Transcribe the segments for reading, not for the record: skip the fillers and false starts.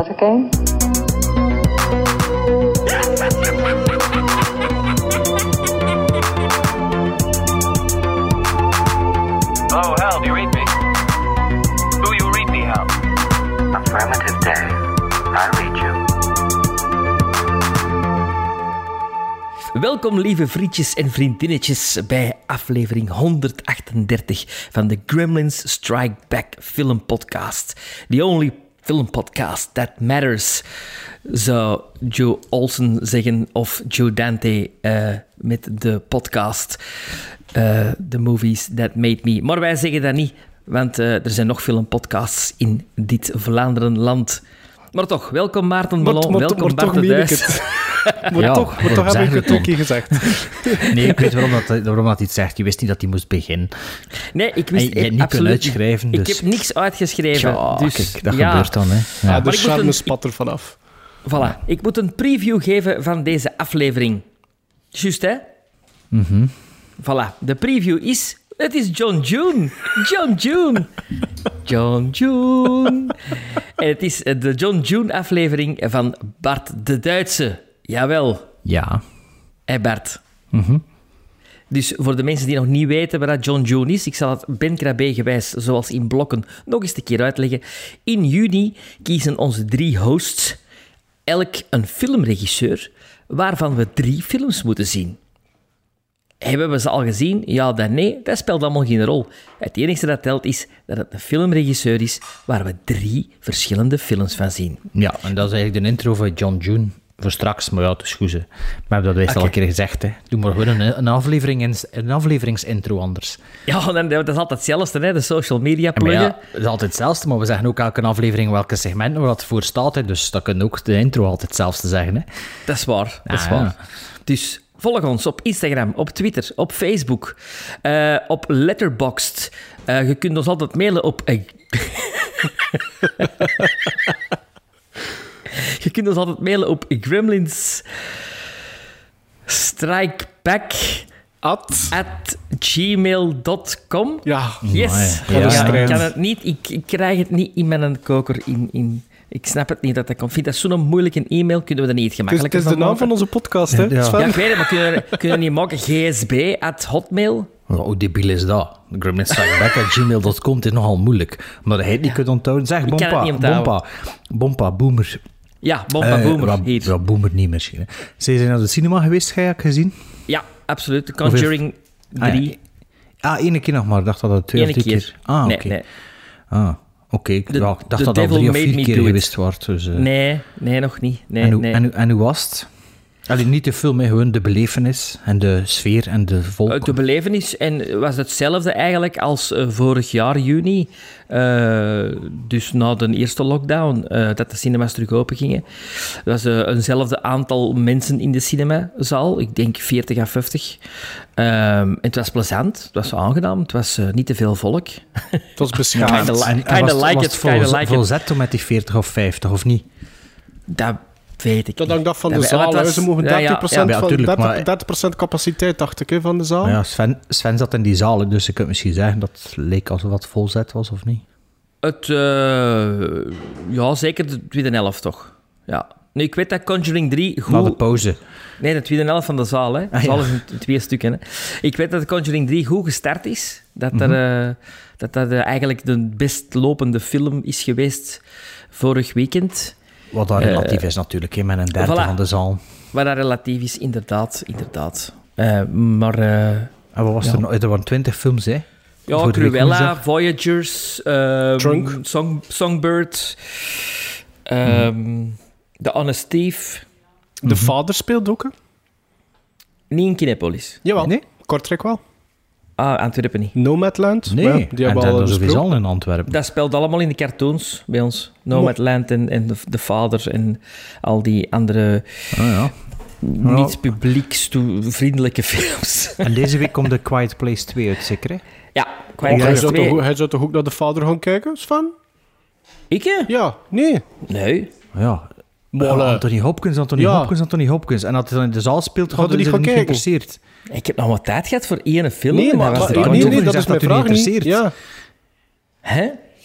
that again? Oh, Hal, do you read me? Do you read me, Hal? Affirmative, Dave. I read you. Welkom lieve vriendjes en vriendinnetjes bij aflevering 138 van de Gremlins Strike Back Film Podcast. The only film podcast that matters, zou Joe Olsen zeggen, of Joe Dante met de podcast The Movies That Made Me. Maar wij zeggen dat niet, want er zijn nog filmpodcasts in dit Vlaanderenland. Maar toch, welkom Maarten Ballon, welkom Bart de Duis. Maar toch heb ik het ook niet gezegd. Nee, ik weet waarom dat iets zegt. Je wist niet dat hij moest beginnen. Nee, ik wist je niet kunnen uitschrijven. Dus... Ik heb niks uitgeschreven. Ja, dus, kijk, dat gebeurt dan. Hè. Ja, de charme spat er vanaf. Voilà. Ik moet een preview geven van deze aflevering. Juist, hè? Mm-hmm. Voilà. De preview is... Het is John June. John June. John June. En het is de John June aflevering van Bart de Duitse. Jawel. Ja. Hé Bart. Mm-hmm. Dus voor de mensen die nog niet weten wat John June is, ik zal het Ben Krabbe gewijs, zoals in blokken, nog eens een keer uitleggen. In juni kiezen onze 3 hosts elk een filmregisseur waarvan we 3 films moeten zien. Hebben we ze al gezien? Ja, dan nee. Dat speelt allemaal geen rol. Het enige dat telt is dat het een filmregisseur is waar we 3 verschillende films van zien. Ja, en dat is eigenlijk de intro van John June voor straks. Maar ja, het is goed. We hebben dat al een keer gezegd. Hè. Doe maar gewoon een afleveringsintro anders. Ja, dat is altijd hetzelfde, hè? De social media pluggen. Ja, dat is altijd hetzelfde, maar we zeggen ook elke aflevering welke segmenten waar het voor staat. Hè. Dus dat kunnen ook de intro altijd hetzelfde zeggen. Hè. Dat is waar. Dat is waar. Dus... volg ons op Instagram, op Twitter, op Facebook, op Letterboxd. Je kunt ons altijd mailen op... Je kunt ons altijd mailen op gremlinsstrikeback@gmail.com. Ja. Yes. Ja, ik kan het niet. Ik krijg het niet in mijn koker in. Ik snap het niet dat dat komt. Ik vind dat zo'n moeilijke e-mail. Kunnen we dat niet gemakkelijker Het is de naam van onze podcast, hè? Ja. Ja, ik weet het, maar kunnen we niet maken? gsb@hotmail? Hoe debiel is dat? gremlinsstrikeback@gmail.com, het is nogal moeilijk. Maar hij niet kunt onthouden. Zeg, Ik kan het niet onthouden. Bompa, boomer. Ja, Bompa Boomer. Hier. Ja, boomer niet misschien. Hè. Zijn ze naar de cinema geweest, ga je gezien? Ja, absoluut. The Conjuring 3. Één keer nog maar. Ik dacht dat het 2 of 3 keer... Ah, oké. Nee. Oké, ik dacht dat The al Devil 3 of Made 4 Me keer Do It. geweest wordt. Dus, Nee, nog niet. En hoe was het? Allee, niet de film, hè, gewoon de belevenis en de sfeer en de volk. De belevenis en was hetzelfde eigenlijk als vorig jaar juni. Dus na de eerste lockdown, dat de cinemas terug open gingen. Er was eenzelfde aantal mensen in de cinemazaal. Ik denk 40 à 50. En het was plezant, het was aangenaam, het was niet te veel volk. Het was beschaamd. Volzet met die 40 of 50, of niet? Dat weet ik Dat hangt af van de niet. zaal. Het was- Ze mogen 30%, tuurlijk, maar- 30% capaciteit, dacht ik, hè, van de zaal. Ja, Sven zat in die zaal, hè, dus je kunt misschien zeggen dat het leek alsof het volzet was, of niet? Ja, zeker de tweede helft toch. Ja. Nu, ik weet dat Conjuring 3 goed... Na de pauze. Nee, de tweede helft van de zaal. Hè. De zaal is in 2 stukken. Hè. Ik weet dat de Conjuring 3 goed gestart is. Dat dat eigenlijk de best lopende film is geweest vorig weekend. Wat daar relatief is natuurlijk, hè, met een derde Voilà. van de zaal. Wat dat relatief is, inderdaad. Maar... En wat was er nog? Er waren 20 films, hè? ja, Voor de week Cruella, woensdag. Voyagers, Drunk. Songbird, The Honest Thief. De vader speelt ook, hè? Niet in Kinepolis. Jawel. Nee? Kortrijk wel. Antwerpen niet. Nomadland. Nee, Ja, die en hebben we al dat is besproken. sowieso in Antwerpen. Dat speelt allemaal in de cartoons bij ons. Nomadland en de Vader en al die andere Ja. niet publieksvriendelijke films. En deze week komt The Quiet Place 2 uit, zeker, hè? Ja, Hij Quiet Place zou 2. hij zou toch ook naar de vader gaan kijken, Sven? Ik, hè? Ja, nee. Nee. Ja. Molle. Anthony Hopkins. En als hij dan in de zaal speelt, Gaat er niet is gaan niet kijken? geïnteresseerd. Ik heb nog wat tijd gehad voor één film. Nee, en maar dat was dat de is Conjuring. mijn zegt dat vraag u niet niet. interesseert. Ja. Hè?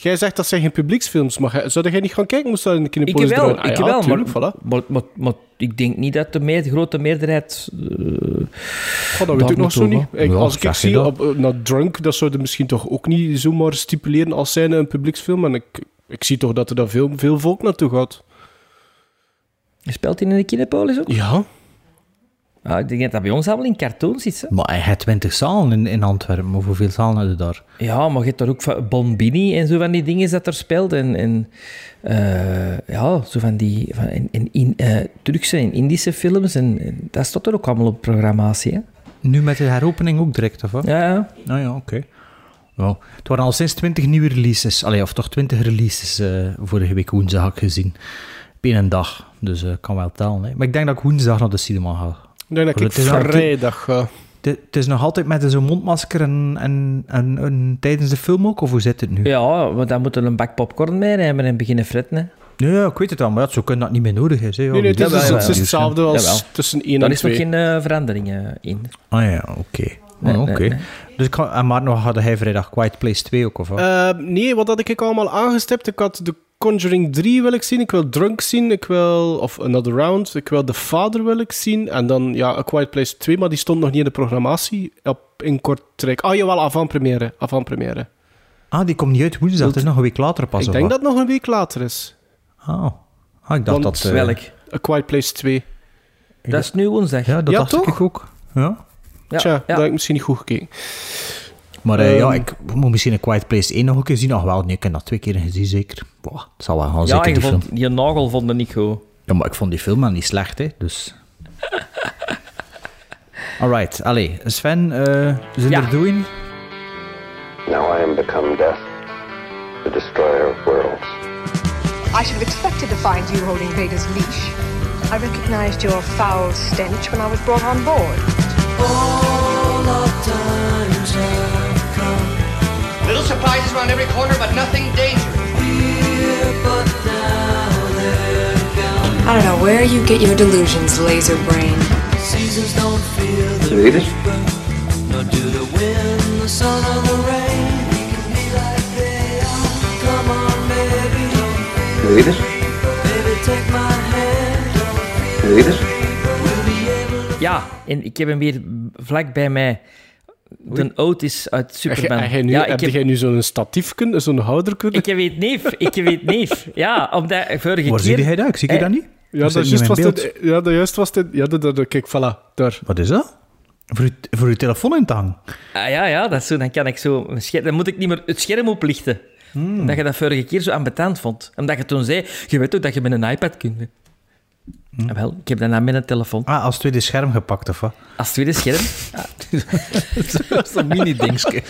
Jij zegt dat zijn geen publieksfilms, maar zou jij niet gaan kijken? Moest dat in de Kinepolis Ik wel, draaien? Tuurlijk, voilà. maar ik denk niet dat de grote meerderheid... Dat weet ik nog zo niet. Ja, Als ik zeg je zie dat? naar Drunk, dat zou je misschien toch ook niet zomaar stipuleren als zijnde een publieksfilm. En ik zie toch dat er daar veel volk naartoe gaat. Speelt hij in de Kinepolis ook? Ja. Ah, ik denk dat dat bij ons allemaal in cartoons zit. Hè? Maar hij heeft 20 zalen in Antwerpen. Maar hoeveel zalen hadden daar? Ja, maar je hebt daar ook van Bombini en zo van die dingen dat er speelt. En zo van die Turkse en Indische films. En dat staat er ook allemaal op programmatie. Hè? Nu met de heropening ook direct, of wat? Ja. Nou ja, oké. Well, het waren al sinds 20 nieuwe releases. Allee, of toch 20 releases vorige week woensdag had ik gezien. Op één dag. Dus kan wel tellen. Hè. Maar ik denk dat ik woensdag naar de cinema ga. Ik denk dat ik Het is wel- vrijdag ga. Het is nog altijd met zo'n mondmasker en tijdens de film ook? Of hoe zit het nu? Ja, maar dan moeten we een bak popcorn meenemen en beginnen fretten. Hè? Ja, ik weet het wel. Maar zo kan dat niet meer nodig is. Hè. Ja, Nee, het jawel, jawel. is hetzelfde als Jawel. tussen 1 Daar en is nog 2. geen veranderingen in. Ah ja, oké. Nee, Oké. nee. Dus maar nog hadden hij vrijdag Quiet Place 2 ook, of wat? Nee, wat had ik allemaal aangestipt? Ik had The Conjuring 3 wil ik zien, ik wil Drunk zien, of Another Round, ik wil The Father wil ik zien, en dan A Quiet Place 2, maar die stond nog niet in de programmatie in Kortrijk. Ah, jawel, avant-première. Ah, die komt niet uit woensdag, het is nog een week later pas. Ik of denk wat? dat het nog een week later is. Ik dacht Want dat... Welk? A Quiet Place 2. Dat is nu woensdag. Ja, dat Ja, dacht toch? ik ook. Ja. Ja, Tja, ja. dat heb ik misschien niet goed gekeken. Maar ik moet misschien een Quiet Place 1 nog een keer zien. Nog wel, nee, ik heb dat 2 keer gezien, zeker. Boah, het zal wel gaan, Ja, zeker je die film. vond, die nagel vond ik niet goed. Ja, maar ik vond die film wel niet slecht, hè, dus... Alright, allee, Sven, zijn Ja. er doing? Now I am become death, the destroyer of worlds. I should have expected to find you holding Vader's leash. I recognized your foul stench when I was brought on board. Little surprises around every corner, but nothing dangerous. I don't know where you get your delusions, laser brain. Read it? Read it? Read it? Ja, en ik heb hem weer vlak bij mij. De Otis uit Superman. Heb jij nu zo'n statiefje, zo'n houderke? Ik weet neef. Ja, omdat vorige Waar keer... zie jij dat? Ik zie je dat niet. Ja, Of zit dat niet juist in was mijn dit. Ja, dat juist was dit. Ja, kijk, voilà, daar. Wat is dat? Voor uw telefoon in te hangen? Ja, dat is zo, dan kan ik zo... Dan moet ik niet meer het scherm oplichten. Omdat je dat vorige keer zo ambetant vond. Omdat je toen zei, je weet ook dat je met een iPad kunt. Wel, ik heb dat dan met een telefoon. Ah, als tweede scherm gepakt, of wat? Als tweede scherm. Dat is een mini-dingske.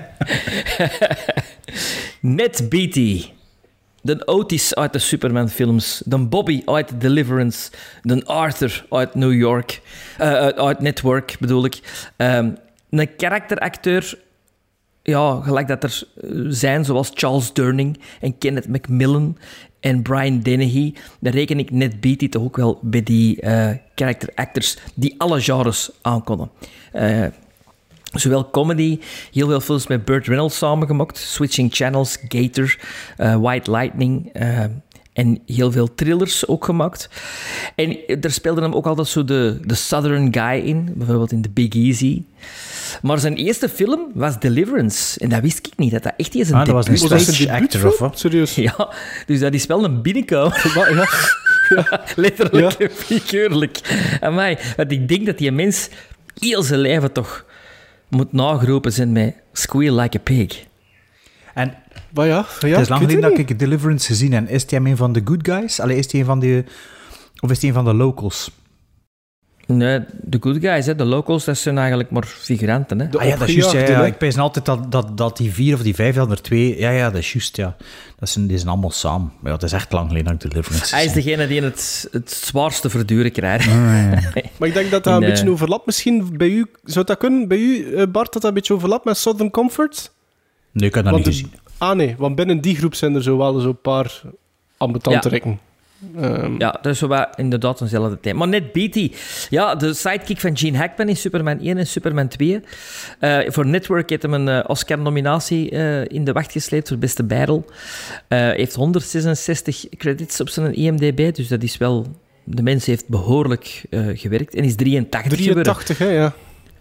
Ned Beatty. De Otis uit de Superman-films. De Bobby uit Deliverance. De Arthur uit New York. Uit Network, bedoel ik. Een karakteracteur... Ja, gelijk dat er zijn, zoals Charles Durning en Kenneth McMillan en Brian Dennehy. Daar reken ik Ned Beatty toch ook wel bij die karakteractors die alle genres aankonden. Zowel comedy, heel veel films met Burt Reynolds samengemaakt, Switching Channels, Gator, White Lightning en heel veel thrillers ook gemaakt. En er speelde hem ook altijd zo de Southern guy in, bijvoorbeeld in The Big Easy. Maar zijn eerste film was Deliverance. En dat wist ik niet, dat echt eens een Dat was een debuut was. stage actor, of wat? Serieus? Ja, dus dat is wel een binnenkomer. Ja. Letterlijk Ja. en figuurlijk. Amai, want ik denk dat die mens heel zijn leven toch moet nageroepen zijn met Squeal Like a Pig. En Maar ja, het is lang ik weet geleden dat niet. ik Deliverance gezien heb. Is hij een van de good guys? Allee, is hij een van de... Of is hij een van de locals? Nee, de good guys, hè, de locals, dat zijn eigenlijk maar figuranten. Hè. De Ah ja, dat is juist. Ja, opgejaagden, hè. ik pees altijd dat die 4 of die 5 dan er 2... Ja, dat is juist, ja. Die zijn allemaal samen. Maar ja, het is echt lang geleden dat ik Deliverance Hij is gezien degene die het zwaarste verduren krijgt. Maar ik denk dat dat In, een beetje overlapt. Misschien bij u, zou dat kunnen? Bij u, Bart, dat een beetje overlapt met Southern Comfort? Nee, ik heb dat niet gezien. Nee, want binnen die groep zijn er zo wel zo'n paar ambetante Ja. rekken. Ja, dat is zo wat inderdaad eenzelfde thema. Maar net Beatty. Ja, de sidekick van Gene Hackman in Superman 1 en Superman 2. Voor Network heeft hem een Oscar-nominatie in de wacht gesleept voor beste bijrol. Heeft 166 credits op zijn IMDb, dus dat is wel... De mens heeft behoorlijk gewerkt en is 83 geworden. 83, hè, ja.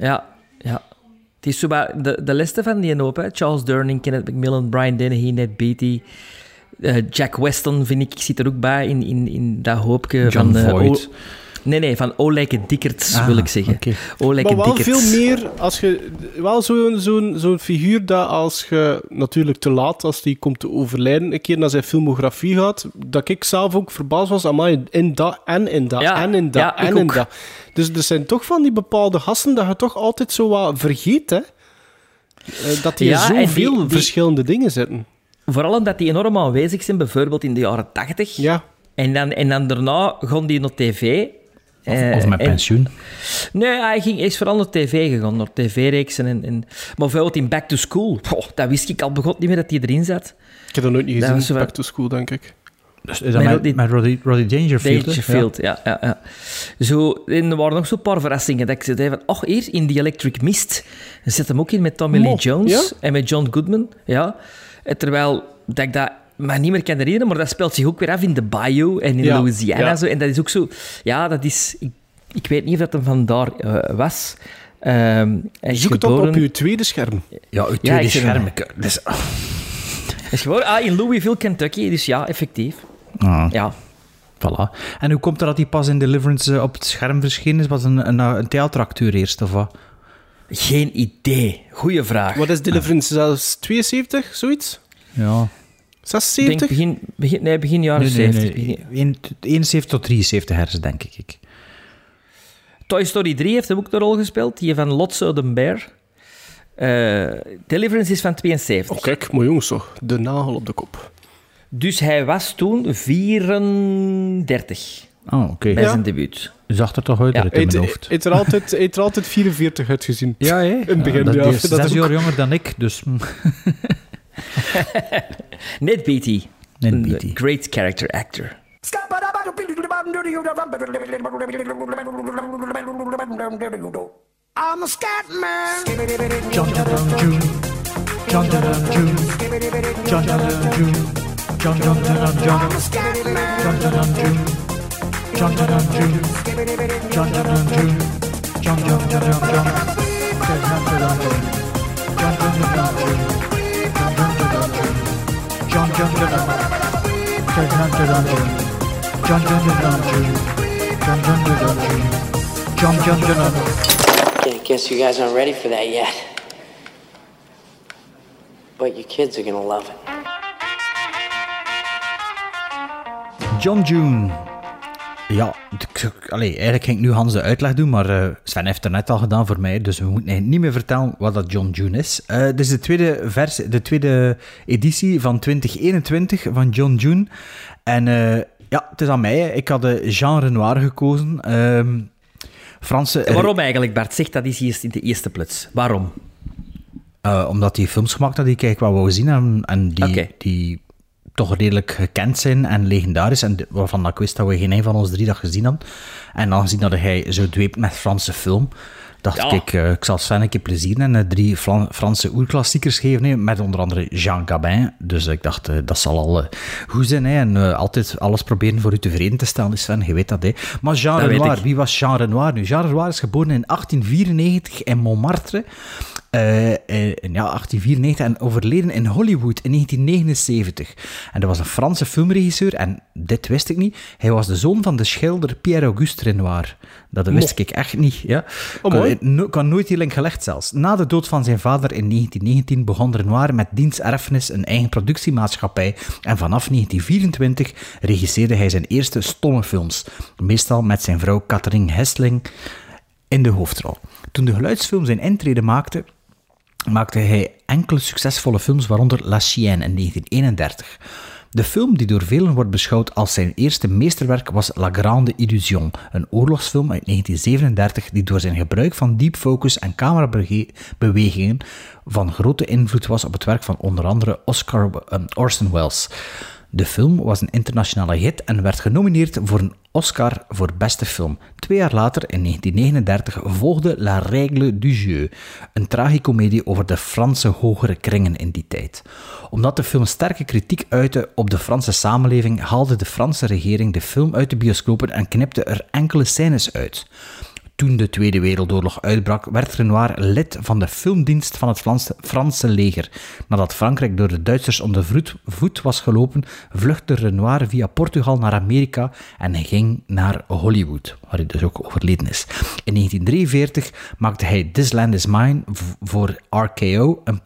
Ja. Het is zo wat de liste van die hoop, hè. Charles Durning, Kenneth McMillan, Brian Dennehy, Ned Beatty... Jack Weston, vind ik, zit er ook bij in dat hoopje John van... Voight. Nee, van Olijke Dickerts, wil ik zeggen. Okay. Olijke Maar wel Dickerts. veel meer, als je... Wel zo'n figuur dat als je natuurlijk te laat, als die komt te overlijden, een keer naar zijn filmografie gaat, dat ik zelf ook verbaasd was, amai, in dat en in dat Ja, en in dat ja, en ik in ook. dat. Dus er zijn toch van die bepaalde gasten dat je toch altijd zo wat vergeet, hè. Dat die Ja, in en zoveel die- verschillende dingen zitten. Vooral omdat die enorm aanwezig zijn, bijvoorbeeld in de jaren 80. Ja. En dan daarna gaan die naar tv. Of met pensioen. Nee, hij is vooral naar tv gegaan, naar tv-reeksen. Maar bijvoorbeeld in Back to School, dat wist ik al begot niet meer dat die erin zat. Ik heb dat nooit niet Dat was gezien, zo Back to School, denk ik. Dus is dat Met met Roddy Dangerfield? hè? Dangerfield, ja. Zo, en er waren nog zo'n paar verrassingen dat ik zei van, hier, in The Electric Mist, zet hem ook in met Tommy Lee Jones ja? en met John Goodman, ja. Terwijl dat ik dat maar niet meer kan herinneren, maar dat speelt zich ook weer af in de Bayou en in Louisiana. ja. Zo, en dat is ook zo... Ja, dat is... Ik weet niet of dat hem vandaar was. Hij is Zoek het op geboren... je tweede scherm. Ja, uw Ja, tweede ik zeg scherm. het. Dus, Hij is geboren in Louisville, Kentucky. Dus ja, effectief. Ja. Voilà. En hoe komt het dat hij pas in Deliverance op het scherm verschenen is? Was een theateracteur eerst, of wat? Geen idee. Goeie vraag. Wat is Deliverance? Zelfs 72, zoiets? Ja. Ik denk 76? begin jaren 70. Begin- 71 tot 73 hersen, denk ik. Toy Story 3 heeft hem ook de rol gespeeld. Die van Lotso the Bear. Deliverance is van 72. Oh, kijk, mooi jongens toch. De nagel op de kop. Dus hij was toen 34 Oh, oké. bij Ja. zijn debuut. Zag er toch uit Ja, in hij mijn hoofd. heeft er altijd 44 uitgezien. Ja, hè? In het begin, dat ja. is Dat 6 ook. jaar jonger dan ik, dus... Ned Beatty. Ned Een Beatty. great character actor. I'm a scat man. John June. John June. John June. John I'm a scat man. John June. John June. John June. John Okay, guess you guys aren't ready for that yet. But your kids are gonna love it. John June. Ja, eigenlijk ging ik nu Hans de uitleg doen, maar Sven heeft het net al gedaan voor mij, dus we moeten eigenlijk niet meer vertellen wat dat John June is. Dit is de tweede editie van 2021 van John June. En ja, het is aan mij. Ik had Jean Renoir gekozen. Franse... Waarom eigenlijk, Bart? Zeg dat is eerst in de eerste plaats. Waarom? Omdat hij films gemaakt had die ik eigenlijk wel wou zien en die toch redelijk gekend zijn en legendarisch en waarvan ik wist dat we geen een van ons drie dat gezien hadden. En aangezien dat hij zo dweept met Franse film, dacht ik zal Sven een keer plezier en 3 Franse oerklassiekers geven, hè, met onder andere Jean Gabin. Dus ik dacht, dat zal al goed zijn. Hè, en altijd alles proberen voor u tevreden te stellen, Sven, je weet dat. Hè. Maar Jean Renoir, wie was Jean Renoir nu? Jean Renoir is geboren in 1894 in Montmartre. 1894 en overleden in Hollywood in 1979. En dat was een Franse filmregisseur en dit wist ik niet. Hij was de zoon van de schilder Pierre-Auguste Renoir. Dat wist ik echt niet. Ja. Ik had nooit die link gelegd zelfs. Na de dood van zijn vader in 1919 begon Renoir met diens erfenis een eigen productiemaatschappij en vanaf 1924 regisseerde hij zijn eerste stomme films. Meestal met zijn vrouw Catherine Hesseling in de hoofdrol. Toen de geluidsfilm zijn intrede maakte hij enkele succesvolle films, waaronder La Chienne in 1931. De film die door velen wordt beschouwd als zijn eerste meesterwerk was La Grande Illusion, een oorlogsfilm uit 1937 die door zijn gebruik van deep focus en camerabewegingen van grote invloed was op het werk van onder andere Orson Welles. De film was een internationale hit en werd genomineerd voor een Oscar voor beste film. 2 jaar later, in 1939, volgde La Règle du Jeu, een tragicomedie over de Franse hogere kringen in die tijd. Omdat de film sterke kritiek uitte op de Franse samenleving, haalde de Franse regering de film uit de bioscopen en knipte er enkele scènes uit. Toen de Tweede Wereldoorlog uitbrak, werd Renoir lid van de filmdienst van het Franse leger. Nadat Frankrijk door de Duitsers om de voet was gelopen, vluchtte Renoir via Portugal naar Amerika en ging naar Hollywood, waar hij dus ook overleden is. In 1943 maakte hij This Land Is Mine voor RKO, een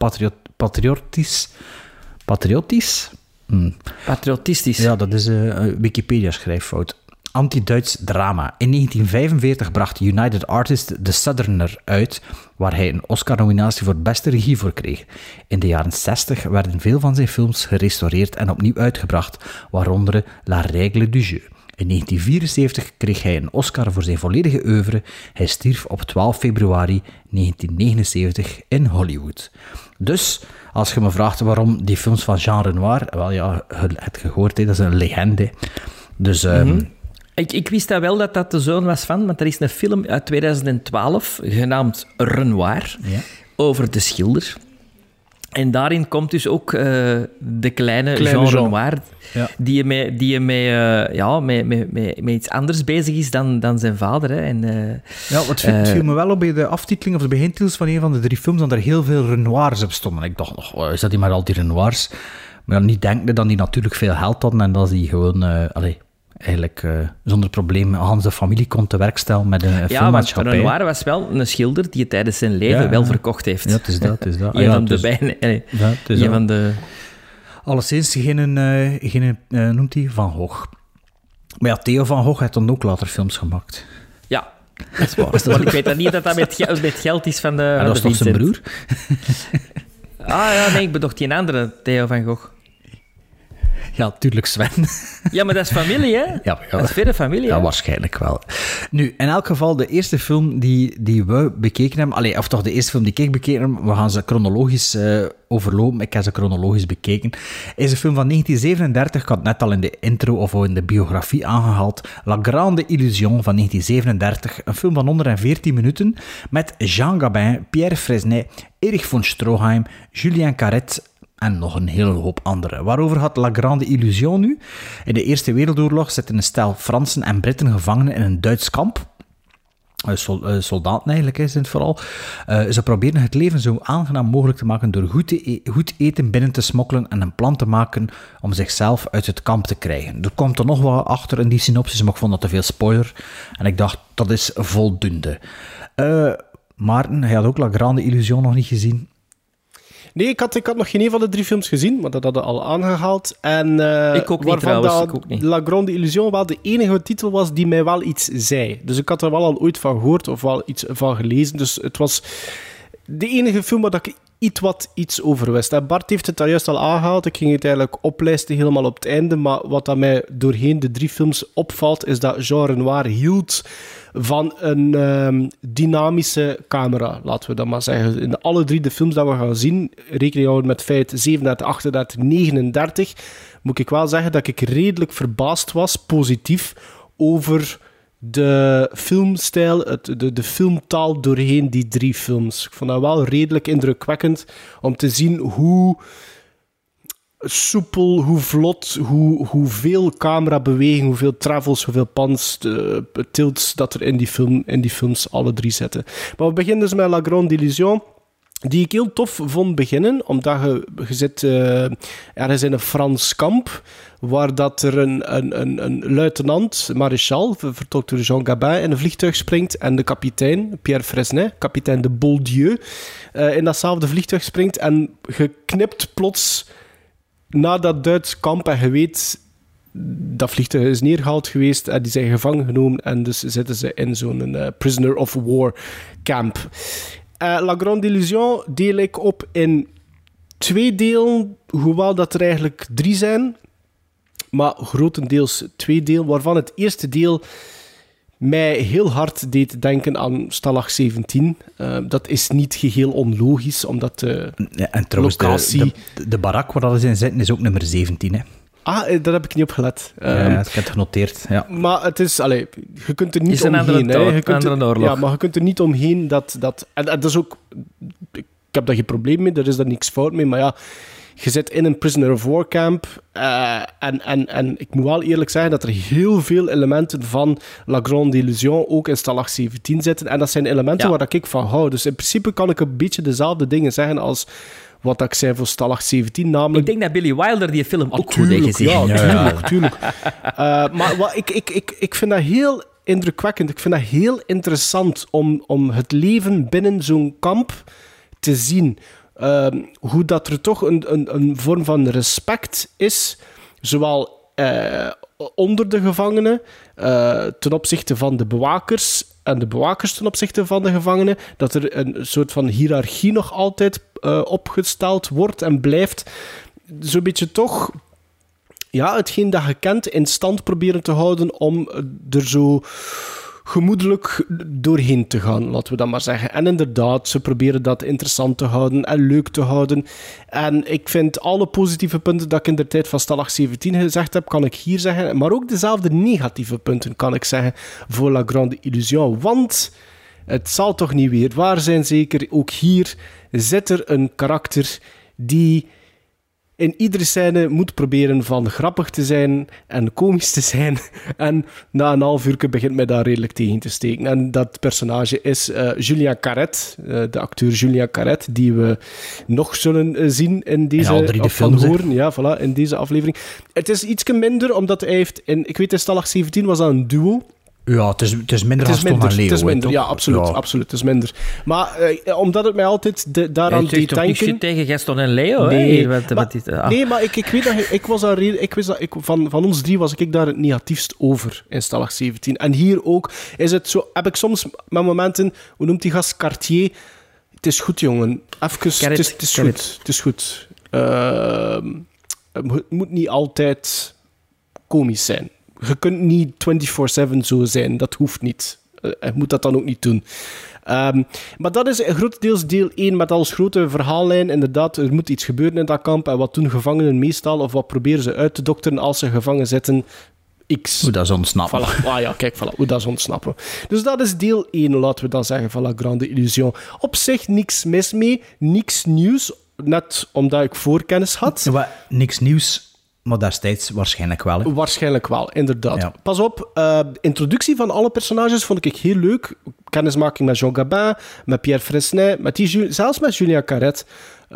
patriotistisch? Ja, dat is een Wikipedia-schrijffout. Anti-Duits drama. In 1945 bracht United Artists The Southerner uit, waar hij een Oscar-nominatie voor beste regie voor kreeg. In de jaren 60 werden veel van zijn films gerestaureerd en opnieuw uitgebracht, waaronder La Règle du Jeu. In 1974 kreeg hij een Oscar voor zijn volledige oeuvre. Hij stierf op 12 februari 1979 in Hollywood. Dus, als je me vraagt waarom die films van Jean Renoir, wel ja, het gehoord, dat is een legende. Dus... Ik wist dat wel dat de zoon was van, want er is een film uit 2012 genaamd Renoir, over de schilder. En daarin komt dus ook de kleine Jean Renoir, die met iets anders bezig is dan zijn vader. Hè. En, het viel me wel op bij de aftiteling of de begintitels van een van de 3 films, dat er heel veel Renoirs op stonden. Ik dacht nog, is dat die maar al die Renoirs? Maar dan niet denken dat die natuurlijk veel geld hadden en dat die gewoon... eigenlijk zonder probleem Hans de familie kon te werk stellen met een filmmaatschappij. Ja, Renoir was wel een schilder die het tijdens zijn leven wel verkocht heeft. Ja, het is dat. Een van de... Alleszins geen noemt hij Van Gogh. Maar ja, Theo Van Gogh heeft dan ook later films gemaakt. Ja, dat is waar. Want ik weet dat niet dat met geld is van de dat is toch zijn broer? Ik bedocht die andere Theo Van Gogh. Ja, tuurlijk Sven. Ja, maar dat is familie, hè? Ja. Dat is verre familie, Ja, waarschijnlijk wel. Nu, in elk geval, de eerste film die we bekeken hebben... of toch de eerste film die ik bekeken heb... We gaan ze chronologisch overlopen. Ik heb ze chronologisch bekeken. Is een film van 1937. Ik had het net al in de intro of in de biografie aangehaald. La Grande Illusion van 1937. Een film van 114 minuten. Met Jean Gabin, Pierre Fresnay, Erich von Stroheim, Julien Carret... en nog een hele hoop andere. Waarover gaat La Grande Illusion nu? In de Eerste Wereldoorlog zitten een stel Fransen en Britten gevangen in een Duits kamp. Soldaten eigenlijk is het vooral. Ze proberen het leven zo aangenaam mogelijk te maken door goed eten binnen te smokkelen en een plan te maken om zichzelf uit het kamp te krijgen. Er komt er nog wat achter in die synopsis, maar ik vond dat te veel spoiler. En ik dacht, dat is voldoende. Maarten, hij had ook La Grande Illusion nog niet gezien. Nee, ik had nog geen een van de 3 films gezien, maar dat hadden we al aangehaald. En, ik ook niet trouwens. Ik ook niet. La Grande Illusion wel de enige titel was die mij wel iets zei. Dus ik had er wel al ooit van gehoord of wel iets van gelezen. Dus het was de enige film waar ik iets over wist. En Bart heeft het daar juist al aangehaald. Ik ging het eigenlijk oplijsten helemaal op het einde. Maar wat dat mij doorheen de 3 films opvalt, is dat Jean Renoir hield van een dynamische camera, laten we dat maar zeggen. In alle 3 de films dat we gaan zien, rekening houden met feit 37, 38, 39, moet ik wel zeggen dat ik redelijk verbaasd was, positief, over de filmstijl, de filmtaal doorheen die 3 films. Ik vond dat wel redelijk indrukwekkend om te zien hoe soepel, hoe vlot, hoeveel camerabeweging, hoeveel travels, hoeveel pans, tilts dat er in die films alle 3 zitten. Maar we beginnen dus met La Grande Illusion, die ik heel tof vond beginnen, omdat je zit ergens in een Frans kamp, waar dat er een luitenant, Maréchal, vertolkt door Jean Gabin, in een vliegtuig springt en de kapitein, Pierre Fresnay, kapitein de Boldieu, in datzelfde vliegtuig springt en je knipt plots na dat Duits kamp en je weet, dat vliegtuig is neergehaald geweest en die zijn gevangen genomen en dus zitten ze in zo'n prisoner of war camp. La Grande Illusion deel ik op in 2 delen, hoewel dat er eigenlijk 3 zijn, maar grotendeels 2 delen, waarvan het eerste deel mij heel hard deed denken aan Stalag 17. Dat is niet geheel onlogisch, omdat de en trouwens, locatie... de barak waar dat in zitten is ook nummer 17, hè? Daar heb ik niet op gelet. Ik heb het genoteerd, ja. Maar het is... je kunt er niet is een omheen. andere oorlog. Ja, maar je kunt er niet omheen dat... En dat is ook... Ik heb daar geen probleem mee, er is daar niks fout mee, maar ja... Je zit in een prisoner of war camp en ik moet wel eerlijk zeggen dat er heel veel elementen van La Grande Illusion ook in Stalag 17 zitten. En dat zijn elementen waar ik van hou. Dus in principe kan ik een beetje dezelfde dingen zeggen als wat ik zei voor Stalag 17. Namelijk... Ik denk dat Billy Wilder die film ook goed heeft gezien. Ja, tuurlijk. Maar ik vind dat heel indrukwekkend. Ik vind dat heel interessant om het leven binnen zo'n kamp te zien. Hoe dat er toch een vorm van respect is, zowel onder de gevangenen, ten opzichte van de bewakers en de bewakers ten opzichte van de gevangenen, dat er een soort van hiërarchie nog altijd opgesteld wordt en blijft. Zo'n beetje toch... Ja, hetgeen dat je kent in stand proberen te houden om er zo gemoedelijk doorheen te gaan, laten we dat maar zeggen. En inderdaad, ze proberen dat interessant te houden en leuk te houden. En ik vind alle positieve punten dat ik in de tijd van Stalag 17 gezegd heb, kan ik hier zeggen. Maar ook dezelfde negatieve punten kan ik zeggen voor La Grande Illusion. Want het zal toch niet weer waar zijn, zeker. Ook hier zit er een karakter die in iedere scène moet proberen van grappig te zijn en komisch te zijn. En na een half uur begint mij daar redelijk tegen te steken. En dat personage is Julien Carret, de acteur Julien Carret, die we nog zullen zien in deze... al 3 de films, horen. Ja, voilà, in deze aflevering. Het is ietsje minder, omdat hij heeft... Ik weet, in Stalag 17 was dat een duo. Ja, het is minder dan Tom en Leo. Het is minder, toch? ja, absoluut. Het is minder. Maar omdat het mij altijd daaraan deed denken... Niks tegen Gaston en Leo, nee, hè? Nee, maar ik weet dat van ons 3 was ik daar het negatiefst over in Stalag 17. En hier ook is het zo... Heb ik soms met momenten... Hoe noemt die gast? Cartier. Het is goed, jongen. Even... Het is goed. Het is goed. Het moet niet altijd komisch zijn. Je kunt niet 24/7 zo zijn. Dat hoeft niet. Je moet dat dan ook niet doen. Maar dat is grotendeels deel 1 met als grote verhaallijn. Inderdaad, er moet iets gebeuren in dat kamp. En wat doen gevangenen meestal? Of wat proberen ze uit te dokteren als ze gevangen zitten? X. Hoe dat is ontsnappen. Voilà. Ah ja, kijk, voilà. Hoe dat is ontsnappen. Dus dat is deel 1, laten we dan zeggen, van La Grande Illusion. Op zich niks mis mee. Niks nieuws. Net omdat ik voorkennis had. Niks nieuws... Maar destijds waarschijnlijk wel. Hè? Waarschijnlijk wel, inderdaad. Ja. Pas op, de introductie van alle personages vond ik heel leuk. Kennismaking met Jean Gabin, met Pierre Fresnay, zelfs met Julien Carret.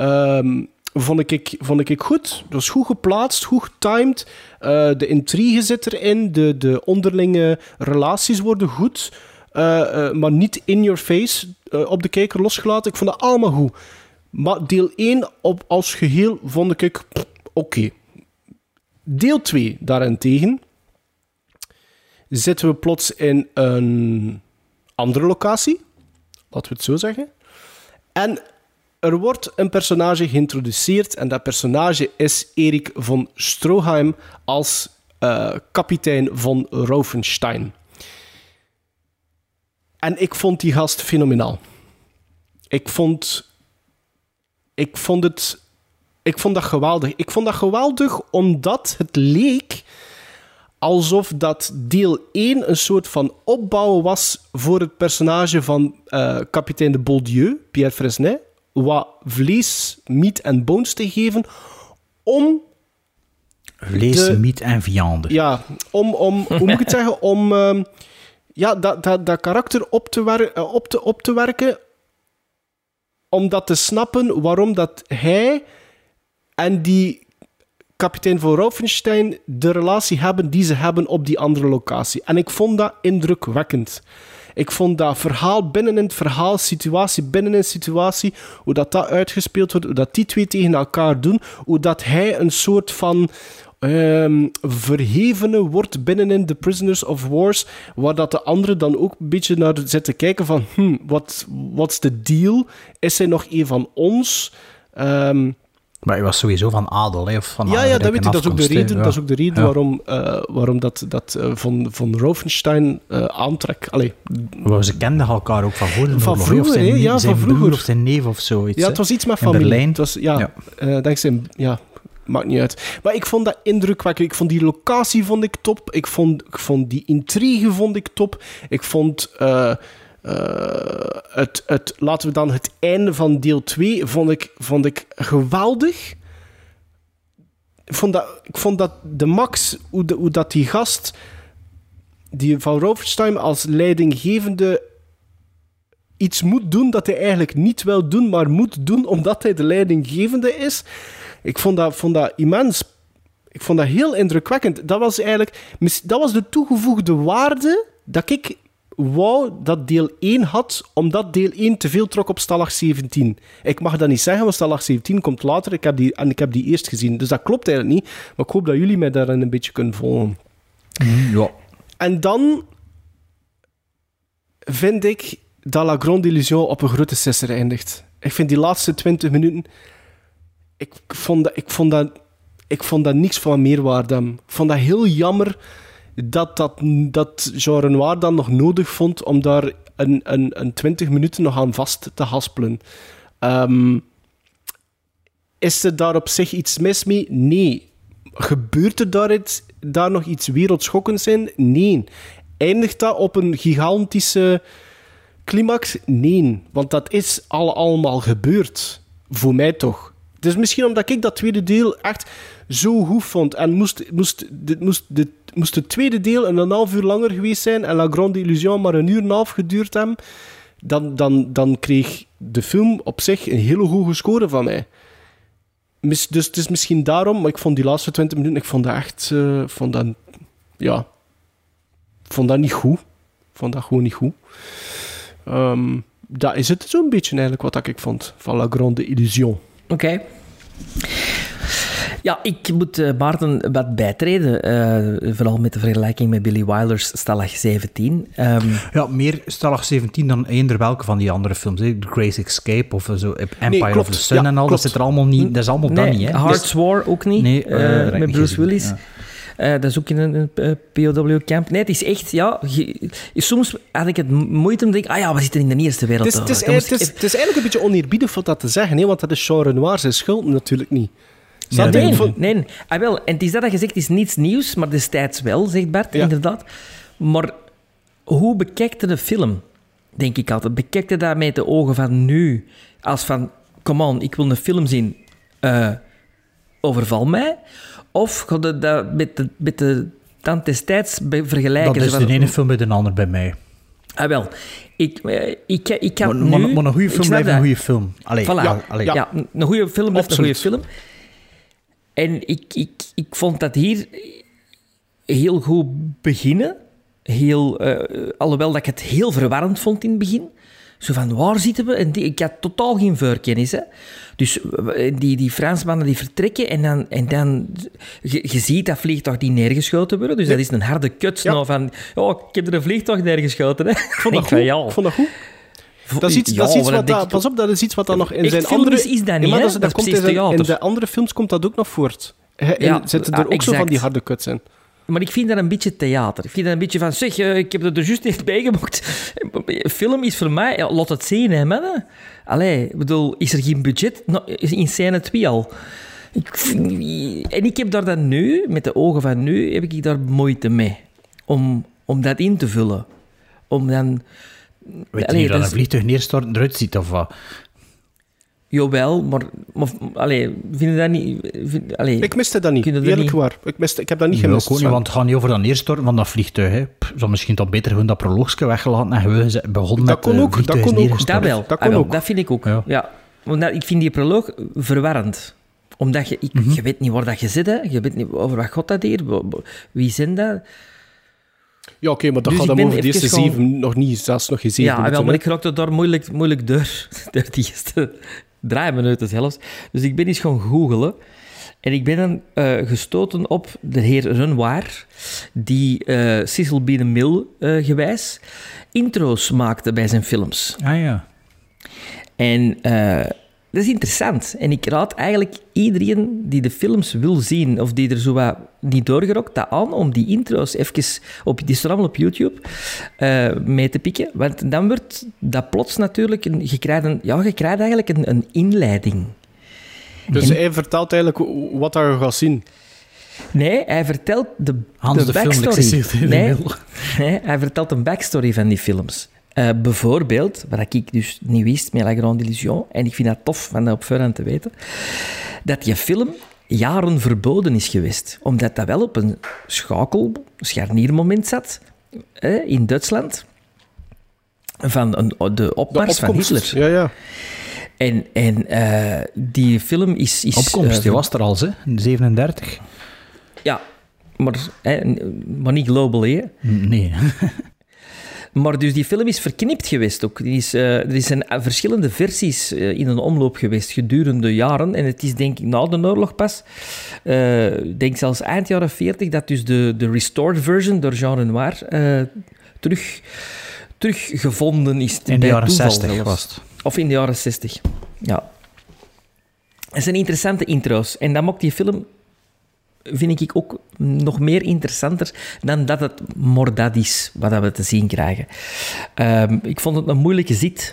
Vond ik goed. Dat was goed geplaatst, goed getimed. De intrigue zit erin, de onderlinge relaties worden goed. Maar niet in your face op de kijker losgelaten. Ik vond dat allemaal goed. Maar deel 1 als geheel vond ik oké. Deel 2 daarentegen zitten we plots in een andere locatie, laten we het zo zeggen. En er wordt een personage geïntroduceerd en dat personage is Erik von Stroheim als kapitein von Raufenstein. En ik vond die gast fenomenaal. Ik vond dat geweldig. Ik vond dat geweldig omdat het leek alsof dat deel 1 een soort van opbouw was voor het personage van kapitein de Boldieu, Pierre Fresnay, wat vlees, meat en bones te geven om... Vlees, meat en viande. Ja, om hoe moet ik het zeggen? Om dat karakter op te werken, om dat te snappen waarom dat hij en die kapitein von Raufenstein de relatie hebben die ze hebben op die andere locatie. En ik vond dat indrukwekkend. Ik vond dat verhaal binnen in het verhaal, situatie binnen in situatie, hoe dat uitgespeeld wordt, hoe dat die twee tegen elkaar doen, hoe dat hij een soort van verhevene wordt binnenin The Prisoners of Wars, waar dat de andere dan ook een beetje naar zit te kijken van what's the deal? Is hij nog een van ons? Maar hij was sowieso van adel, hè? Of van ja, dat weet ik. Dat is ook de reden, ja. dat is ook de reden waarom dat von Raufenstein aantrekt. Ze kenden elkaar ook van voor. Van vroeger, zijn vroeger. broer of zijn neef of zoiets. Ja, het was iets met familie. Berlijn. Het was, dankzij maakt niet uit. Maar ik vond dat indrukwekkend. Ik vond die locatie vond ik top. Ik vond die intrigue vond ik top. Ik vond laten we dan het einde van deel 2 vond ik geweldig. Ik vond dat de max, hoe dat die gast, die van Roverstein als leidinggevende iets moet doen dat hij eigenlijk niet wil doen, maar moet doen omdat hij de leidinggevende is. Ik vond dat immens. Ik vond dat heel indrukwekkend. Dat was de toegevoegde waarde dat ik wou dat deel 1 had, omdat deel 1 te veel trok op Stalag 17. Ik mag dat niet zeggen, want Stalag 17 komt later. Ik heb die eerst gezien. Dus dat klopt eigenlijk niet. Maar ik hoop dat jullie mij daarin een beetje kunnen volgen. Ja. En dan vind ik dat La Grande Illusion op een grote sisser eindigt. Ik vind die laatste 20 minuten... Ik vond dat niks van meerwaarde. Ik vond dat heel jammer dat Jean Renoir dan nog nodig vond om daar een 20 minuten nog aan vast te haspelen. Is er daar op zich iets mis mee? Nee. Gebeurt er daar nog iets wereldschokkends in? Nee. Eindigt dat op een gigantische climax? Nee. Want dat is allemaal gebeurd. Voor mij toch. Dus misschien omdat ik dat tweede deel echt zo goed vond. En moest het tweede deel een half uur langer geweest zijn en La Grande Illusion maar 1 uur en een half geduurd hebben, dan kreeg de film op zich een hele hoge score van mij. Dus het is misschien daarom, maar ik vond die laatste 20 minuten, ik vond dat echt... vond dat niet goed. Ik vond dat gewoon niet goed. Dat is het zo'n beetje eigenlijk wat ik vond van La Grande Illusion. Oké. Ja, ik moet Maarten wat bijtreden. Vooral met de vergelijking met Billy Wilder's Stalag 17. Ja, meer Stalag 17 dan eender welke van die andere films. The Great Escape of zo, Empire of the Sun en al. Dat zit er allemaal niet. Dat is allemaal dat niet. Hè? Heart's War ook niet. Nee, met Bruce Willis. Ja. Dat is ook in een POW-camp. Nee, het is echt, ja... soms had ik het moeite om te denken, we zitten in de Eerste Wereldoorlog. Het is eigenlijk een beetje oneerbiedig om dat te zeggen, hè, want dat is Jean Renoir zijn schuld natuurlijk niet. Nee. Wel, en het is dat je zegt, het is niets nieuws, maar destijds wel, zegt Bart, inderdaad. Maar hoe bekijkt je de film? Denk ik altijd. Bekijkt je dat met de ogen van nu? Als van, come on, ik wil een film zien. Overval mij? Of ga je dat met de dan destijds vergelijken? Dat is de ene film bij de ander bij mij. Wel. Ik had maar een goede film blijft een goede film. Allee, voilà. Ja, een goede film blijft een goede film. En ik vond dat hier heel goed beginnen. Alhoewel dat ik het heel verwarrend vond in het begin. Zo van, waar zitten we? En ik had totaal geen voorkennis. Hè. Dus die Fransmannen die vertrekken en dan je ziet dat vliegtuig die neergeschoten worden. Dus dat is een harde cut nou van, ik heb er een vliegtuig neergeschoten. Hè. Ik vond dat goed. Dat is iets pas op, dat is iets wat dan nog in zijn andere... is dat niet, hè? Dat komt in de andere films komt dat ook nog voort. Zitten er ook zo van die harde cuts in. Maar ik vind dat een beetje theater. Ik vind dat een beetje van, ik heb er juist niet bijgeboekt. Film is voor mij, laat het zien, hè, man. Allee, ik bedoel, is er geen budget? In scène 2 al. Ik heb daar dan nu, met de ogen van nu, heb ik daar moeite mee. Om dat in te vullen. Om dan... Weet je niet dat een vliegtuig neerstorten eruit ziet, of wat? Jawel, maar vind je dat niet... Ik miste dat niet, eerlijk waar. Ik heb dat niet gemist. Ik ook niet, want het gaat niet over dat neerstorten van dat vliegtuig. Hè. Zou misschien toch beter gewoon dat proloogske weggelaten en gewoon begonnen met vliegtuig neerstorten. Dat wel, dat vind ik ook. Ja. Want ik vind die proloog verwarrend. Omdat je weet niet waar dat je zit, hè. Je weet niet over wat God dat hier, wie zijn dat... Ja, oké, maar dat gaat dan over de eerste 7 nog niet, zelfs nog geen 7 minuten. Ja, maar ik raakte daar moeilijk door die eerste 3 minuten zelfs. Dus ik ben eens gaan googlen. En ik ben dan gestoten op de heer Renoir, die Cecil B. DeMille gewijs intro's maakte bij zijn films. Ah ja. En dat is interessant. En ik raad eigenlijk iedereen die de films wil zien, of die er zo wat niet doorgerokt, dat aan om die intro's even die staan allemaal op YouTube, mee te pikken. Want dan wordt dat plots natuurlijk... Je krijgt eigenlijk een inleiding. Dus hij vertelt eigenlijk wat je gaat zien. Nee, hij vertelt de film backstory. Nee, hij vertelt een backstory van die films. Bijvoorbeeld, wat ik dus niet wist, met La Grande Illusion, en ik vind dat tof van dat op voorhand te weten, dat die film jaren verboden is geweest. Omdat dat wel op een scharniermoment zat, in Duitsland, van de opmars van Hitler. Ja, ja. En die film is... Opkomst, die was er al, in 1937. Ja, maar niet global, hè? Nee. Maar dus die film is verknipt geweest ook. Er zijn verschillende versies in een omloop geweest gedurende jaren. En het is denk ik na de oorlog pas, denk zelfs eind jaren 40, dat dus de restored version door Jean Renoir teruggevonden is. In de jaren 60 was het. Of in de jaren 60, ja. Het zijn interessante intro's. En dat maakt die film, vind ik ook nog meer interessanter dan dat het Mordad is, wat we te zien krijgen. Ik vond het een moeilijke zit.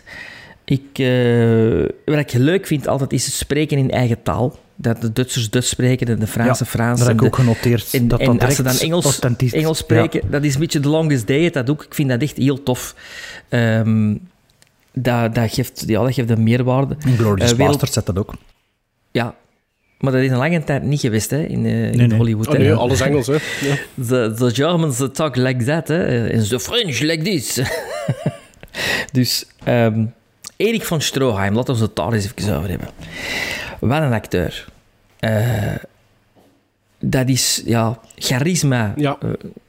Wat ik leuk vind altijd, is het spreken in eigen taal. Dat de Duitsers Duits spreken en de Fransen Frans. Dat heb ik ook genoteerd. En als ze dan Engels spreken, dat is een beetje the longest day, dat ook. Ik vind dat echt heel tof. Dat geeft een meerwaarde. Inglourious Basterds zet dat ook. Ja, maar dat is een lange tijd niet geweest in Hollywood. Nee, alles Engels, hè. Ja. The Germans talk like that, hè. And the French like this. Dus, Erich von Stroheim, laten we het daar eens even over hebben. Wat een acteur. Dat is, charisma. Ja.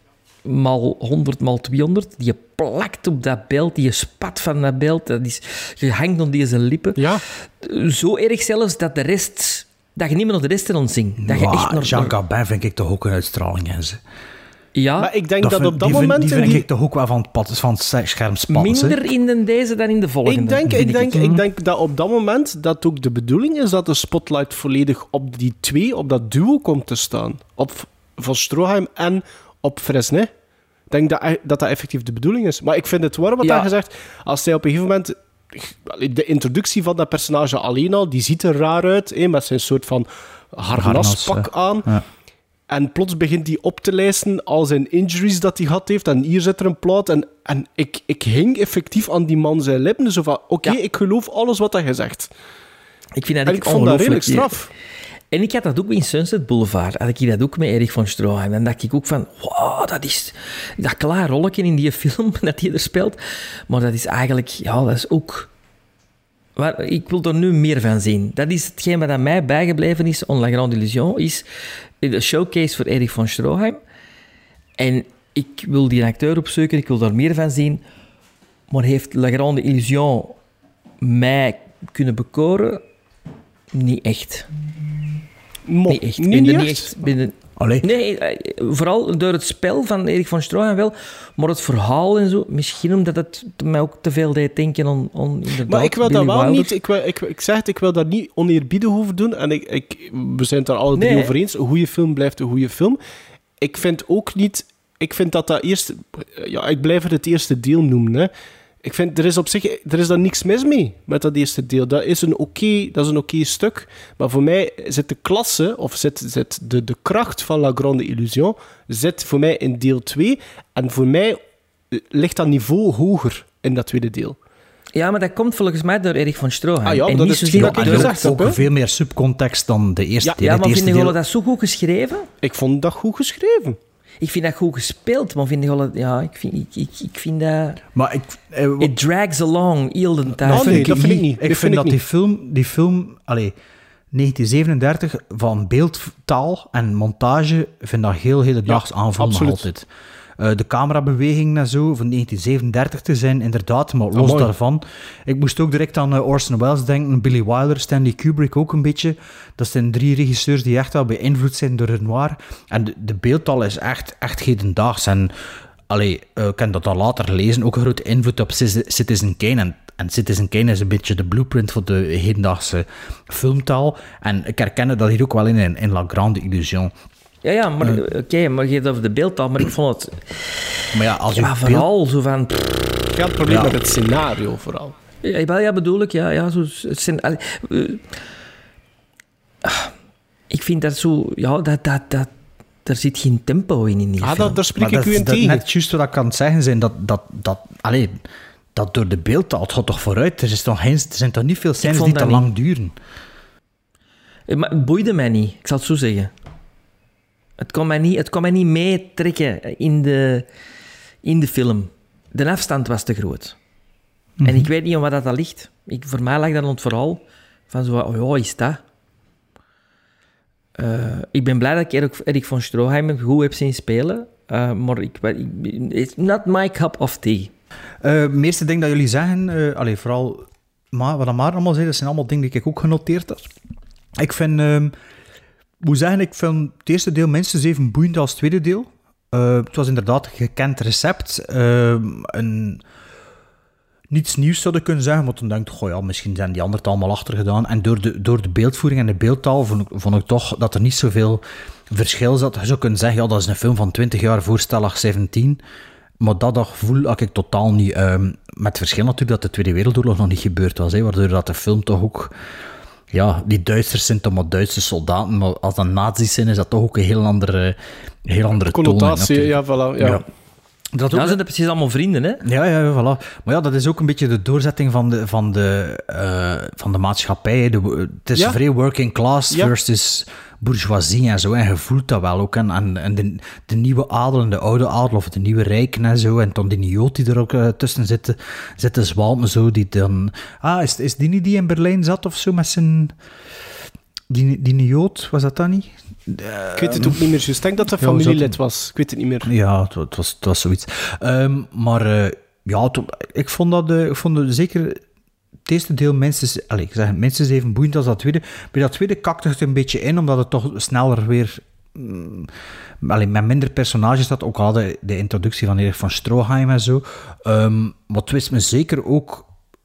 Mal 100, mal 200. Die plakt op dat beeld, die spat van dat beeld. Je hangt op deze lippen. Ja. Zo erg zelfs dat dat je niet meer naar de rest zingt. Dat je echt naar Jean Gabin vind ik toch ook een uitstraling in ze. Ja. Maar ik denk dat op dat moment... Die vind ik toch ook wel van het scherm spatten. Minder in deze dan in de volgende. Ik denk dat op dat moment dat ook de bedoeling is dat de spotlight volledig op die twee, op dat duo komt te staan. Op Van Stroheim en op Fresnay. Ik denk dat effectief de bedoeling is. Maar ik vind het waar wat hij gezegd. Als hij op een gegeven moment... De introductie van dat personage alleen al, die ziet er raar uit, met zijn soort van harnaspak aan. Ja. En plots begint hij op te lijsten al zijn injuries dat hij gehad heeft. En hier zit er een plaat. En ik hing effectief aan die man zijn lippen. Zo van, ik geloof alles wat hij zegt. Ik vind dat en ik vond dat redelijk straf. En ik had dat ook in Sunset Boulevard. Had ik dat ook met Erich von Stroheim. Dan dacht ik ook van, wow, dat is dat klaar rolletje in die film dat hij er speelt. Maar dat is eigenlijk, dat is ook... Maar ik wil er nu meer van zien. Dat is hetgeen wat aan mij bijgebleven is, on La Grande Illusion, is de showcase voor Erich von Stroheim. En ik wil die acteur opzoeken, ik wil daar meer van zien. Maar heeft La Grande Illusion mij kunnen bekoren? Niet echt. Niet echt. Niet echt? Nee, vooral door het spel van Erich von Stroheim wel, maar het verhaal en zo, misschien omdat het mij ook te veel deed denken aan inderdaad. Maar ik wil Billy dat wel Wilder. niet, ik zeg het, ik wil dat niet oneerbiedig over doen, en we zijn het daar alle drie over eens, een goede film blijft een goede film. Ik vind ook niet, dat eerste, ik blijf het eerste deel noemen, hè. Ik vind, er is daar niks mis mee met dat eerste deel. Dat is een oké stuk. Maar voor mij zit de klasse, of zit de kracht van La Grande Illusion, zit voor mij in deel 2. En voor mij ligt dat niveau hoger in dat tweede deel. Ja, maar dat komt volgens mij door Erich von Stroheim. En dat is hetgeen dat ik gezegd heb. Ook veel meer subcontext dan de eerste deel. Ja, maar vind je dat zo goed geschreven? Ik vond dat goed geschreven. Ik vind dat goed gespeeld, maar vind ik vind dat... Maar it drags along heel de tijd. Nee, dat vind ik niet. Ik vind dat die film 1937 van beeldtaal en montage, vind dat heel hedendaags aanvoelen nog altijd. De camerabeweging en zo, van 1937 te zijn, inderdaad, maar los daarvan. Ik moest ook direct aan Orson Welles denken, Billy Wilder, Stanley Kubrick ook een beetje. Dat zijn 3 regisseurs die echt wel beïnvloed zijn door Renoir. En de beeldtaal is echt hedendaags. En ik heb dat al later lezen, ook een grote invloed op Citizen Kane. En Citizen Kane is een beetje de blueprint voor de hedendaagse filmtaal. En ik herken dat hier ook wel in La Grande Illusion. Ja, maar oké, maar je hebt over de beeldtaal, maar ik vond het... Maar ja, als je vooral zo van... Ja, het probleem met het scenario vooral. Ja, bedoel ik, ja. Ik vind dat zo... Ja, er zit geen tempo in die film. Daar spreek ik u in dat tegen. net juist wat ik kan zeggen zijn, dat door de beeldtaal, het gaat toch vooruit. Er zijn toch niet veel scènes die te lang duren. Maar het boeide mij niet, ik zal het zo zeggen. Het kon mij niet meetrekken in de film. De afstand was te groot. En ik weet niet om wat dat ligt. Voor mij lag dat aan het verhaal van zo, oh, is dat? Ik ben blij dat ik Erik von Stroheim goed heb zien spelen, maar it's not my cup of tea. Het meeste ding dat jullie zeggen, vooral wat Maarten allemaal zei, dat zijn allemaal dingen die ik ook genoteerd had. Ik vind, ik vind het eerste deel minstens even boeiend als het tweede deel. Het was inderdaad een gekend recept. Niets nieuws zou ik kunnen zeggen, maar toen dacht ik, misschien zijn die anderen het allemaal achter gedaan. En door de beeldvoering en de beeldtaal vond ik toch dat er niet zoveel verschil zat. Je zou kunnen zeggen, dat is een film van 20 jaar voor Stellag 17. Maar dat gevoel had ik totaal niet. Met het verschil natuurlijk dat de Tweede Wereldoorlog nog niet gebeurd was. Waardoor dat de film toch ook... Ja, die Duitsers zijn toch maar Duitse soldaten, maar als dat nazi's zijn, is dat toch ook een heel andere connotatie, toon, ja, voilà. Ja. Dat zijn er precies allemaal vrienden, hè? Ja, voilà. Maar ja, dat is ook een beetje de doorzetting van de maatschappij. Het is vrij working class versus bourgeoisie en zo. En je voelt dat wel ook. En de nieuwe adel en de oude adel, of de nieuwe rijken en zo. En dan die Jood die er ook tussen zitten zwalmen zo. Die dan... is die niet die in Berlijn zat of zo met zijn... Die Jood, was dat dan niet? Ik weet het ook niet meer juist. Ik denk dat het een familielid was. Ik weet het niet meer. Ja, het was zoiets. Ik vond dat zeker het eerste deel minstens even boeiend als dat tweede. Bij dat tweede kakte het een beetje in, omdat het toch sneller weer... met minder personages dat ook hadden, de introductie van Erik von Stroheim en zo. Maar het wist me zeker ook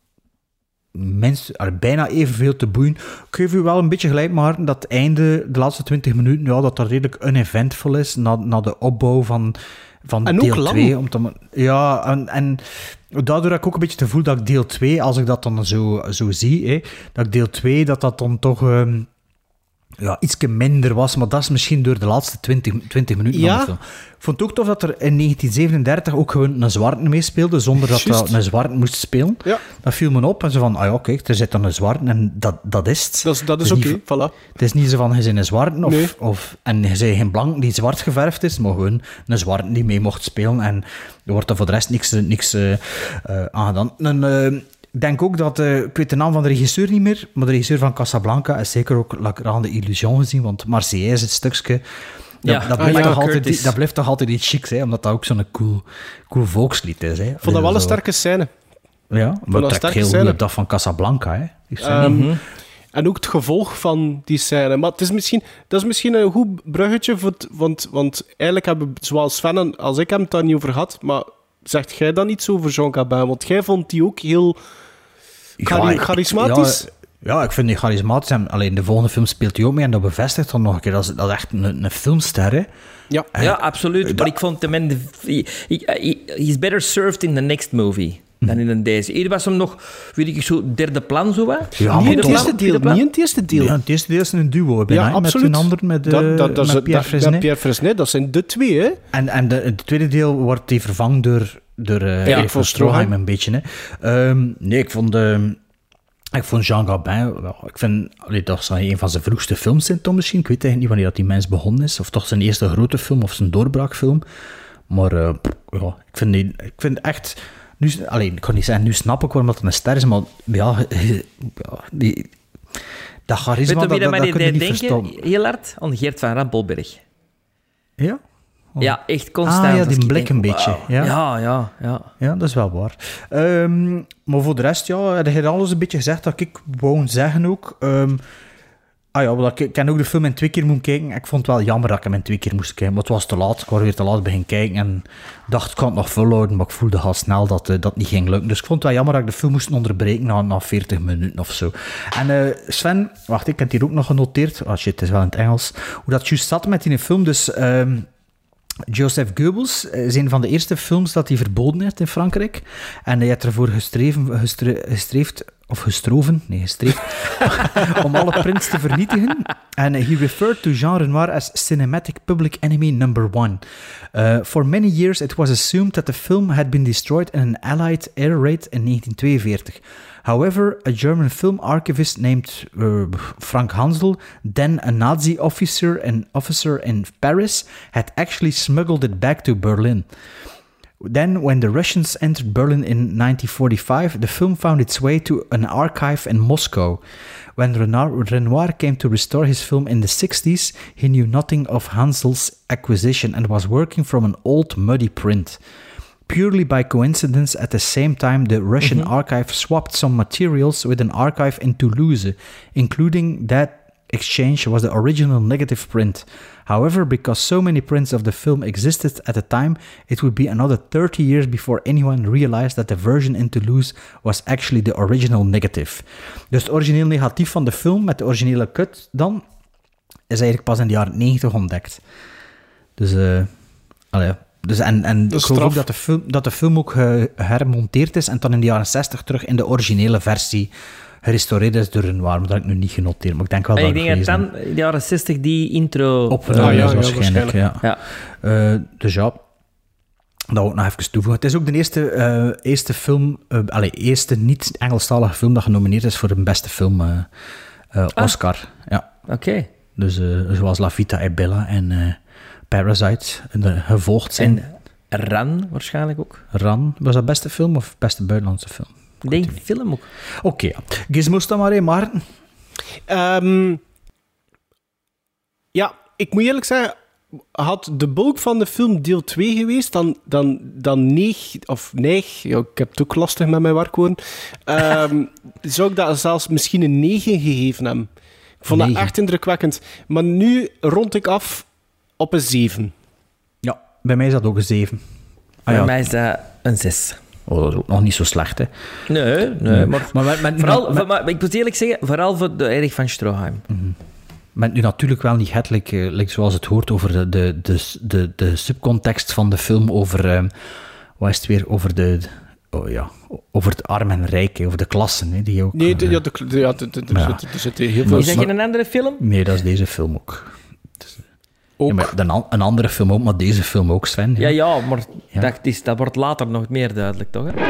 bijna evenveel te boeien. Ik geef u wel een beetje gelijk, Maarten, dat het einde, de laatste 20 minuten, dat redelijk uneventful is, na de opbouw van en deel 2. En daardoor heb ik ook een beetje het gevoel dat ik deel 2, als ik dat dan zo zie, dat ik deel 2, dat dan toch... ietsje minder was, maar dat is misschien door de laatste 20 minuten van de film. Ik vond het ook tof dat er in 1937 ook gewoon een zwarte meespeelde, zonder dat een zwarte moest spelen. Ja. Dat viel me op en zo van, kijk, er zit dan een zwarte en dat is het. Dat is oké, voilà. Het is niet zo van, je bent een zwarte en je bent geen blank die zwart geverfd is, maar gewoon een zwarte die mee mocht spelen en er wordt er voor de rest niks aangedaan. Ik denk ook dat, ik weet de naam van de regisseur niet meer, maar de regisseur van Casablanca is zeker ook aan de Illusion gezien, want Marseillaise, het stukje, dat blijft toch altijd iets chics, hè, omdat dat ook zo'n cool volkslied is. Hè. Ik vond dat wel een sterke scène. Ja, maar het trekt heel goed op dat van Casablanca. Hè. En ook het gevolg van die scène. Maar dat is misschien een goed bruggetje, want eigenlijk hebben zowel Sven als ik hem het daar niet over gehad, maar zegt jij dan iets over Jean Gabin? Want jij vond die ook heel charismatisch. Ja, ik vind die charismatisch. En alleen de volgende film speelt hij ook mee en dat bevestigt dan nog een keer. Dat is echt een filmster, hè? Ja, absoluut. Maar ik vond hem... He's better served in the next movie dan in deze. Hier was hem nog, weet ik zo, derde plan zo wat. Ja, niet in het eerste deel. Niet in het eerste deel. Ja, het eerste deel is een duo. Ja, absoluut. Met een ander, met Pierre Fresnay. Pierre Fresnay, dat zijn de twee, hè? En het tweede deel wordt die vervangen door Erik von Stroheim een beetje, hè. Ik vond Jean Gabin, dat is een van zijn vroegste films in toch misschien. Ik weet eigenlijk niet wanneer dat die mens begonnen is. Of toch zijn eerste grote film of zijn doorbraakfilm. Maar ik vind echt... ik kan niet zeggen, nu snap ik waarom dat een ster is, maar dat charisma, dat kun je niet verstaan. Heel hard aan Geert van Rampelberg. Ja? Oh. Ja, echt constant. Die blik een beetje. Wow. Ja, dat is wel waar. Maar voor de rest, heb je alles een beetje gezegd dat ik wou zeggen ook. Ik heb ook de film in 2 keer moeten kijken. Ik vond het wel jammer dat ik hem in 2 keer moest kijken. Maar het was te laat. Ik was weer te laat beginnen kijken. En dacht, ik kan het nog volhouden. Maar ik voelde al snel dat dat niet ging lukken. Dus ik vond het wel jammer dat ik de film moest onderbreken na 40 minuten of zo. En Sven, wacht, ik heb het hier ook nog genoteerd. Het is wel in het Engels. Hoe dat juist zat met die film. Dus... Joseph Goebbels is een van de eerste films dat hij verboden heeft in Frankrijk. En hij heeft ervoor gestreefd om alle prints te vernietigen. En he referred to Jean Renoir as cinematic public enemy number 1. For many years it was assumed that the film had been destroyed in an Allied air raid in 1942. However, a German film archivist named Frank Hansel, then a Nazi officer in Paris, had actually smuggled it back to Berlin. Then, when the Russians entered Berlin in 1945, the film found its way to an archive in Moscow. When Renoir came to restore his film in the 60s, he knew nothing of Hansel's acquisition and was working from an old muddy print. Purely by coincidence, at the same time, the Russian archive swapped some materials with an archive in Toulouse, including that exchange was the original negative print. However, because so many prints of the film existed at the time, it would be another 30 years before anyone realized that the version in Toulouse was actually the original negative. Dus het origineel negatief van de film met de originele cut dan is eigenlijk pas in de jaren 90 ontdekt. Dus, Dus en ik geloof ook dat de film ook gehermonteerd is en dan in de jaren 60 terug in de originele versie gerestaureerd is door Renoir, maar dat heb ik nu niet genoteerd, maar ik denk wel dat ik denk dat dan in de jaren 60 die intro opgenomen is waarschijnlijk. Ja. Dus ja, dat ook nog even toevoegen. Het is ook de eerste film, eerste niet-Engelstalige film dat genomineerd is voor de beste film Oscar. Ja. Oké. Dus zoals La Vita e Bella en Parasite gevolgd zijn. En Ran waarschijnlijk ook. Ran, was dat beste film of beste buitenlandse film? Ik denk film ook. Oké. Gizmo's dan maar, Maarten? Ja, ik moet eerlijk zeggen, had de bulk van de film deel 2 geweest, dan neig, ja, ik heb het ook lastig met mijn werkwoorden, zou ik dat zelfs misschien een 9 gegeven hebben. Ik vond dat echt indrukwekkend. Maar nu rond ik af op een 7. Ja, bij mij is dat ook een 7. Bij mij is dat een 6. Oh, dat is ook nog niet zo slecht, hè? Nee. Maar ik moet eerlijk zeggen, vooral voor de Erich van Stroheim. Mm-hmm. Maar nu natuurlijk wel niet het, zoals het hoort, over de subcontext van de film, over, wat is het weer, over het arm en rijk, over de klassen. Hè, die ook, nee, er zit heel veel... Is dat geen andere film? Nee, dat is deze film ook. Ja, maar een andere film ook, maar deze film ook, Sven. Ja, maar dat wordt later nog meer duidelijk, toch? Hè?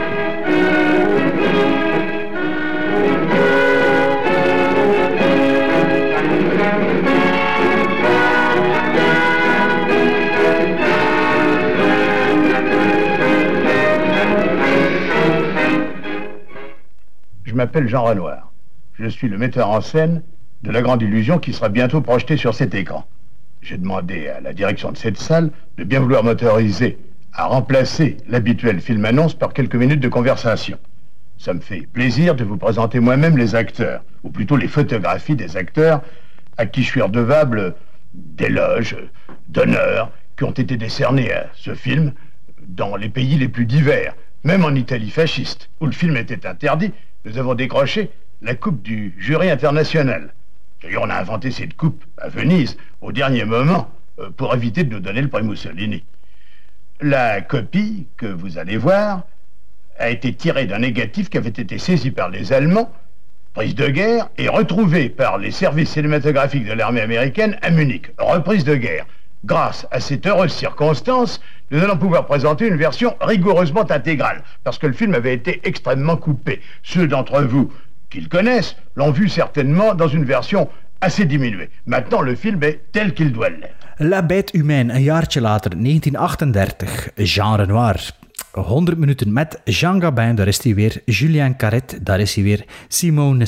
Je m'appelle Jean Renoir. Je suis le metteur en scène de La Grande Illusion qui sera bientôt projetée sur cet écran. J'ai demandé à la direction de cette salle de bien vouloir m'autoriser à remplacer l'habituel film-annonce par quelques minutes de conversation. Ça me fait plaisir de vous présenter moi-même les acteurs, ou plutôt les photographies des acteurs à qui je suis redevable d'éloges, d'honneurs qui ont été décernés à ce film dans les pays les plus divers. Même en Italie fasciste, où le film était interdit, nous avons décroché la coupe du jury international. D'ailleurs, on a inventé cette coupe à Venise au dernier moment pour éviter de nous donner le prix Mussolini. La copie que vous allez voir a été tirée d'un négatif qui avait été saisi par les Allemands, prise de guerre, et retrouvée par les services cinématographiques de l'armée américaine à Munich, reprise de guerre. Grâce à cette heureuse circonstance, nous allons pouvoir présenter une version rigoureusement intégrale, parce que le film avait été extrêmement coupé. Ceux d'entre vous qui le connaissent l'ont vu certainement dans une version assez diminuée. Maintenant, le film est tel qu'il doit l'être. La Bête Humaine, een jaartje later, 1938. Jean Renoir. 100 minuten met Jean Gabin, daar is hij weer. Julien Carret, daar is hij weer. Simone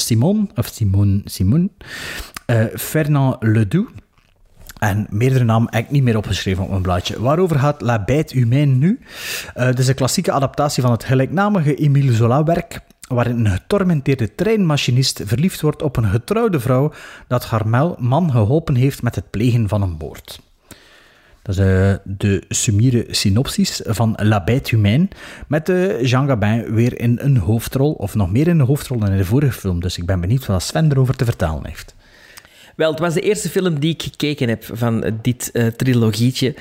Simon. Fernand Ledoux. En meerdere namen heb ik niet meer opgeschreven op mijn blaadje. Waarover gaat La Bête Humaine nu? Het is een klassieke adaptatie van het gelijknamige Émile Zola-werk, waarin een getormenteerde treinmachinist verliefd wordt op een getrouwde vrouw dat haar man geholpen heeft met het plegen van een moord. Dat is de summiere synopsis van La Bête Humaine, met Jean Gabin weer in een hoofdrol, of nog meer in een hoofdrol dan in de vorige film. Dus ik ben benieuwd wat Sven erover te vertellen heeft. Wel, het was de eerste film die ik gekeken heb van dit trilogietje.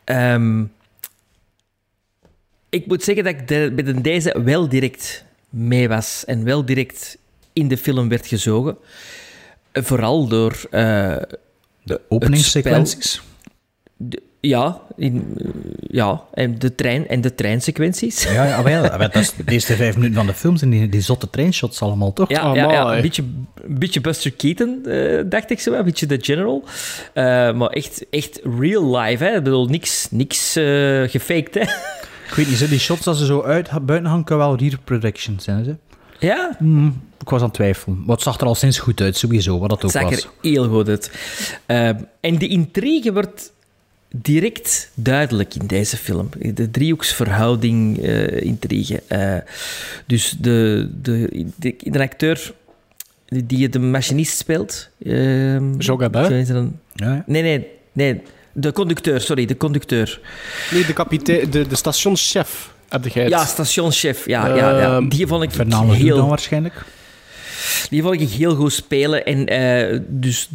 Ik moet zeggen dat ik met deze wel direct mee was en wel direct in de film werd gezogen. Vooral door de openingssequenties. En de treinsequenties. Dat is de eerste 5 minuten van de film zijn die zotte trainshots allemaal, toch? Ja, een beetje Buster Keaton, dacht ik zo, een beetje The General. Maar echt real life, hè. Ik bedoel, niks gefaked, hè. Ik weet niet, die shots als ze zo buiten hangen, kan wel reproduction zijn, hè? Ja? Ik was aan het twijfelen. Maar het zag er al sinds goed uit, sowieso, wat dat ook was. Het zag er heel goed uit. En de intrigue wordt direct duidelijk in deze film. De driehoeksverhouding intrigue. Dus de acteur die de machinist speelt... Jean Gabin? Nee. De conducteur. Nee, de kapitein, de stationschef heb jij het. Ja, stationschef. Ja. Die vond ik Fernando Hudan waarschijnlijk. Die vond ik heel goed spelen. En dus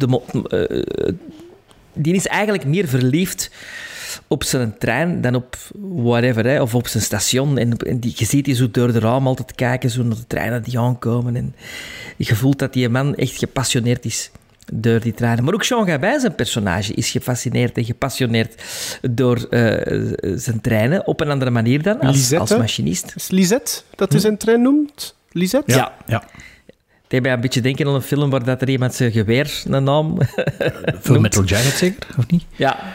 die is eigenlijk meer verliefd op zijn trein dan op whatever, hè, of op zijn station. En je ziet die zo door de raam altijd kijken, zo naar de treinen die aankomen. En je voelt dat die man echt gepassioneerd is door die treinen. Maar ook Jean Gabin, zijn personage, is gefascineerd en gepassioneerd door zijn treinen. Op een andere manier dan, als machinist. Is Lisette dat hij zijn trein noemt? Lisette? Ja. Het deed mij een beetje denken aan een film waar dat er iemand zijn geweer een naam Full Metal Jacket zeker, of niet? Ja.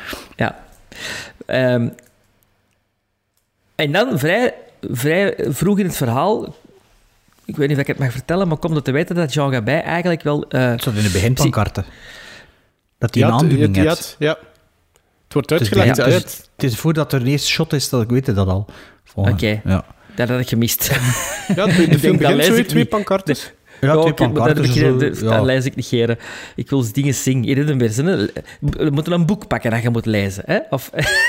En dan vrij vroeg in het verhaal, ik weet niet of ik het mag vertellen, maar komt het te weten dat Jean Gabin eigenlijk wel... Het staat in de beginpankarten. Dat hij een aandoening heeft. Ja. Het wordt uitgelegd. Het is voordat er een eerste shot is, dat ik weet dat al. Oké. Ja. Dat had ik gemist. Ja, de film begint zo 2 pankarten. Ja, 2 pankarten. Dat lees ik negeren. Ik wil dingen zingen. In een versie. We moeten een boek pakken dat je moet lezen. Hè? Of...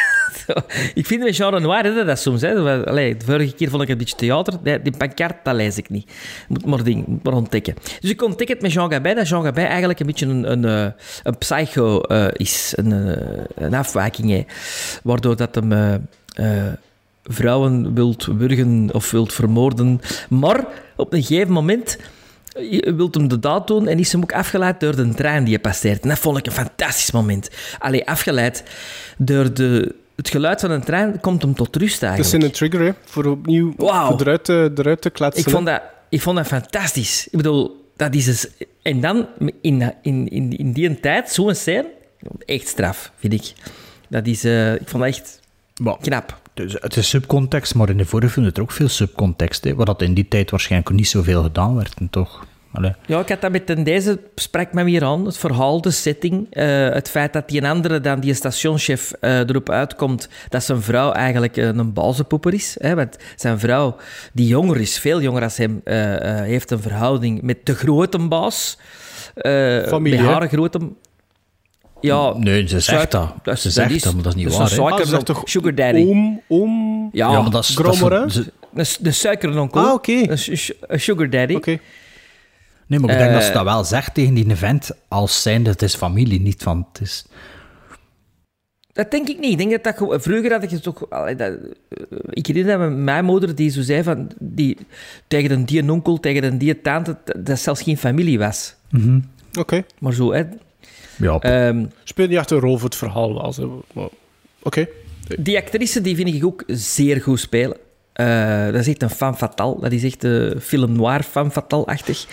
Ik vind met Jean Renoir dat soms. Hè. De vorige keer vond ik een beetje theater. Die pancart, dat lees ik niet. Moet maar ontdekken. Dus ik ontdek het met Jean Gabin, dat Jean Gabin eigenlijk een beetje een psycho is. Een afwijking. Hè. Waardoor dat hem vrouwen wilt wurgen of wilt vermoorden. Maar op een gegeven moment wilt hem de daad doen en is hem ook afgeleid door de trein die je passeert. En dat vond ik een fantastisch moment. Afgeleid door het geluid van een trein komt hem tot rust eigenlijk. Dat is een trigger, hè, voor opnieuw voor eruit te kletsen. Ik vond dat fantastisch. Ik bedoel, dat is dus... En dan, in die tijd, zo'n scène, echt straf, vind ik. Dat is... ik vond dat echt knap. Dus het is subcontext, maar in de vorige film is er ook veel subcontext, hè, waar dat in die tijd waarschijnlijk niet zoveel gedaan werd, en toch... Allee. Ja, ik had dat met deze, sprak me weer aan. Het verhaal, de setting, het feit dat die een andere dan die stationschef erop uitkomt dat zijn vrouw eigenlijk een bazenpoeper is. Hè, want zijn vrouw, die jonger is, veel jonger als hem, heeft een verhouding met de grote baas. Familie, met haar grote... Ja, nee, ze zegt dat. Ze zegt dat, maar dat is niet waar. Ze zegt toch sugar daddy. Ja, maar dat is... De suikeronkel. Ah, oké. Een sugar daddy. Oké. Nee, maar ik denk dat ze dat wel zegt tegen die vent als zijnde het is familie, niet van het is... Dat denk ik niet. Ik denk dat vroeger had ik het toch... Ik herinner me mijn moeder die zo zei van... tegen die onkel, tegen die tante, dat zelfs geen familie was. Mm-hmm. Oké. Maar zo, hè. Ja. Speelt niet echt een rol voor het verhaal. Oké. Die actrice die vind ik ook zeer goed spelen. Dat is echt een femme fatale. Dat is echt een film noir femme fatale-achtig.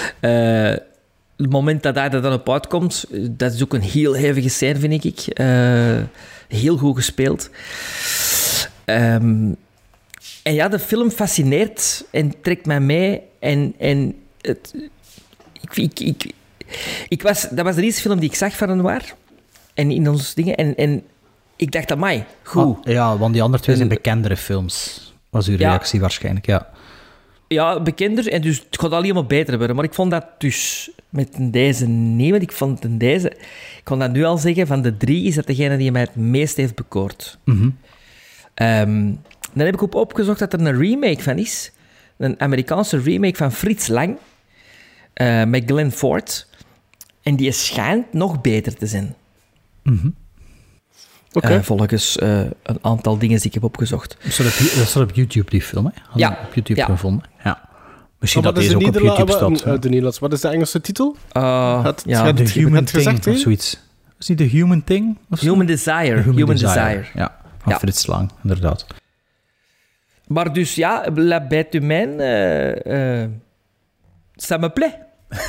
Het moment dat hij er dan op uitkomt, dat is ook een heel hevige scène, vind ik. Heel goed gespeeld. En ja, de film fascineert en trekt mij mee. Dat was de eerste film die ik zag van een noir. En in ons dingen. En ik dacht, amai, goed. Ja, want die andere twee zijn bekendere films. Was uw reactie waarschijnlijk, ja. Ja, bekender. En dus het gaat alleen maar beter worden. Maar ik vond dat dus met deze niet. Want ik kon dat nu al zeggen, van de 3 is dat degene die mij het meest heeft bekoord. Mm-hmm. Dan heb ik ook opgezocht dat er een remake van is. Een Amerikaanse remake van Fritz Lang. Met Glenn Ford. En die schijnt nog beter te zijn. Oké. Volgens een aantal dingen die ik heb opgezocht. Dat staat op YouTube, die film, hè? Ja. Op YouTube Ja. gevonden. Ja. Misschien Wat dat is deze de ook op YouTube staat. de Nederlands. Wat is de Engelse titel? Ja, The Human het gezegd, Thing, hè? of zoiets. Is niet The Human Thing? Of zo? Human Desire. Human Desire. Ja, van Ja. Frits Lang, inderdaad. Maar dus ja, La Bête Humaine, ça me plaît.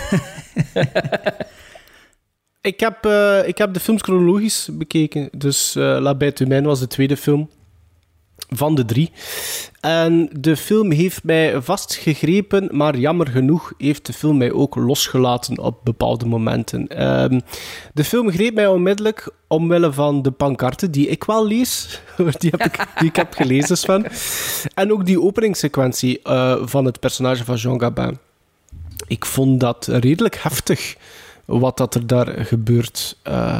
Ik heb de films chronologisch bekeken. Dus La Bête Humaine was de tweede film van de 3. En de film heeft mij vastgegrepen, maar jammer genoeg heeft de film mij ook losgelaten op bepaalde momenten. De film greep mij onmiddellijk omwille van de pancarten die ik wel lees. Die ik heb gelezen, Sven. En ook die openingssequentie van het personage van Jean Gabin. Ik vond dat redelijk heftig, wat dat er daar gebeurt.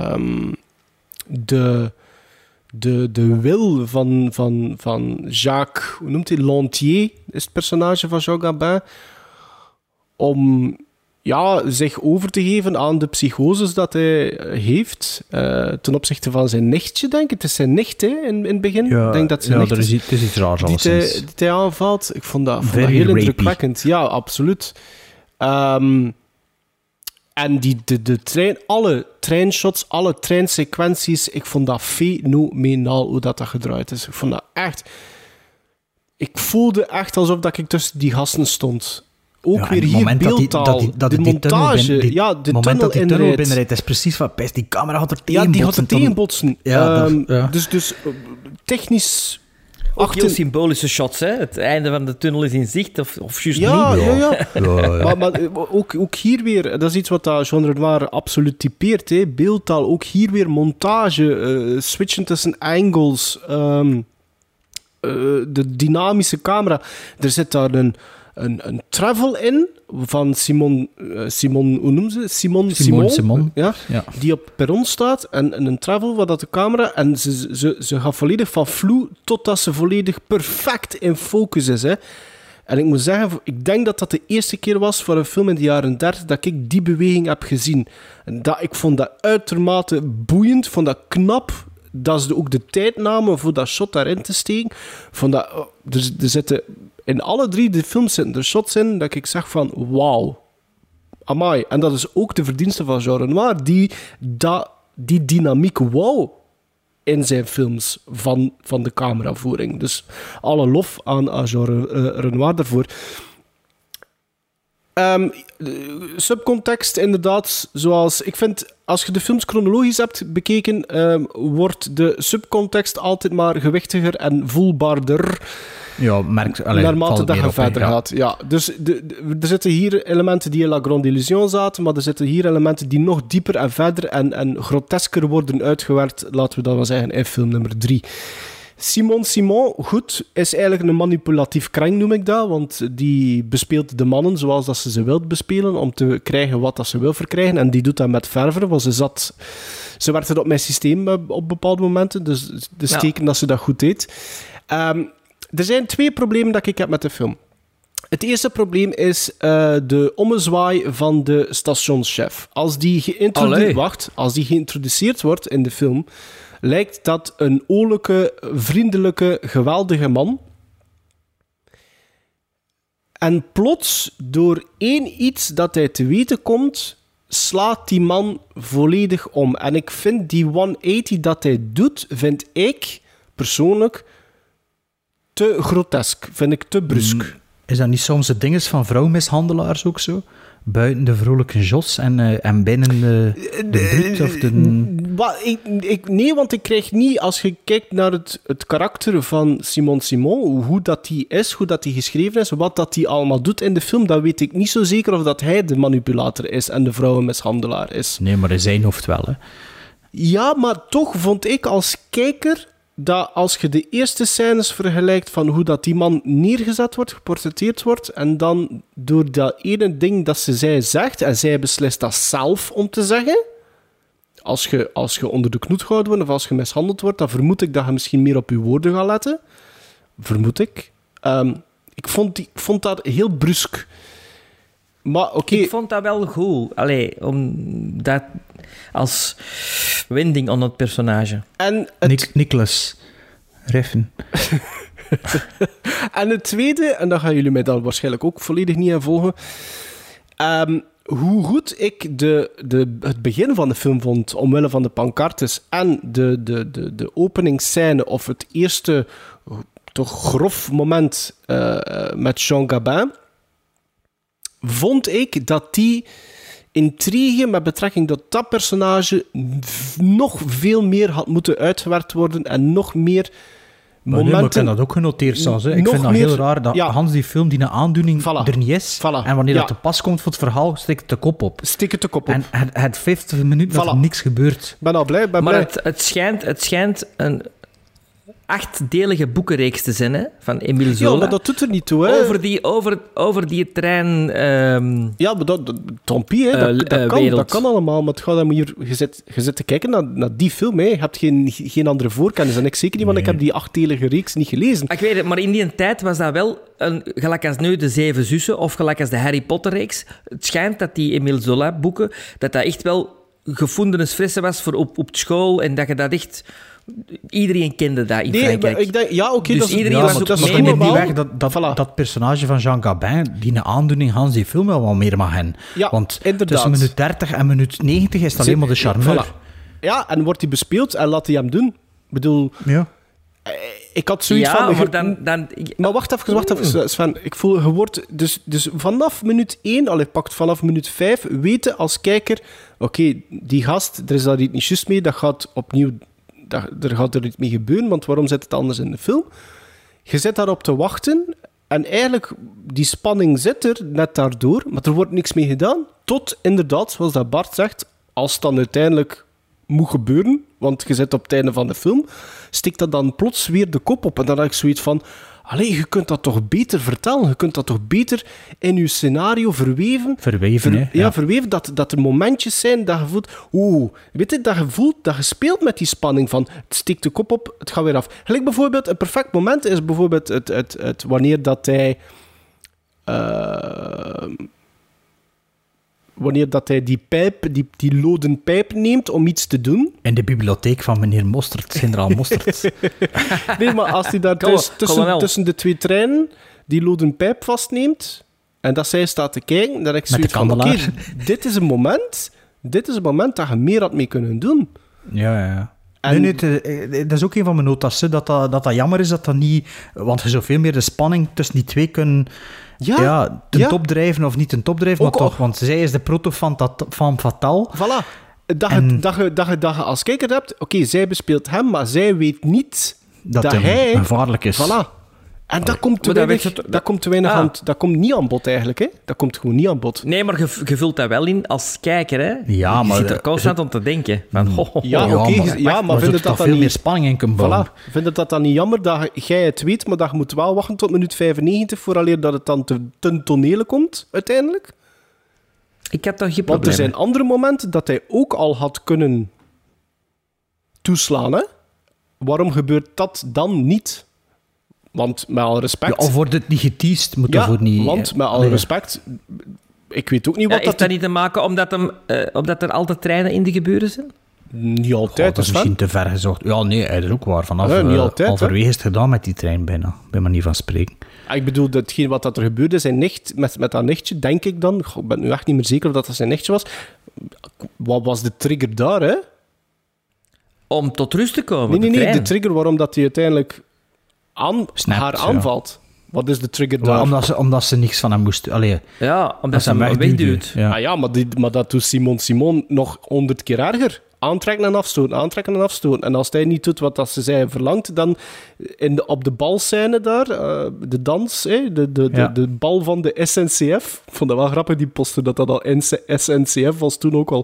De wil van Jacques, hoe noemt hij? Lantier is het personage van Jean Gabin, om zich over te geven aan de psychoses dat hij heeft ten opzichte van zijn nichtje, denk ik. Het is zijn nicht, hè, in het begin. Ja, ik denk dat zijn nicht er is iets raars die hij aanvalt. Ik vond dat heel rapey. indrukwekkend. Ja, absoluut. En alle treinshots, alle treinsequenties, ik vond dat fenomenaal hoe dat gedraaid is. Ik vond dat echt... Ik voelde echt alsof dat ik tussen die gasten stond. Ook weer hier beeldtaal, de montage, de moment dat die tunnel inrijdt. binnenrijdt, is precies wat best. Die camera had er tegen Ja, die had er tegen botsen. Dus technisch... Ook heel symbolische shots, hè? Het einde van de tunnel is in zicht, of juist niet. Ja. Maar ook hier weer, dat is iets wat dat Jean Renoir absoluut typeert. Hè. Beeldtaal, ook hier weer montage, switchen tussen angles, de dynamische camera. Er zit daar een travel in van Simon, hoe noemen ze? Simon. Ja, die op het perron staat. En een travel waar dat de camera... En ze gaat volledig van vloe totdat ze volledig perfect in focus is. Hè. En ik moet zeggen, ik denk dat dat de eerste keer was voor een film in de jaren 30 dat ik die beweging heb gezien. En ik vond dat uitermate boeiend, vond dat knap dat ze ook de tijd namen voor dat shot daarin te steken. Vond dat, er zitten... In alle 3 de films zitten er shots in dat ik zeg van wauw, amai. En dat is ook de verdienste van Jean Renoir, die dynamiek wou in zijn films van de cameravoering. Dus alle lof aan Jean Renoir daarvoor. Subcontext, inderdaad, zoals ik vind, als je de films chronologisch hebt bekeken, wordt de subcontext altijd maar gewichtiger en voelbaarder. Ja, naarmate dat je verder gaat. Ja, dus er zitten hier elementen die in La Grande Illusion zaten, maar er zitten hier elementen die nog dieper en verder en grotesker worden uitgewerkt, laten we dat wel zeggen, in film nummer 3. Simon, goed, is eigenlijk een manipulatief kreng, noem ik dat, want die bespeelt de mannen zoals dat ze wil bespelen, om te krijgen wat dat ze wil verkrijgen, en die doet dat met verven, want ze werkte op mijn systeem op bepaalde momenten, dus het is teken dat ze dat goed deed. Er zijn 2 problemen dat ik heb met de film. Het eerste probleem is de ommezwaai van de stationschef. Als die geïntroduceerd wordt in de film, lijkt dat een oorlijke, vriendelijke, geweldige man. En plots, door één iets dat hij te weten komt, slaat die man volledig om. En ik vind die 180 dat hij doet, vind ik persoonlijk te grotesk. Vind ik te brusk. Is dat niet soms de dinges van vrouwmishandelaars ook zo? Buiten de vrolijke Jos en binnen de brut of de... Nee, want ik krijg niet... Als je kijkt naar het karakter van Simon, hoe dat die is, hoe dat die geschreven is, wat dat die allemaal doet in de film, dan weet ik niet zo zeker of dat hij de manipulator is en de vrouwenmishandelaar is. Nee, maar in zijn hoofd wel, hè. Ja, maar toch vond ik als kijker dat als je de eerste scènes vergelijkt van hoe dat die man neergezet wordt, geportretteerd wordt, en dan door dat ene ding dat zij zegt, en zij beslist dat zelf om te zeggen, als je onder de knoet gehouden wordt of als je mishandeld wordt, dan vermoed ik dat je misschien meer op je woorden gaat letten. Vermoed ik. Ik vond dat heel brusk. Maar oké. Ik vond dat wel goed. Allee, om dat als wending aan het personage. En Nicholas Refn. En het tweede, en daar gaan jullie mij dan waarschijnlijk ook volledig niet aan volgen. Hoe goed ik het begin van de film vond, omwille van de pancartes en de openingsscène, of het eerste toch grof moment met Jean Gabin, vond ik dat die intrigue met betrekking tot dat personage nog veel meer had moeten uitgewerkt worden en nog meer momenten... Maar ik heb dat ook genoteerd zelfs. Ik vind dat heel raar dat Hans die film, die een aandoening er niet is. En wanneer dat te pas komt voor het verhaal, steekt het de kop op. En het 50 minuten dat er niks gebeurt. Ik ben al blij. Maar het schijnt een 8-delige boekenreeks te zijn, hè, van Émile Zola. Ja, maar dat doet er niet toe, hè. Over die trein... ja, maar tant pis, hè. Dat kan allemaal, maar het gaat om hier... Je zit te kijken naar die film, hè. Je hebt geen andere voorkennis. En ik zeker niet, want ik heb die 8-delige reeks niet gelezen. Ik weet het, maar in die tijd was dat wel gelijk als nu de 7 Zussen of gelijk als de Harry Potter-reeks. Het schijnt dat die Émile Zola-boeken, dat echt wel gevonden fressen was voor op school en dat je dat echt... Iedereen kende dat in Frankrijk. Ik denk, ja, oké, dus dat is... iedereen was ook dat mee. neemt niet weg dat personage van Jean Gabin, die een aandoening Hans die film wel wat meer mag hebben. Ja, want inderdaad. Tussen minuut 30 en minuut 90 is het alleen maar de charmeur. Voilà. Ja, en wordt hij bespeeld en laat hij hem doen. Ik bedoel... Ja. Ik had zoiets van... Maar wacht even, Sven. Ik voel, je wordt... Dus vanaf minuut 1, pakt vanaf minuut 5, weten als kijker... Oké, die gast, er is daar iets niet juist mee, dat gaat opnieuw... Er gaat er iets mee gebeuren, want waarom zit het anders in de film? Je zit daarop te wachten en eigenlijk, die spanning zit er net daardoor, maar er wordt niks mee gedaan. Tot inderdaad, zoals dat Bart zegt, als het dan uiteindelijk moet gebeuren, want je zit op het einde van de film, stikt dat dan plots weer de kop op. En dan heb ik zoiets van... Allee, je kunt dat toch beter vertellen? Je kunt dat toch beter in je scenario verweven? Verweven, dat er momentjes zijn dat je voelt... Weet je, dat je voelt, dat je speelt met die spanning van... Het steekt de kop op, het gaat weer af. Gelijk bijvoorbeeld, een perfect moment is bijvoorbeeld het wanneer dat hij... Wanneer dat hij die pijp, die loden pijp neemt om iets te doen. In de bibliotheek van meneer Mostert, generaal Mostert. Nee, maar als hij daar tussen de twee treinen die loden pijp vastneemt en dat zij staat te kijken, dan heb ik zoiets van, oké, dit is een moment dat je meer had mee kunnen doen. Ja. Nee, dat is ook een van mijn notas, dat jammer is dat dat niet... Want je zou veel meer de spanning tussen die twee kunnen... ten top drijven of niet ten top drijven, maar toch, want zij is de proto van Fatal. Voilà. Dat je als kijker hebt, oké, zij bespeelt hem, maar zij weet niet dat hij... gevaarlijk is. Voilà. En dat komt te weinig aan... Dat komt niet aan bod, eigenlijk, hè. Dat komt gewoon niet aan bod. Nee, maar je vult dat wel in als kijker, hè. Ja, maar... Je zit er constant om te denken. Van, maar vind je dat veel meer spanning in kunt bouwen. Voilà. Vind je dat dan niet jammer dat jij het weet, maar dat je moet wel wachten tot minuut 95 vooraleer dat het dan ten tonele komt, uiteindelijk? Ik heb daar geen probleem. Want er zijn andere momenten dat hij ook al had kunnen toeslaan, hè. Waarom gebeurt dat dan niet? Want met alle respect... of wordt het niet geteased, moet ervoor niet... want met alle respect... Ik weet ook niet wat heeft dat niet te maken omdat er altijd treinen in de gebeuren zijn? Niet altijd, dat is misschien te ver gezocht. Ja, nee, dat is ook waar. Vanaf niet altijd, halverwege is het gedaan met die trein bijna. Bij manier van spreken. Ik bedoel, hetgeen wat er gebeurde, zijn nicht, met dat nichtje, denk ik dan... Ik ben nu echt niet meer zeker of dat zijn nichtje was. Wat was de trigger daar, hè? Om tot rust te komen. Nee, de trigger waarom dat hij uiteindelijk... haar aanvalt. Wat is de trigger daar? Omdat ze niks van hem moest... omdat ze hem wegduwt. Ja, maar dat doet Simon nog 100 keer erger. Aantrekken en afstoten. En als hij niet doet wat dat ze zei verlangt, dan op de balscène daar, de dans, de bal van de SNCF. Ik vond dat wel grappig, die poster, dat al SNCF was toen ook al.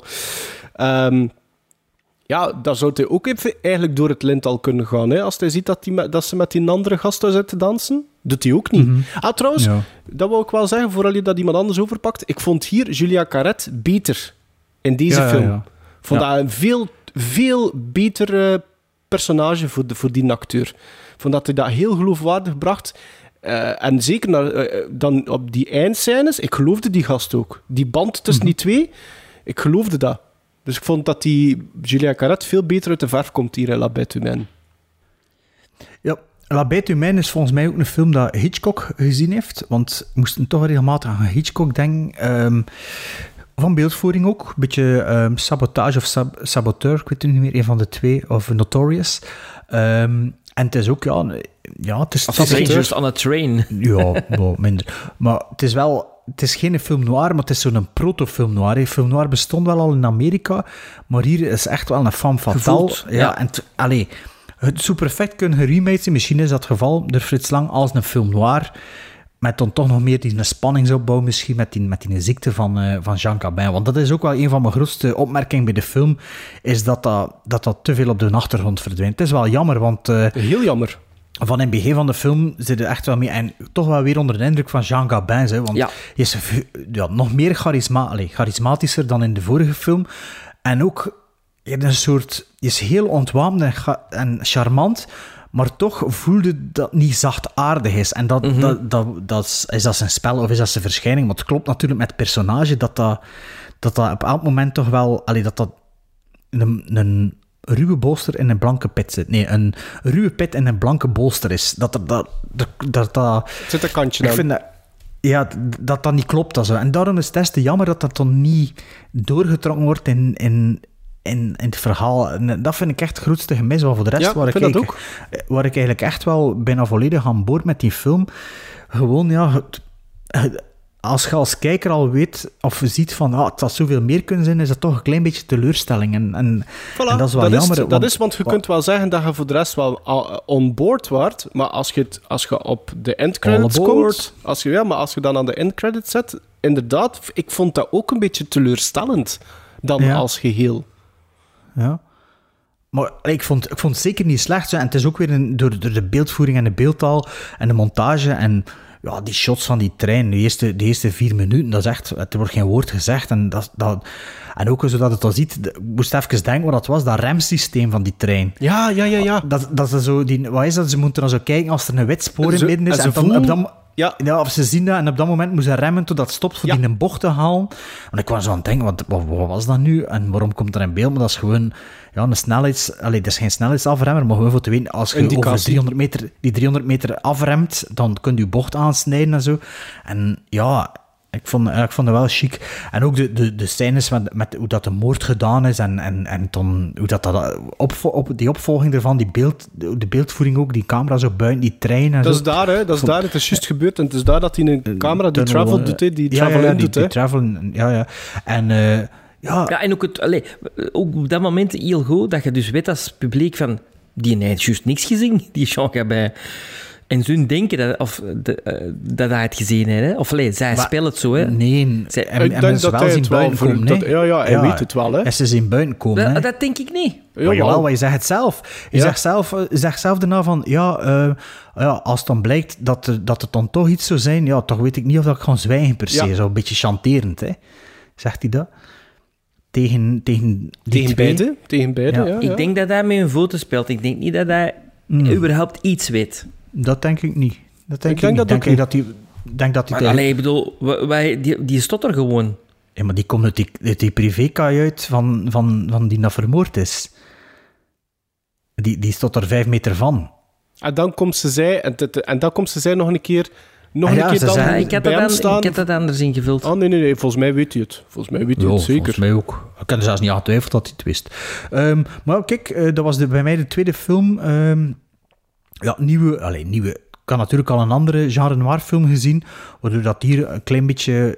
Daar zou hij ook even eigenlijk door het lint al kunnen gaan. Hè? Als hij ziet dat ze met die andere gast daar zit te dansen, doet hij ook niet. Mm-hmm. Trouwens, dat wou ik wel zeggen, vooral je dat iemand anders overpakt. Ik vond hier Julia Caret beter in deze film. Ja. Ik vond dat een veel, veel beter personage voor die acteur. Ik vond dat hij dat heel geloofwaardig bracht. En zeker dan op die eindscènes, ik geloofde die gast ook. Die band tussen die twee, ik geloofde dat. Dus ik vond dat die Julia Caret veel beter uit de verf komt hier in La Bête Humaine. Ja, La Bête Humaine is volgens mij ook een film dat Hitchcock gezien heeft. Want we moesten toch regelmatig aan Hitchcock denken. Van beeldvoering ook. Een beetje Sabotage of Saboteur, ik weet het niet meer, een van de twee. Of Notorious. En het is ook, het is... Strangers on a Train. Ja, minder. Maar het is wel... Het is geen film noir, maar het is zo'n proto-film noir. Film noir bestond wel al in Amerika, maar hier is echt wel een femme fatale. Ja. En het zou perfect kunnen geremade zijn. Misschien is dat het geval door Frits Lang als een film noir, met dan toch nog meer die spanningsopbouw misschien, met die ziekte van Jean Gabin. Want dat is ook wel een van mijn grootste opmerkingen bij de film, is dat te veel op de achtergrond verdwijnt. Het is wel jammer, want... Heel jammer. Van in het begin van de film zit er echt wel mee. En toch wel weer onder de indruk van Jean Gabin. Hè, want hij is nog meer charismatischer dan in de vorige film. En ook een soort... Hij is heel ontwaamd en charmant. Maar toch voelde dat niet zachtaardig is. En is dat zijn spel of is dat zijn verschijning? Want het klopt natuurlijk met het personage dat op elk moment toch wel... dat een ruwe bolster in een blanke pit zit. Nee, een ruwe pit in een blanke bolster is. Dat zit een kantje aan. Ik vind dat niet klopt. Also. En daarom is het des te jammer dat dat dan niet doorgetrokken wordt in het verhaal. En dat vind ik echt het grootste gemis. Maar voor de rest waar ik eigenlijk echt wel bijna volledig aan boord met die film. Gewoon, als je als kijker al weet of ziet van het had zoveel meer kunnen zijn, is dat toch een klein beetje teleurstelling. En dat is wel jammer. Want je kunt wel zeggen dat je voor de rest wel on board waart, maar als je op de endcredits komt, als je dan aan de endcredits zet, inderdaad, ik vond dat ook een beetje teleurstellend dan als geheel. Ja. Maar ik vond het zeker niet slecht. En het is ook weer door de beeldvoering en de beeldtaal en de montage en... Ja, die shots van die trein, de eerste 4 minuten, dat is echt... Er wordt geen woord gezegd. En ook zodat het al ziet... Ik moest even denken wat dat was, dat remsysteem van die trein. Ja. Dat is zo... Wat is dat? Ze moeten dan zo kijken als er een wit spoor in midden is. Of ze zien dat en op dat moment moeten ze remmen totdat het stopt voor die een bocht te halen. Want ik was zo aan het denken, wat was dat nu? En waarom komt er in beeld? Maar dat is gewoon... een snelheids... dat is geen snelheidsafremmer, maar gewoon voor te weten, als je over 300 meter afremt, dan kun je je bocht aansnijden en zo. En ik vond het wel chic. En ook de scènes met hoe dat de moord gedaan is en dan hoe die opvolging ervan, de beeldvoering ook, die camera zo buiten die trein en dat zo. Is daar, hè. Dat is daar, het is juist gebeurd. En het is daar dat hij een camera die travel doet, die travel in doet, hè. En... en ook ook op dat moment heel goed dat je dus weet als publiek van die heeft juist niks gezien, die Jean Gabin. En ze denken dat hij het gezien heeft, hè? Of zij spelen het zo, hè? Nee, ik denk dat hij het wel komen. Hij weet het wel, hè? En ze zien buiten komen, dat denk ik niet. Maar je zegt het zelf. Je zegt zelf daarna van, als het dan blijkt dat het dan toch iets zou zijn, toch weet ik niet of dat ik ga zwijgen per se. Zo een beetje chanterend, hè? Zegt hij dat? Tegen beide? Tegen beide, ja. Ik denk dat hij met een foto speelt. Ik denk niet dat hij überhaupt iets weet. Dat denk ik niet. Ik denk dat hij... Ik bedoel, die stotter gewoon. Ja, maar die komt uit die privékaai uit van die dat vermoord is. Die stond er 5 meter van. En dan komt ze zij nog een keer... Ik had dat anders ingevuld. Oh, nee, volgens mij weet hij het. Volgens mij weet hij het zeker. Volgens mij ook. Ik had er zelfs niet aan getwijfeld dat hij het wist. Maar kijk, dat was bij mij de tweede film. Nieuwe. Ik had natuurlijk al een andere genre noir film gezien, waardoor dat hier een klein beetje,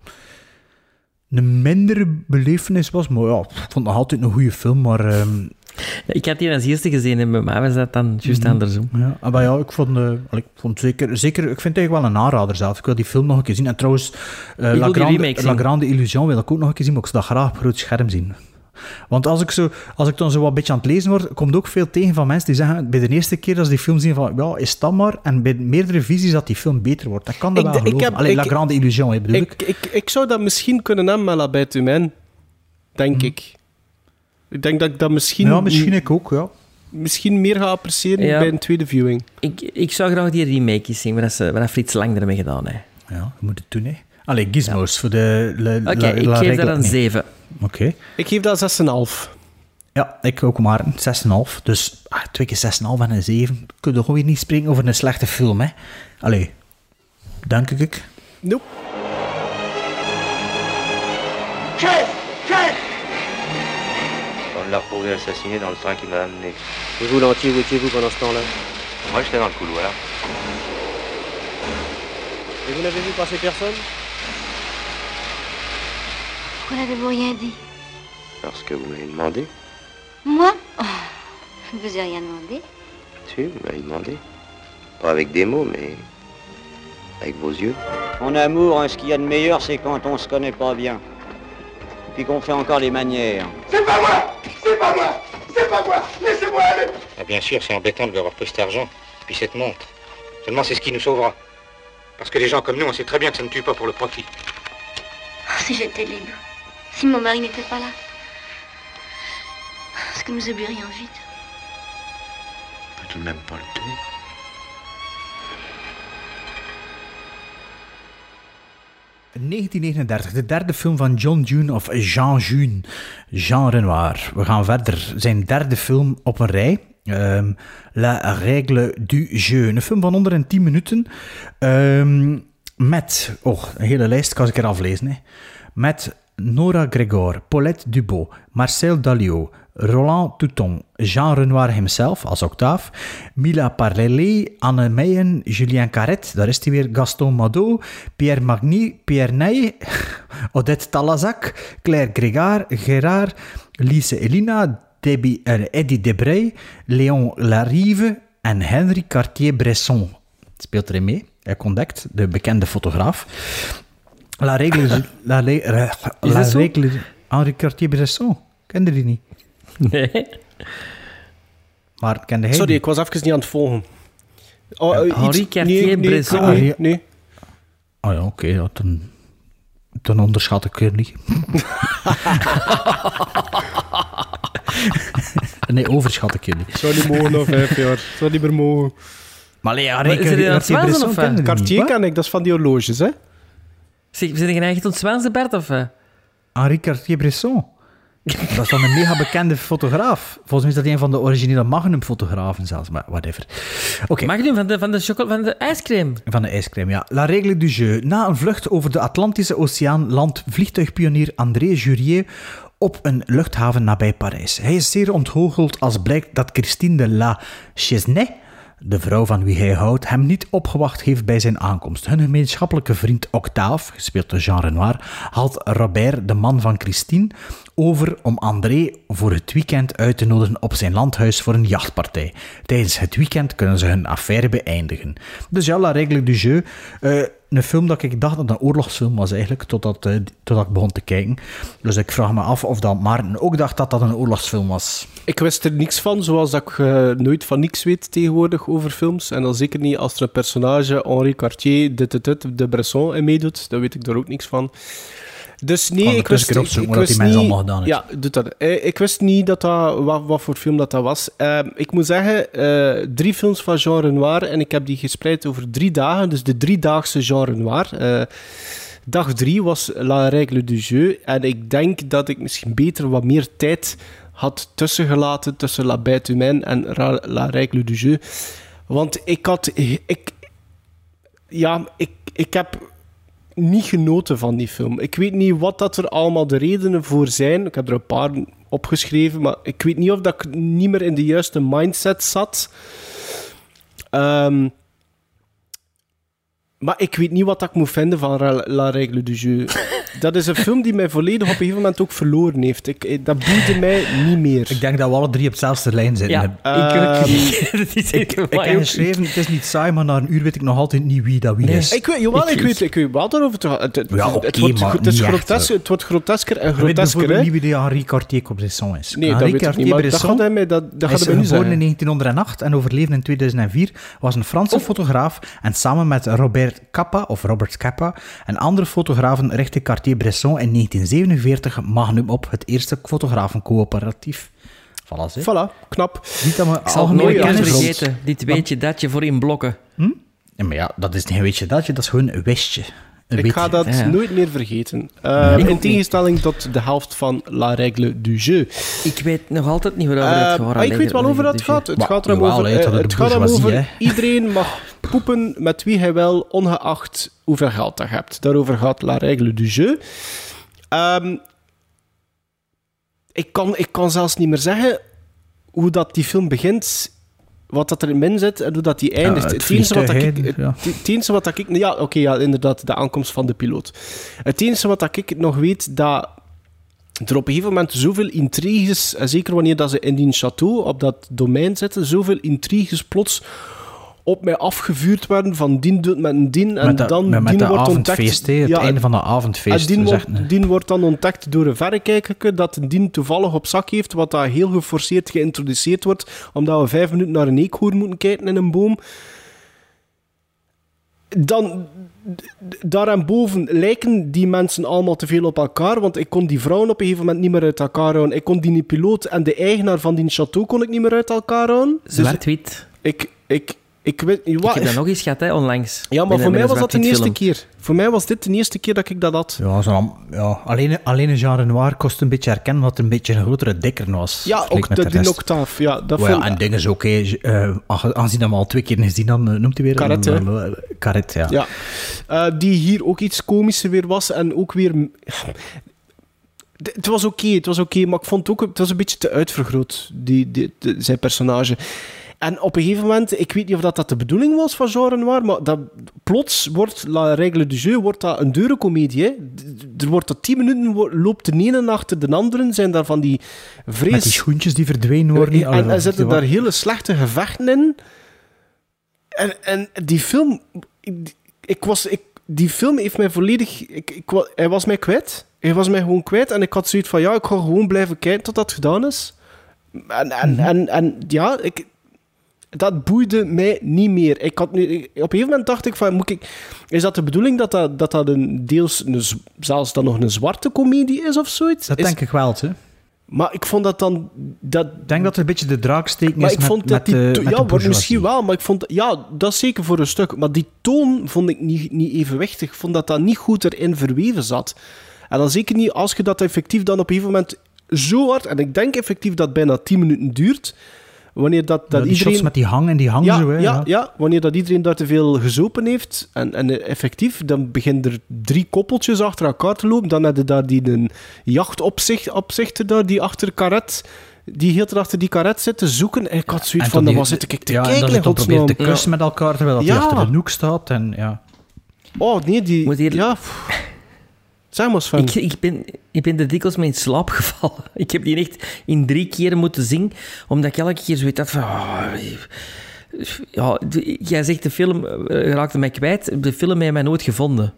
een mindere belevenis was. Maar ik vond het nog altijd een goede film, maar... ik had die als eerste gezien en bij mij was dat dan juist andersom. Ja, maar ik vond zeker... Ik vind het eigenlijk wel een aanrader zelf. Ik wil die film nog een keer zien. En trouwens, La Grande Illusion wil ik ook nog een keer zien, maar ik zou dat graag op groot scherm zien. Want als ik dan zo wat beetje aan het lezen word, komt ook veel tegen van mensen die zeggen bij de eerste keer dat ze die film zien van, is dat maar? En bij meerdere visies dat die film beter wordt. Dat kan dat wel geloven. La Grande Illusion, bedoel ik. Ik zou dat misschien kunnen hebben met La Bête Humaine. Denk ik. Ik denk dat ik dat misschien... Ja, misschien ik ook, ja. misschien meer ga appreciëren bij een tweede viewing. Ik zou graag die remake zien, waar Frits Lang ermee gedaan heeft. Ja, je moet het doen, hè. Allee, gizmos voor de... Oké, ik geef dat een 7. Oké. Ik geef dat 6,5. Ja, ik ook maar een 6,5. Dus 2 keer 6,5 en een 7. Kun je gewoon weer niet spreken over een slechte film, hè. Allee, denk ik. Nope. Chef! On l'a retrouvé assassiné dans le train qui m'a amené. Et vous, Lantier, où étiez-vous pendant ce temps-là? Moi, j'étais dans le couloir. Et vous n'avez vu passer personne? Pourquoi n'avez-vous rien dit? Parce que vous m'avez demandé. Moi? Oh, je ne vous ai rien demandé. Si, vous m'avez demandé. Pas avec des mots, mais avec vos yeux. En amour, ce qu'il y a de meilleur, c'est quand on se connaît pas bien. Puis qu'on fait encore les manières. C'est pas moi! C'est pas moi! C'est pas moi! Laissez-moi aller! Ah, bien sûr, c'est embêtant de lui avoir pris cet argent, puis cette montre. Seulement, c'est ce qui nous sauvera. Parce que les gens comme nous, on sait très bien que ça ne tue pas pour le profit. Oh, si j'étais libre. Si mon mari n'était pas là. Est-ce que nous oublierions vite? On peut tout de même pas le tuer. In 1939, de derde film van John June of Jean June. Jean Renoir. We gaan verder. Zijn derde film op een rij. La Règle du Jeu. Een film van onder 10 minuten. Met... Oh, een hele lijst. Kan ik er aflezen. Hè. Met Nora Gregor, Paulette Dubos, Marcel Dalio, Roland Touton, Jean Renoir himself als Octave, Mila Parlelé, Anne Meijen, Julien Carret, daar is hij weer, Gaston Madot, Pierre Magny, Pierre Ney, Odette Talazac, Claire Gérard, Lise Elina, Eddie Debray, Léon Larive en Henri Cartier-Bresson. Speelt erin mee, hij ontdekt, de bekende fotograaf. La Règle... Henri Cartier-Bresson. Kende die niet? Nee. Maar kende hij Sorry, niet? ik was even niet aan het volgen. Henri Cartier-Bresson. Nee. Oh ja, oké. Ja, dan onderschat ik er niet. Nee, overschat ik je niet. Zou niet mogen na 5 jaar. Zou niet meer mogen. Maar nee, is er een Zwaanse of wat? Cartier ken ik, dat is van die horloges, hè? Zeg, zit je eigenlijk tot Zwaanse, Bert, of... Henri Cartier-Bresson. Dat is dan een mega bekende fotograaf. Volgens mij is dat een van de originele Magnum-fotografen zelfs, maar whatever. Okay. Magnum van de ijscream? Van de ijscream, ja. La Règle du Jeu. Na een vlucht over de Atlantische Oceaan landt vliegtuigpionier André Jurier op een luchthaven nabij Parijs. Hij is zeer ontgoocheld als blijkt dat Christine de La Chesnay, de vrouw van wie hij houdt, hem niet opgewacht heeft bij zijn aankomst. Hun gemeenschappelijke vriend Octave, gespeeld door Jean Renoir, haalt Robert, de man van Christine, over om André voor het weekend uit te nodigen op zijn landhuis voor een jachtpartij. Tijdens het weekend kunnen ze hun affaire beëindigen. Dus ja, La Règle du Jeu. Een film dat ik dacht dat een oorlogsfilm was eigenlijk, totdat ik begon te kijken. Dus ik vraag me af of dat Maarten ook dacht dat dat een oorlogsfilm was. Ik wist er niks van, zoals dat ik nooit van niks weet tegenwoordig over films. En dan zeker niet als er een personage, Henri Cartier, de Bresson, in meedoet. Dan weet ik daar ook niks van. Dus nee, ik wist niet... Ja, doe dat. Ik wist niet wat voor film dat was. Ik moet zeggen, 3 films van Jean Renoir en ik heb die gespreid over 3 dagen. Dus de 3-daagse Jean Renoir. Dag 3 was La Règle du Jeu. En ik denk dat ik misschien beter wat meer tijd had tussengelaten tussen La Bête Humaine en La Règle du Jeu. Want ik heb niet genoten van die film. Ik weet niet wat dat er allemaal de redenen voor zijn. Ik heb er een paar opgeschreven, maar ik weet niet of dat ik niet meer in de juiste mindset zat. Maar ik weet niet wat ik moet vinden van La Règle du Jeu. Dat is een film die mij volledig op een gegeven moment ook verloren heeft. Dat boeide mij niet meer. Ik denk dat we alle 3 op hetzelfde lijn zitten. Ja, ik heb geschreven, het is niet saai, maar na een uur weet ik nog altijd niet wie dat is. Ik weet wel daarover te gaan. Het wordt grotesker en grotesker. Ik weet bijvoorbeeld niet wie de Henri Cartier-Bresson is. Nee, dat weet ik niet, maar dat gaat hij mij nu geboren in 1908 en overleefde in 2004, was een Franse fotograaf en samen met Robert Capa, en andere fotografen richtte Cartier-Bresson in 1947 Magnum op, het eerste fotografencoöperatief. Voilà, zeg. Voilà, knap. Niet dat we Ik zal het nooit algemene meer kennis... vergeten. Dit weetje datje voor in blokken. Ja, maar ja, dat is geen weetje datje, dat is gewoon een westje. Ik ga dat nooit meer vergeten. In tegenstelling tot de helft van La Règle du Jeu. Ik weet nog altijd niet waarover het gaat. Ik weet wel over het gaat. Het gaat erom over iedereen mag poepen met wie hij wil, ongeacht hoeveel geld je hebt. Daarover gaat La Règle du Jeu. Ik kan zelfs niet meer zeggen hoe dat die film begint, wat dat er in zit en hoe dat die eindigt. Het enige wat ik... Ja, inderdaad, de aankomst van de piloot. Het enige wat ik nog weet, dat er op een gegeven moment zoveel intriges, en zeker wanneer dat ze in die château, op dat domein zitten, zoveel intriges plots op mij afgevuurd werden van dien doet met een dien en dan met dien de wordt avondfeest, ontdekt. het einde van de avondfeest. En dien wordt dan ontdekt door een verrekijker dat een dien toevallig op zak heeft, wat daar heel geforceerd geïntroduceerd wordt, omdat we 5 minuten naar een eekhoorn moeten kijken in een boom. Dan, daarboven lijken die mensen allemaal te veel op elkaar, want ik kon die vrouwen op een gegeven moment niet meer uit elkaar houden. Ik kon die piloot en de eigenaar van die château kon ik niet meer uit elkaar houden. Zwart-wit. Ik weet niet wat. Ik heb dat nog eens gehad, hè, onlangs. Ja, maar voor mij was dat de eerste keer. Voor mij was dit de eerste keer dat ik dat had. Ja, alleen een genre noir kost een beetje herkennen, wat een beetje een grotere dikker was. Ja, ook die octaaf. Ja, dat en dingen zo, aangezien dat we al 2 keer gezien dan noemt hij weer... Carré, ja. Die hier ook iets komischer weer was en ook weer... Het was oké, maar ik vond ook... Het was een beetje te uitvergroot, zijn personage. En op een gegeven moment, ik weet niet of dat de bedoeling was van genre noir, maar plots wordt La Règle du Jeu een deurencomedie. Hè. Er wordt tot 10 minuten, loopt de ene achter de andere, zijn daar van die vrees... Met die schoentjes die verdwenen worden. En zitten daar hele slechte gevechten in. En die film... Die film heeft mij volledig... Hij was mij kwijt. Hij was mij gewoon kwijt. En ik had zoiets van, ik ga gewoon blijven kijken tot dat gedaan is. Dat boeide mij niet meer. Op een gegeven moment dacht ik van... Is dat de bedoeling dat een deels zelfs dan nog een zwarte komedie is of zoiets? Dat denk ik wel, hè. Maar ik vond dat dan... Ik denk dat er een beetje de draaksteek is met misschien wel, maar ik vond... Ja, dat is zeker voor een stuk. Maar die toon vond ik niet evenwichtig. Ik vond dat niet goed erin verweven zat. En dan zeker niet als je dat effectief dan op een gegeven moment zo hard... En ik denk effectief dat het bijna 10 minuten duurt... Wanneer dat die iedereen... shots met die hang en die hang zo, hè. Ja, wanneer dat iedereen daar te veel gezopen heeft, en effectief, dan beginnen er 3 koppeltjes achter elkaar te lopen, dan heb je daar een jachtopzichter daar, die achter Carré, die heel achter die Carré zit te zoeken, en ik had zoiets van, wat zit ik te kijken? En dat ze dan probeert te kussen met elkaar, terwijl hij achter de hoek staat, en ja. Oh, nee, die... Ja... Zeg maar, Sven. Ik ben er dikwijls mee in slaap gevallen. Ik heb die echt in 3 keer moeten zien, omdat ik elke keer zoiets had van... jij zegt de film raakte mij kwijt. De film heeft mij nooit gevonden.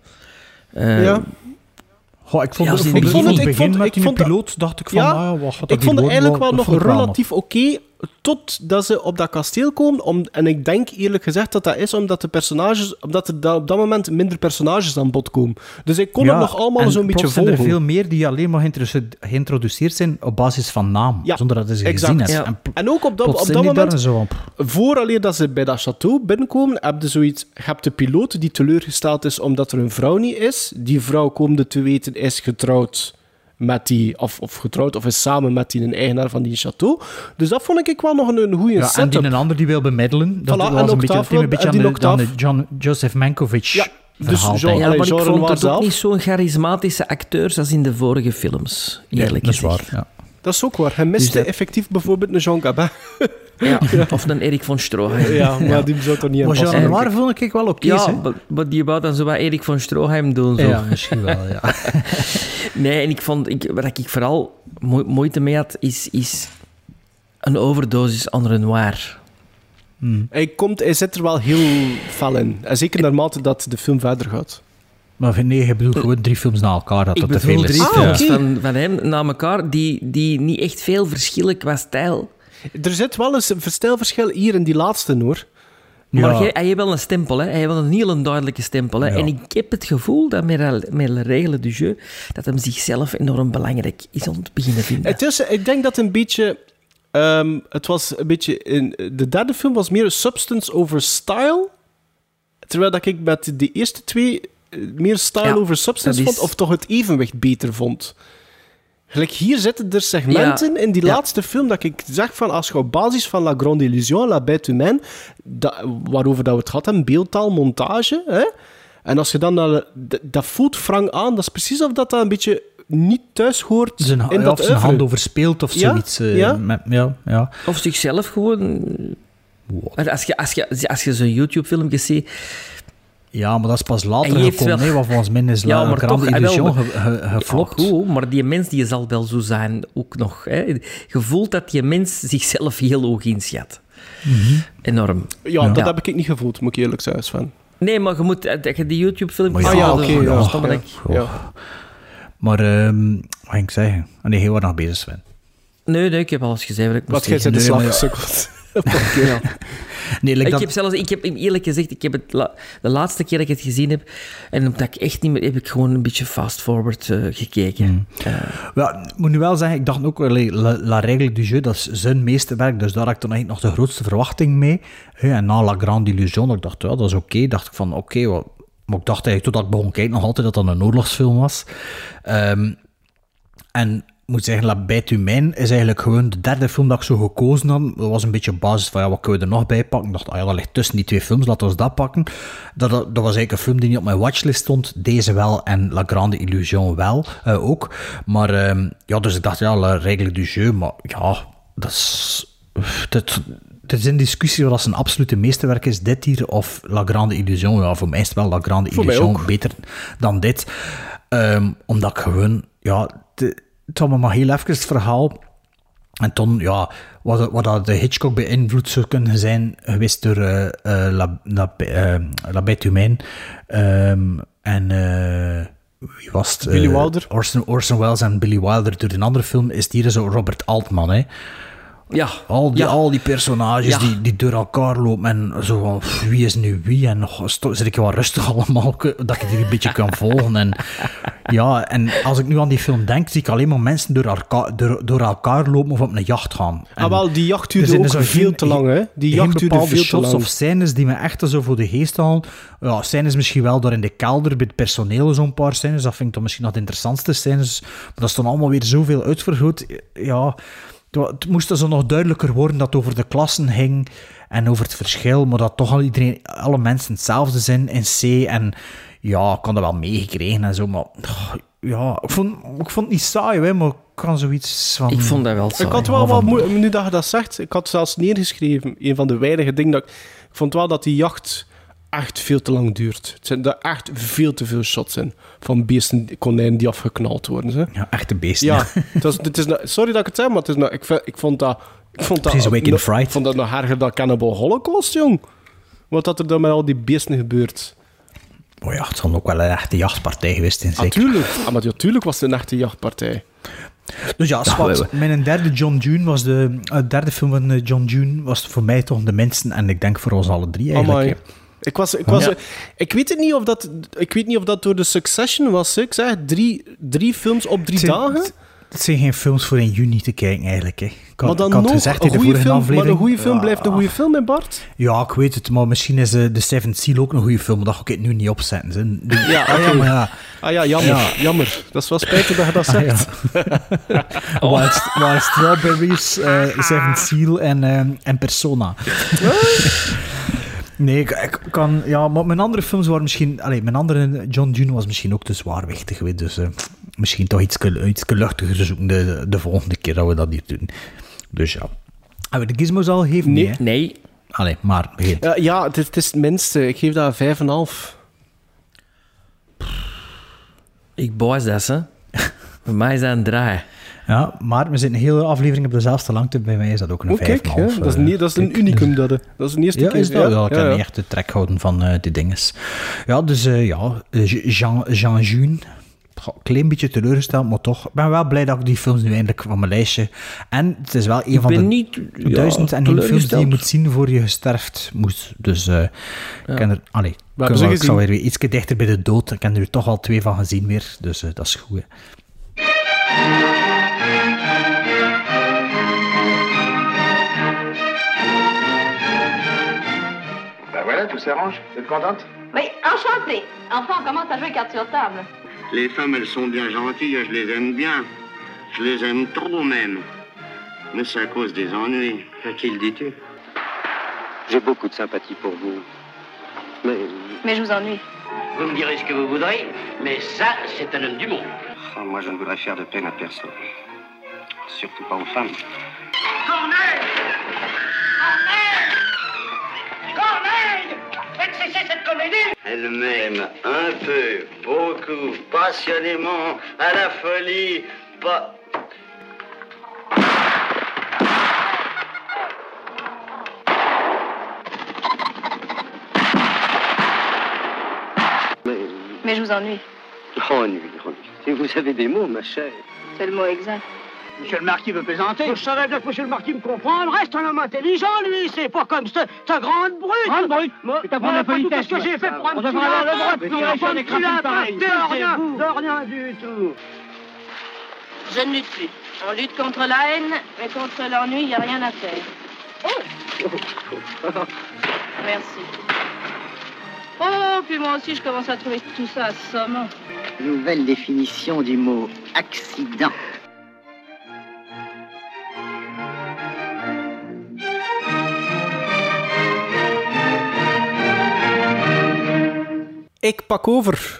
Ik vond het met die piloot, dacht ik van... ik vond het eigenlijk wel nog relatief oké, totdat ze op dat kasteel komen. En ik denk eerlijk gezegd dat is omdat er op dat moment minder personages aan bod komen. Dus ik kon het nog allemaal zo'n beetje volgen. Er zijn er veel meer die alleen maar geïntroduceerd zijn op basis van naam, zonder dat ze gezien hebben. Ja. En ook op dat moment, vooraleer dat ze bij dat château binnenkomen, heb je zoiets... Je hebt de piloot die teleurgesteld is omdat er een vrouw niet is. Die vrouw, komende te weten, is getrouwd met die... Of getrouwd, of is samen met die een eigenaar van die château. Dus dat vond ik wel nog een goede setup. En die een ander die wil bemiddelen. Dat was een beetje aan de John Joseph Mankiewicz verhaal. Dus maar ik vond het ook niet zo'n charismatische acteurs als in de vorige films, eerlijk gezegd. Dat is waar, ja. Dat is ook waar. Hij miste effectief bijvoorbeeld een Jean Gabin. Of een Erik von Stroheim. Ja, maar die zou toch niet aan passen. Maar Jean Noir vond ik wel oké. Ja, maar die wou dan zo wat Erik von Stroheim doen. Zo. Ja, misschien wel, ja. Nee, en ik vond... Wat ik vooral moeite mee had, is een overdosis aan Renoir. Hij zit er wel heel fel in. En zeker naarmate dat de film verder gaat. Maar nee, je bedoelt gewoon 3 films na elkaar, dat te veel is. 3 films van hem na elkaar, die niet echt veel verschillen qua stijl. Er zit wel een stijlverschil hier in die laatste, hoor. Maar hij heeft wel een stempel, hè. Hij heeft wel een heel duidelijke stempel. Hè. Ja. En ik heb het gevoel dat met Le Règle du Jeu, dat hem zichzelf enorm belangrijk is om te beginnen vinden. Ik denk dat een beetje... Het was een beetje... de derde film was meer substance over style. Terwijl dat ik met de eerste twee meer style over substance vond, of toch het evenwicht beter vond. Gelijk hier zitten er segmenten in die laatste film dat ik zeg van, als je op basis van La Grande Illusion, La Bête Humaine, waarover dat we het gehad hebben, beeldtaal, montage, hè? En als je dan dat voelt wrang aan, dat is precies of dat een beetje niet thuis hoort in dat zijn hand overspeelt of zoiets. Of zichzelf gewoon... Wow. Als je zo'n YouTube-filmpje ziet... Ja, maar dat is pas later gekomen, wel... wat volgens mij is La Grande Illusion geflopt. Goed, maar die mens die zal wel zo zijn ook nog. Hè. Je voelt dat die mens zichzelf heel hoog inschat. Mm-hmm. Enorm. Ja, dat heb ik niet gevoeld, moet ik eerlijk zijn, Sven. Nee, maar je moet... die YouTube-filmpjes... Maar, wat ging ik zeggen? Nee, heel erg nog bezig, Sven. Nee, ik heb alles gezegd. Wat jij zei, de slag gesukkeld. Nee, ik heb eerlijk gezegd, ik heb het de laatste keer dat ik het gezien heb, en omdat ik echt niet meer, heb ik gewoon een beetje fast-forward gekeken. Ik moet nu wel zeggen, ik dacht ook, La Règle du Jeu, dat is zijn meesterwerk, dus daar had ik dan nog de grootste verwachting mee. En na La Grande Illusion, ik dacht, ja, dat is oké. Dacht ik van, maar ik dacht eigenlijk, totdat ik begon kijken, nog altijd dat een oorlogsfilm was. En ik moet zeggen, La Bête Humaine is eigenlijk gewoon de derde film dat ik zo gekozen had. Dat was een beetje op basis van, wat kunnen we er nog bij pakken? Ik dacht, dat ligt tussen die twee films, laten we dat pakken. Dat was eigenlijk een film die niet op mijn watchlist stond. Deze wel en La Grande Illusion wel, ook. Maar, dus ik dacht, La Règle du Jeu, maar ja, dat is... Het is een discussie wat als een absolute meesterwerk is, dit hier of La Grande Illusion. Ja, voor mij is het wel La Grande Illusion beter dan dit. Omdat ik gewoon, het was maar heel even het verhaal. En toen, wat de Hitchcock beïnvloed zou kunnen zijn geweest door La Bête Humaine. En wie was het? Billy Wilder. Orson Welles en Billy Wilder. Door een andere film is het hier zo Robert Altman, hè. Ja. Al die personages die door elkaar lopen en zo van, wie is nu wie? En zit ik wel rustig allemaal, dat ik die een beetje kan volgen. En en als ik nu aan die film denk, zie ik alleen maar mensen door elkaar lopen of op een jacht gaan. En die jacht duurde ook veel te lang, hè? Die jacht duurde veel te lang. Of scènes die me echt zo voor de geest halen. Ja, scènes misschien wel door in de kelder, bij het personeel zo'n paar scènes. Dat vind ik dan misschien nog de interessantste scènes. Maar dat is dan allemaal weer zoveel uitvergroot. Ja... Het moest zo nog duidelijker worden dat het over de klassen ging en over het verschil, maar dat toch alle mensen hetzelfde zijn in C. En ja, ik had dat wel meegekregen en zo, maar ik vond het niet saai, hè, maar ik kan zoiets van... Ik vond dat wel saai. Ik had wel wat moeite, nu dat je dat zegt, ik had zelfs neergeschreven, een van de weinige dingen dat ik vond wel dat die jacht echt veel te lang duurt. Het zijn er echt veel te veel shots in van beesten, konijnen die afgeknald worden. Hè. Ja, echte beesten. Ja, sorry dat ik het zeg, maar ik vond dat... Ik vond dat nog erger dan Cannibal Holocaust, jong. Wat dat er dan met al die beesten gebeurt. Oh ja, het zal ook wel een echte jachtpartij geweest zijn, zeker. Natuurlijk was het een echte jachtpartij. Dus mijn derde John June was de derde film van John June was voor mij toch de minste en ik denk voor ons alle drie eigenlijk. Ik weet niet of dat door de Succession was. Ik zeg 3 films op 3 dagen. Het zijn geen films voor in juni te kijken eigenlijk. Hè. Maar dan nog gezegd, een goede film. Maar een goede film blijft een goede film, hè Bart? Ja, ik weet het, maar misschien is The Seventh Seal ook een goede film, maar dat ga ik het nu niet opzetten. Jammer. Dat is wel spijtig dat je dat zegt. While Strawberries, Seventh Seal en Persona. Nee, ik kan... Ja, maar mijn andere films waren misschien... mijn andere John June was misschien ook te zwaarwichtig geweest. Dus misschien toch iets luchtiger zoeken de volgende keer dat we dat hier doen. Dus ja. Hebben we de gizmos al gegeven? Nee. Allee, maar begin. Het is het minste. Ik geef dat 5,5. Ik boos dat, hè. Voor mij is dat een draai. Ja, maar we zitten een hele aflevering op dezelfde lengte. Bij mij is dat ook een 5,5. Dat is een unicum. Dat is een eerste keer. Is dat? Ik kan niet echt de trek houden van die dinges. Ja, dus Jean June. Een klein beetje teleurgesteld, maar toch. Ik ben wel blij dat ik die films nu eindelijk van mijn lijstje... En het is wel een van de 1001 films die je moet zien voor je gesterft moet. Dus ik zal weer iets dichter bij de dood. Ik heb er toch al 2 van gezien weer. Dus dat is goed. Hè. Ouais, tout s'arrange. Vous êtes contente? Oui, enchantée. Enfin, on commence à jouer carte sur table. Les femmes, elles sont bien gentilles, je les aime bien. Je les aime trop même. Mais c'est à cause des ennuis. À qui le dis-tu? J'ai beaucoup de sympathie pour vous. Mais je vous ennuie. Vous me direz ce que vous voudrez, mais ça, c'est un homme du monde. Oh, moi, je ne voudrais faire de peine à personne. Surtout pas aux femmes. Corneille! Corneille! Corneille! Faites cesser cette comédie! Elle m'aime un peu, beaucoup, passionnément, à la folie, pas... Mais je vous ennuie. Ennui. Si vous avez des mots, ma chère. C'est le mot exact. Monsieur le marquis veut plaisanter. Je savais bien que monsieur le marquis me comprendre. Reste un homme intelligent, lui. C'est pas comme ta grande brute. Grande brute? T'as pas la politesse. Qu'est-ce que j'ai fait pour un petit lapin? Le droit de tirer des crapauds pareils. De rien du tout. Je ne lutte plus. On lutte contre la haine, mais contre l'ennui, il n'y a rien à faire. Oh. Merci. Oh, puis moi aussi, je commence à trouver tout ça assommant. Nouvelle définition du mot accident. Ik pak over.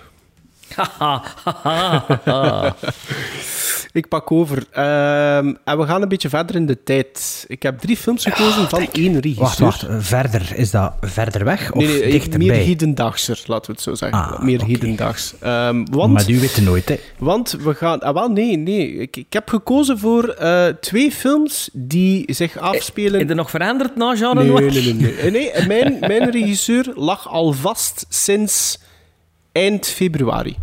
Ik pak over. En we gaan een beetje verder in de tijd. Ik heb 3 films gekozen van 1 regisseur. Wacht. Verder. Is dat verder weg of nee, dichterbij? Meer hedendaagser, laten we het zo zeggen. Meer hedendaags. Want, maar die weten nooit, hè. Want we gaan... nee. Ik heb gekozen voor 2 films die zich afspelen... Is er nog veranderd na Jean Renoir? Nee. Mijn regisseur lag al vast sinds eind februari.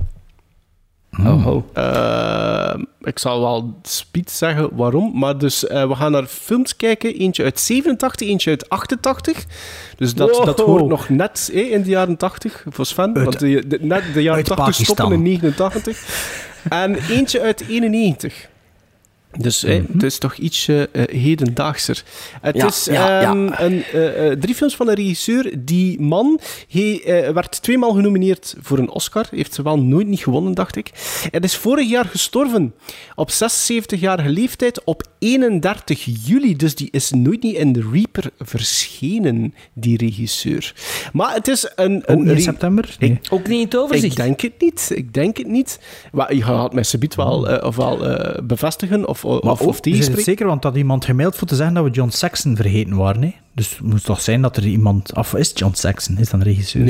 Ik zal wel speed zeggen waarom, maar dus we gaan naar films kijken. Eentje uit 87, eentje uit 88. Dus dat hoort nog net in de jaren 80 voor Sven. Want net de jaren 80 stoppen in 89. En eentje uit 91. Dus het is toch ietsje hedendaagser. Het is 3 films van een regisseur. Die man werd 2 maal genomineerd voor een Oscar. Heeft ze wel nooit niet gewonnen, dacht ik. Hij is vorig jaar gestorven. Op 76-jarige leeftijd. Op 31 juli. Dus die is nooit niet in de Reaper verschenen, die regisseur. Maar het is ook niet in september? Nee. Ook niet in het overzicht? Ik denk het niet. Maar je gaat mij subiet wel bevestigen of is het zeker, want dat iemand gemaild voor te zeggen dat we John Saxon vergeten waren, hè? Dus het moest toch zijn dat er iemand... Of is John Saxon? Is dat een regisseur?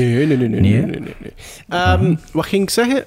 Nee. Wat ging ik zeggen?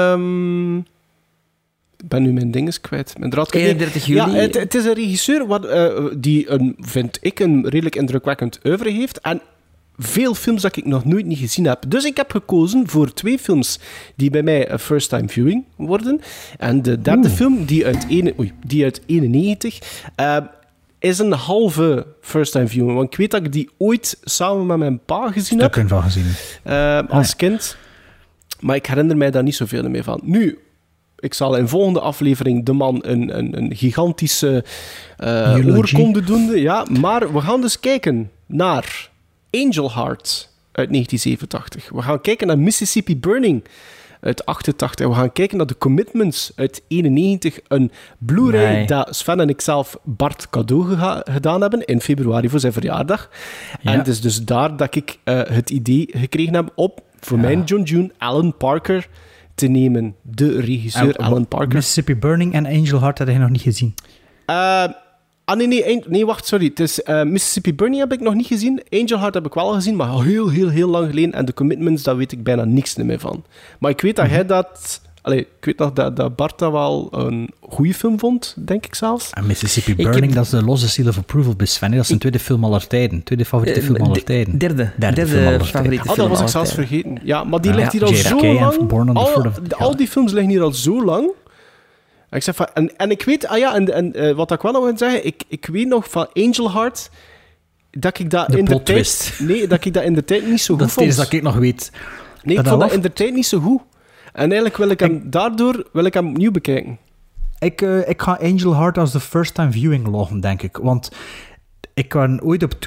Ik ben nu mijn dinges kwijt. Mijn draad 31 juli. Ja, het is een regisseur die vind ik, een redelijk indrukwekkend oeuvre heeft. En veel films dat ik nog nooit niet gezien heb. Dus ik heb gekozen voor 2 films die bij mij een first-time viewing worden. En de derde film, die uit 91, is een halve first-time viewing. Want ik weet dat ik die ooit samen met mijn pa gezien heb. Stukken van gezien. Als kind. Maar ik herinner mij daar niet zoveel meer van. Nu, ik zal in volgende aflevering de man een gigantische oorkonde doen. Ja, maar we gaan dus kijken naar Angel Heart uit 1987. We gaan kijken naar Mississippi Burning uit 88. We gaan kijken naar The Commitments uit 91. Een Blu-ray dat Sven en ik zelf Bart cadeau gedaan hebben in februari voor zijn verjaardag. Ja. En het is dus daar dat ik het idee gekregen heb op, voor mijn John June, Alan Parker te nemen. De regisseur Alan Parker. Mississippi Burning en Angel Heart had je nog niet gezien. Nee, wacht, sorry. Het is Mississippi Burning heb ik nog niet gezien. Angel Heart heb ik wel gezien, maar heel lang geleden. En The Commitments, daar weet ik bijna niks meer van. Maar ik weet dat hij dat... ik weet nog dat Bart dat wel een goede film vond, denk ik zelfs. En Mississippi Burning, dat is de losse seal of approval bij Sven. Dat is een tweede film aller tijden. Tweede favoriete film aller tijden. Derde favoriete film. Dat was ik zelfs vergeten. Ja, maar die ligt hier al zo lang. Al die films liggen hier al zo lang. Ik zeg van, en ik weet, wat ik wel nog wil zeggen, ik weet nog van Angel Heart dat ik dat dat ik dat in de tijd niet zo goed vond. Dat is het dat ik nog weet. Nee, ik vond dat in de tijd niet zo goed. En eigenlijk wil ik hem opnieuw bekijken. Ik ga Angel Heart als de first time viewing loggen, denk ik. Want ik was ooit op tour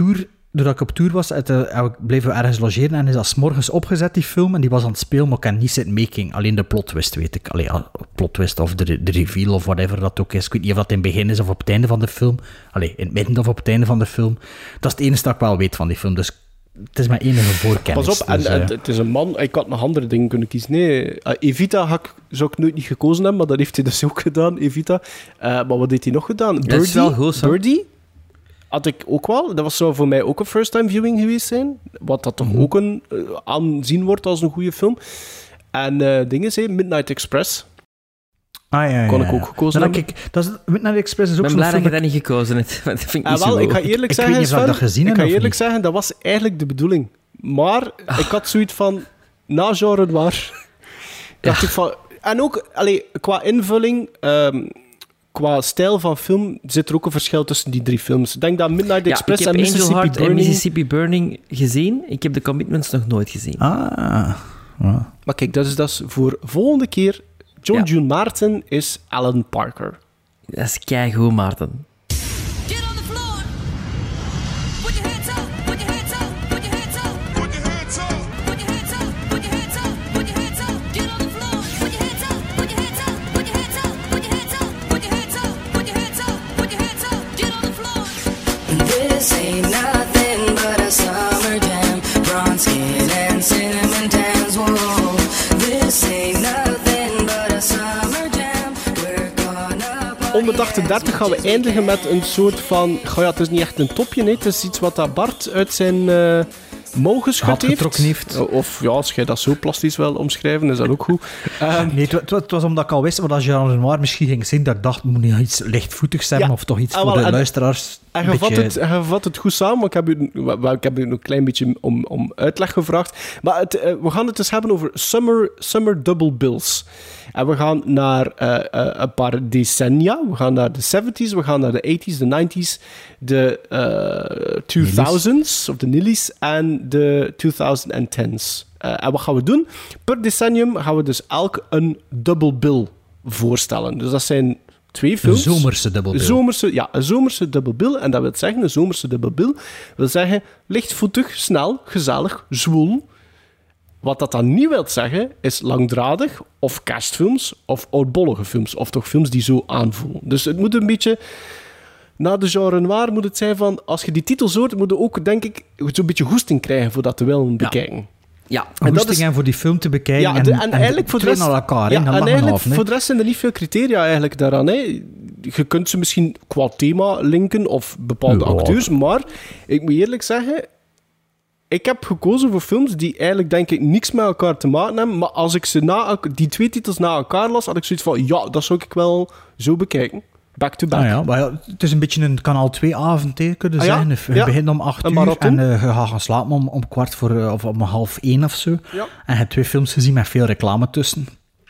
doordat ik op tour was, bleven we ergens logeren en is dat 's morgens opgezet, die film, en die was aan het spelen, maar ik kan niet zitten making. Alleen de plot twist, weet ik. Plot twist of de reveal of whatever dat ook is. Ik weet niet of dat in het begin is of op het einde van de film. In het midden of op het einde van de film. Dat is het enige dat ik wel weet van die film, dus het is mijn enige voorkennis. Pas op, dus, en het is een man. Ik had nog andere dingen kunnen kiezen. Nee, Evita zou ik nooit niet gekozen hebben, maar dat heeft hij dus ook gedaan, Evita. Maar wat heeft hij nog gedaan? Birdie had ik ook wel. Dat zou voor mij ook een first-time viewing geweest zijn. Wat dat toch ook aanzien wordt als een goede film. En dingen zijn Midnight Express. Kon ik ook gekozen hebben. Midnight Express is ook zo'n film. Ik ben blij dat je dat niet gekozen hebt. Dat vind ik niet zo ik ga eerlijk zeggen, Sven, zeggen, dat was eigenlijk de bedoeling. Maar ik had zoiets van, na genre noir, dacht ik van... En ook, qua invulling... qua stijl van film zit er ook een verschil tussen die 3 films. Ik denk dat Midnight Express en Mississippi Burning gezien. Ik heb The Commitments nog nooit gezien. Maar kijk, dat is voor volgende keer. John June Martin is Alan Parker. Dat is keigoed, Maarten. Onder de 38 gaan we eindigen met een soort van... het is niet echt een topje, nee. Het is iets wat dat Bart uit zijn mouw geschud heeft. Of als jij dat zo plastisch wil omschrijven, is dat ook goed. Nee, het was omdat ik al wist wat als Jean Renoir misschien ging zien, dat ik dacht, moet niet iets lichtvoetigs hebben of toch iets voor de luisteraars. En je vat het goed samen, maar ik heb u een klein beetje om uitleg gevraagd. Maar we gaan het dus hebben over Summer Double Bills. En we gaan naar een paar decennia. We gaan naar de 70s, we gaan naar de 80s, de 90s, de 2000s, of de nillies, en de 2010s. En wat gaan we doen? Per decennium gaan we dus elk een double bill voorstellen. Dus dat zijn 2 films. Een zomerse double bill. Een zomerse double bill. En dat wil zeggen, een zomerse double bill wil zeggen lichtvoetig, snel, gezellig, zwoel. Wat dat dan niet wil zeggen, is langdradig, of kerstfilms, of oudbollige films. Of toch films die zo aanvoelen. Dus het moet een beetje... Na de genre noir moet het zijn van... Als je die titels hoort, moet je ook, denk ik, zo'n beetje goesting krijgen voor dat te willen bekijken. Ja, en goesting en voor die film te bekijken. En eigenlijk voor de rest... naar elkaar, en eigenlijk voor de rest zijn er niet veel criteria eigenlijk daaraan. Hè. Je kunt ze misschien qua thema linken, of bepaalde acteurs. Maar, ik moet eerlijk zeggen... Ik heb gekozen voor films die eigenlijk, denk ik, niks met elkaar te maken hebben. Maar als ik die 2 titels na elkaar las, had ik zoiets van... dat zou ik wel zo bekijken. Back to back. Maar het is een beetje een kanaal 2-avond, kunnen zeggen. Je begint om 8 uur en je gaat gaan slapen om 12:15 of om 12:30 of zo. Ja. En je hebt 2 films gezien met veel reclame tussen.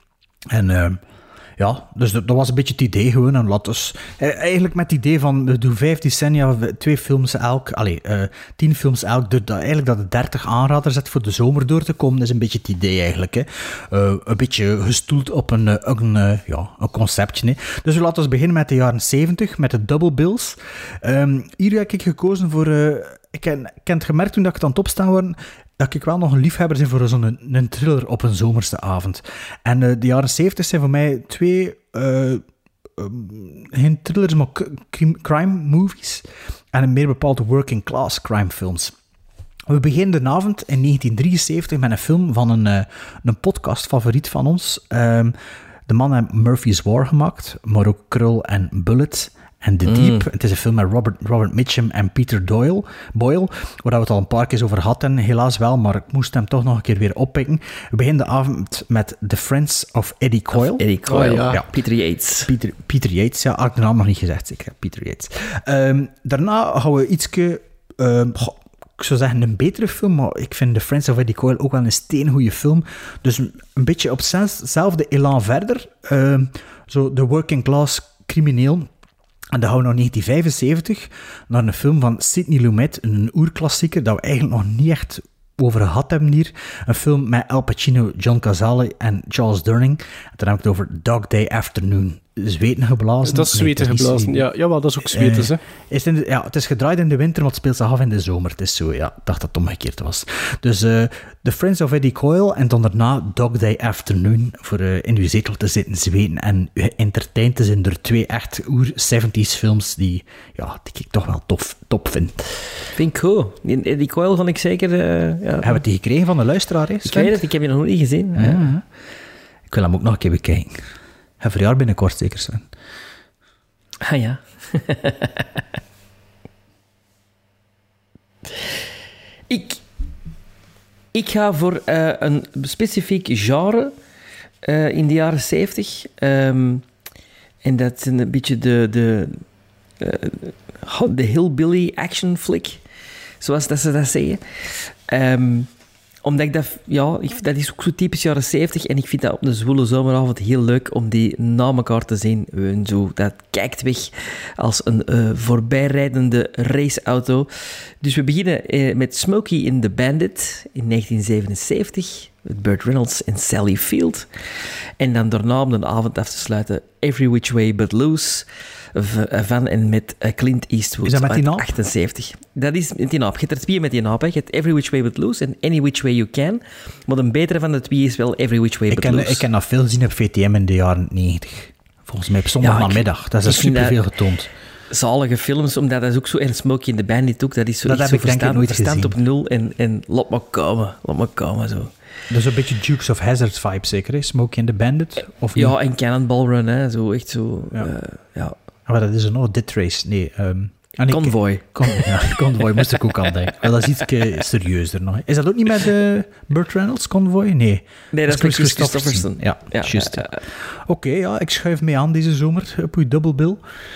En... dus dat was een beetje het idee gewoon. En eigenlijk met het idee van, we doen 5 decennia, 2 films elk, 10 films elk, eigenlijk dat het 30 aanraders zet voor de zomer door te komen, is een beetje het idee eigenlijk. Hè. Een beetje gestoeld op een conceptje. Hè. Dus we laten beginnen met de jaren 70, met de double bills. Hier heb ik gekozen voor... Ik heb het gemerkt toen ik het aan het opstaan was, dat ik wel nog een liefhebber ben voor een thriller op een zomerse avond. En de jaren 70 zijn voor mij 2... geen thrillers, maar crime movies. En een meer bepaald working class crime films. We beginnen de avond in 1973 met een film van een podcast-favoriet van ons. De man heeft Murphy's War gemaakt, maar ook Krull en Bullet... En The Deep, het is een film met Robert Mitchum en Peter Boyle, waar we het al een paar keer over hadden, helaas wel, maar ik moest hem toch nog een keer weer oppikken. We beginnen de avond met The Friends of Eddie Coyle. Eddie Coyle, ja. Peter Yates. Peter Yates, ja, had ik de naam nog niet gezegd, zeker. Peter Yates. Daarna gaan we ietske... ik zou zeggen een betere film, maar ik vind The Friends of Eddie Coyle ook wel een steengoeie film. Dus een beetje op hetzelfde elan verder. Zo de working class crimineel. En dan gaan we naar 1975, naar een film van Sidney Lumet, een oerklassieker, dat we eigenlijk nog niet echt over gehad hebben hier. Een film met Al Pacino, John Cazale en Charles Durning. En dan heb ik het over Dog Day Afternoon. zweten geblazen. Dat is zweten geblazen, ja. Jawel, dat is ook zweten, hè. Het is gedraaid in de winter, maar het speelt zich af in de zomer. Het is zo, ja. Ik dacht dat het omgekeerd was. Dus The Friends of Eddie Coyle en dan daarna Dog Day Afternoon voor in uw zetel te zitten zweten en entertained te zijn door 2 echt 70s films die ik toch wel top vind. Vind ik goed. Die Coyle vond ik zeker... Hebben we die gekregen van de luisteraar, hè? Ik weet het, ik heb je nog niet gezien. Ja. Ik wil hem ook nog een keer bekijken. Hij verjaart binnenkort zeker, Sven. Ah ja. Ik ga voor een specifiek genre in de jaren 70. En dat is een beetje de hillbilly action flick, zoals dat ze dat zeggen. Omdat ik dat is ook zo typisch jaren 70 en ik vind dat op een zwoele zomeravond heel leuk om die na elkaar te zien. Zo, dat kijkt weg als een voorbijrijdende raceauto. Dus we beginnen met Smokey and the Bandit in 1977 met Burt Reynolds en Sally Field. En dan daarna om de avond af te sluiten Every Which Way But Loose van en met Clint Eastwood. Is dat met die naap? 78. Dat is met die naap. Je hebt er 2 met die naap. Je hebt Every Which Way But Loose en Any Which Way You Can. Maar de betere van de 2 is wel Every Which Way But Loose. Ik ken dat veel gezien op VTM in de jaren 90. Volgens mij op zondagnamiddag. Dat is superveel getoond. Zalige films, omdat dat is ook zo... En Smokey and the Bandit ook. Dat is zo dat echt heb zo ik denk ik nooit verstand gezien. op nul en laat maar komen zo. Dat is een beetje Dukes of Hazzard vibe zeker, hè? Smokey and the Bandit? Of ja, en Cannonball Run, hè. Zo echt zo... ja. Maar dat is een nog Dit Race. Nee, Convoy. Convoy moest ik ook aan denken. Maar dat is iets serieuzer nog. Is dat ook niet met Burt Reynolds, Convoy? Nee, dat is met Chris Christopherson. Ja, juist. Oké, ik schuif mee aan deze zomer op uw double bill.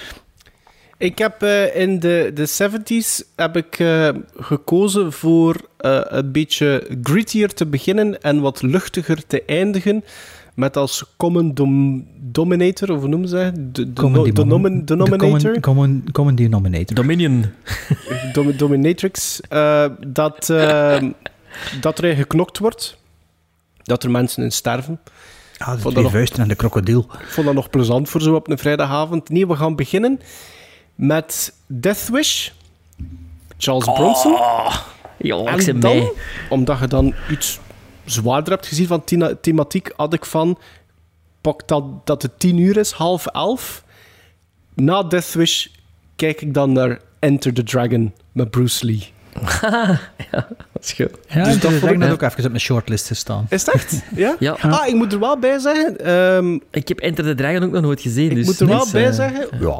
Ik heb in de 70s heb ik gekozen voor een beetje grittier te beginnen en wat luchtiger te eindigen. Met als common dominator, of hoe noemen ze dat? Denominator? Common denominator. Dominion. Dominatrix. Dat er geknokt wordt. Dat er mensen in sterven. Ah, de 2 vuisten en de krokodil. Ik vond dat nog plezant voor zo op een vrijdagavond. Nee, we gaan beginnen met Death Wish. Charles Bronson. En dan, omdat je dan iets zwaarder hebt gezien van thematiek, had ik van pak dat het 10 uur is, 10:30. Na Death Wish kijk ik dan naar Enter the Dragon met Bruce Lee. Ja, dat is goed. Ja, dus dat vond ik ook even op mijn shortlist gestaan. Is het echt? Ja? Ja. Ah, ik moet er wel bij zeggen... ik heb Enter the Dragon ook nog nooit gezien. Ik dus moet er wel bij zeggen... Ja.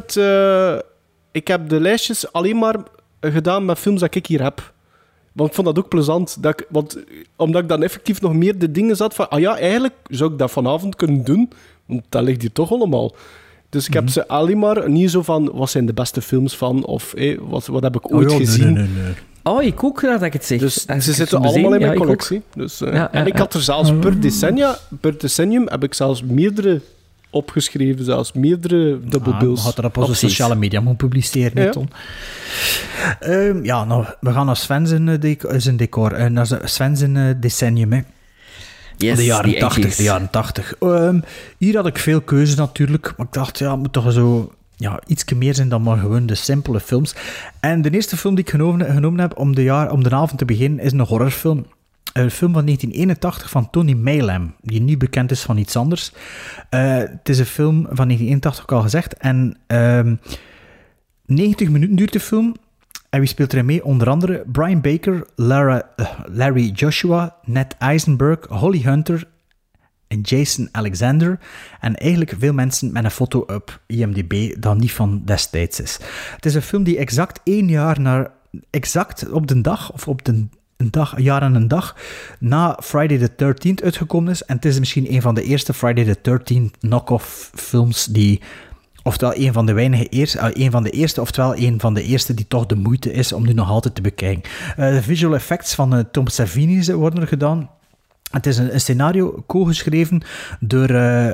Ik heb de lijstjes alleen maar gedaan met films dat ik hier heb. Want ik vond dat ook plezant. Omdat ik dan effectief nog meer de dingen zat van... Ah ja, eigenlijk zou ik dat vanavond kunnen doen. Want dat ligt hier toch allemaal. Dus ik heb ze alleen maar niet zo van... Wat zijn de beste films van? Of wat heb ik ooit gezien? Nee. Oh, ik ook graag dat ik het zeg. Dus ze zitten allemaal in mijn collectie. Dus, en ik had er zelfs per decennium heb ik zelfs meerdere opgeschreven, zelfs meerdere double bills. We hadden dat op onze sociale media moeten publiceren, Ton. We gaan naar Sven zijn decor. Naar Sven zijn decennium, hè. Yes, de jaren 80. Hier had ik veel keuze natuurlijk, maar ik dacht, het moet toch zo iets meer zijn dan maar gewoon de simpele films. En de eerste film die ik genomen heb om de avond te beginnen is een horrorfilm. Een film van 1981 van Tony Maylam, die nu bekend is van iets anders. Het is een film van 1981, ook al gezegd. En 90 minuten duurt de film. En wie speelt erin mee? Onder andere Brian Baker, Larry Joshua, Ned Eisenberg, Holly Hunter en Jason Alexander. En eigenlijk veel mensen met een foto op IMDb dat niet van destijds is. Het is een film die exact 1 jaar exact op de dag, of op de een jaar en een dag na Friday the 13th uitgekomen is. En het is misschien een van de eerste Friday the 13th knock-off films die... Oftewel een van de eerste, oftewel een van de eerste die toch de moeite is om nu nog altijd te bekijken. De visual effects van Tom Savini worden er gedaan. Het is een scenario co-geschreven door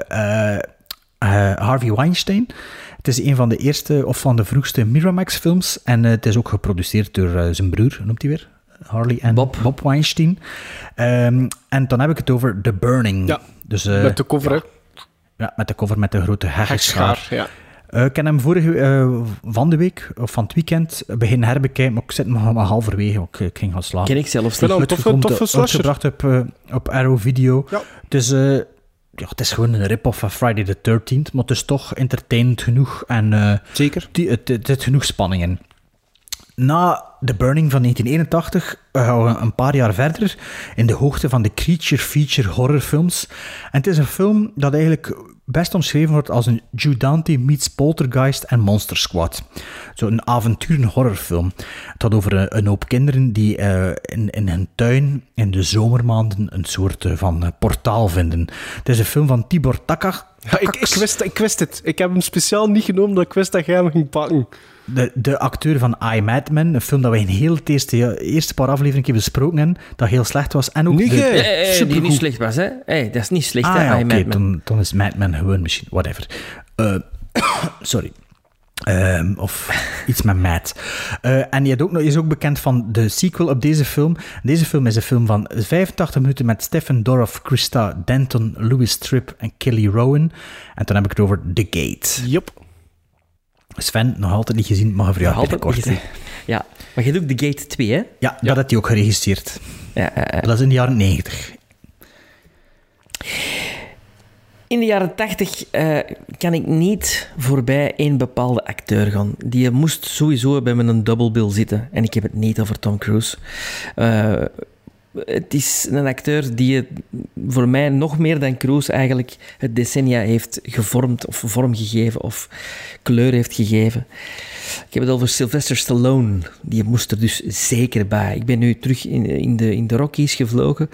Harvey Weinstein. Het is een van de eerste of van de vroegste Miramax-films. En het is ook geproduceerd door zijn broer, hoe noemt hij weer? Harley en Bob Weinstein. En dan heb ik het over The Burning. Ja, dus, met de cover, Ja, met de cover met de grote heggeschaar. Ja. Ik heb hem van de week, of van het weekend, beginnen herbekijken, maar ik zit nog maar halverwege. Ik ging gaan slapen. Ken ik zelfs niet. Een toffe slasher. Uitgebracht op Arrow Video. Ja. Het is gewoon een rip-off van Friday the 13th, maar het is toch entertainend genoeg. En, zeker. Het zit genoeg spanning in. Na The Burning van 1981 gaan we een paar jaar verder in de hoogte van de creature feature horrorfilms. En het is een film dat eigenlijk best omschreven wordt als een Joe Dante meets Poltergeist en Monster Squad. Zo'n avonturen-horrorfilm. Het gaat over een hoop kinderen die in hun tuin in de zomermaanden een soort van portaal vinden. Het is een film van Tibor Takács. Ja, ik wist het. Ik heb hem speciaal niet genomen dat ik wist dat jij hem ging pakken. De acteur van I, Madman, een film dat we in heel het eerste paar afleveringen besproken hebben, dat heel slecht was. En ook die niet slecht was, hè? Dat is niet slecht, hè, I, Madman. Dan is Madman gewoon misschien, whatever. Sorry. Of iets met Matt. En hij is ook bekend van de sequel op deze film. Deze film is een film van 85 minuten met Stephen Dorff, Krista Denton, Louis Tripp en Kelly Rowan. En dan heb ik het over The Gate. Yep. Sven, nog altijd niet gezien, maar verjaardag binnenkort. Ja, maar je doet ook The Gate 2, hè? Ja, dat had hij ook geregisseerd. Ja, dat is in de jaren 90. In de jaren 80 kan ik niet voorbij één bepaalde acteur gaan. Die moest sowieso bij een double bill zitten. En ik heb het niet over Tom Cruise. Het is een acteur die voor mij nog meer dan Cruise eigenlijk het decennia heeft gevormd of vormgegeven of kleur heeft gegeven. Ik heb het over Sylvester Stallone. Die moest er dus zeker bij. Ik ben nu terug in de Rockies gevlogen.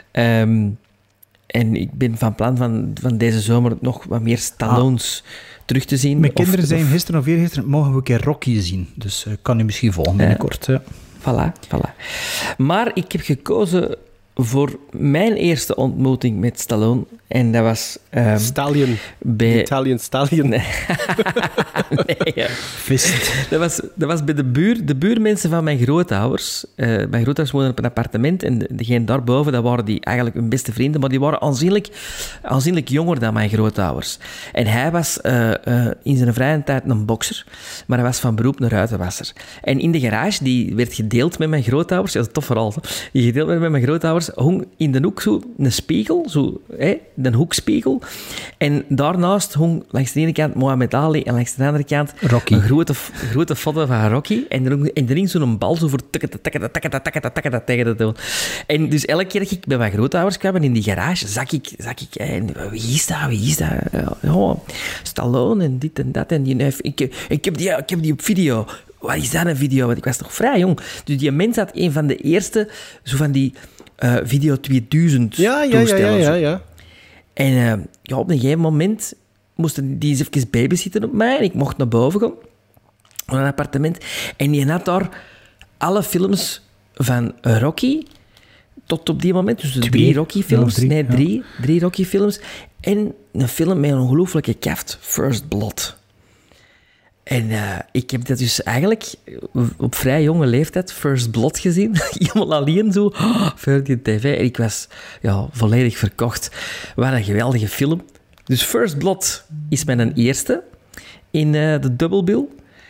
En ik ben van plan van deze zomer nog wat meer Stallones terug te zien. Mijn kinderen zijn gisteren of eergisteren, mogen we een keer Rocky zien. Dus kan u misschien volgen binnenkort. Ja. Voilà. Maar ik heb gekozen voor mijn eerste ontmoeting met Stallone. En dat was... Stallion. Italian Stallion. Nee, ja. Fist. Dat was bij de buurmensen van mijn grootouders. Mijn grootouders woonden op een appartement en degene daarboven, dat waren die eigenlijk hun beste vrienden, maar die waren aanzienlijk jonger dan mijn grootouders. En hij was in zijn vrije tijd een bokser, maar hij was van beroep een ruitenwasser. En in de garage, die werd gedeeld met mijn grootouders, dat is een tof verhaal, die gedeeld werd met mijn grootouders, hong in de hoek zo een spiegel, een hoekspiegel. En daarnaast hong langs de ene kant Muhammad Ali en langs de andere kant Rocky. Een grote foto van Rocky. En er hing zo'n bal zo voor takata tegen te doen. En dus elke keer dat ik bij mijn grootouders kwam en in die garage, zag ik en wie is dat? Ja, Stallone en dit en dat. En die neuf. Ik heb die op video. Wat is dat, een video? Want ik was nog vrij jong. Dus die mens had een van de eerste, zo van die Video 2000 toestellen. Ja. En op een gegeven moment moesten die eens even babysitten op mij en ik mocht naar boven gaan, naar een appartement. En die had daar alle films van Rocky tot op die moment, dus 3 Rocky-films. Drie Rocky-films. En een film met een ongelooflijke kaft, First Blood. En ik heb dat dus eigenlijk op vrij jonge leeftijd First Blood gezien. Helemaal alleen zo, voor die tv. En ik was volledig verkocht. Wat een geweldige film. Dus First Blood is mijn eerste in de Double Bill.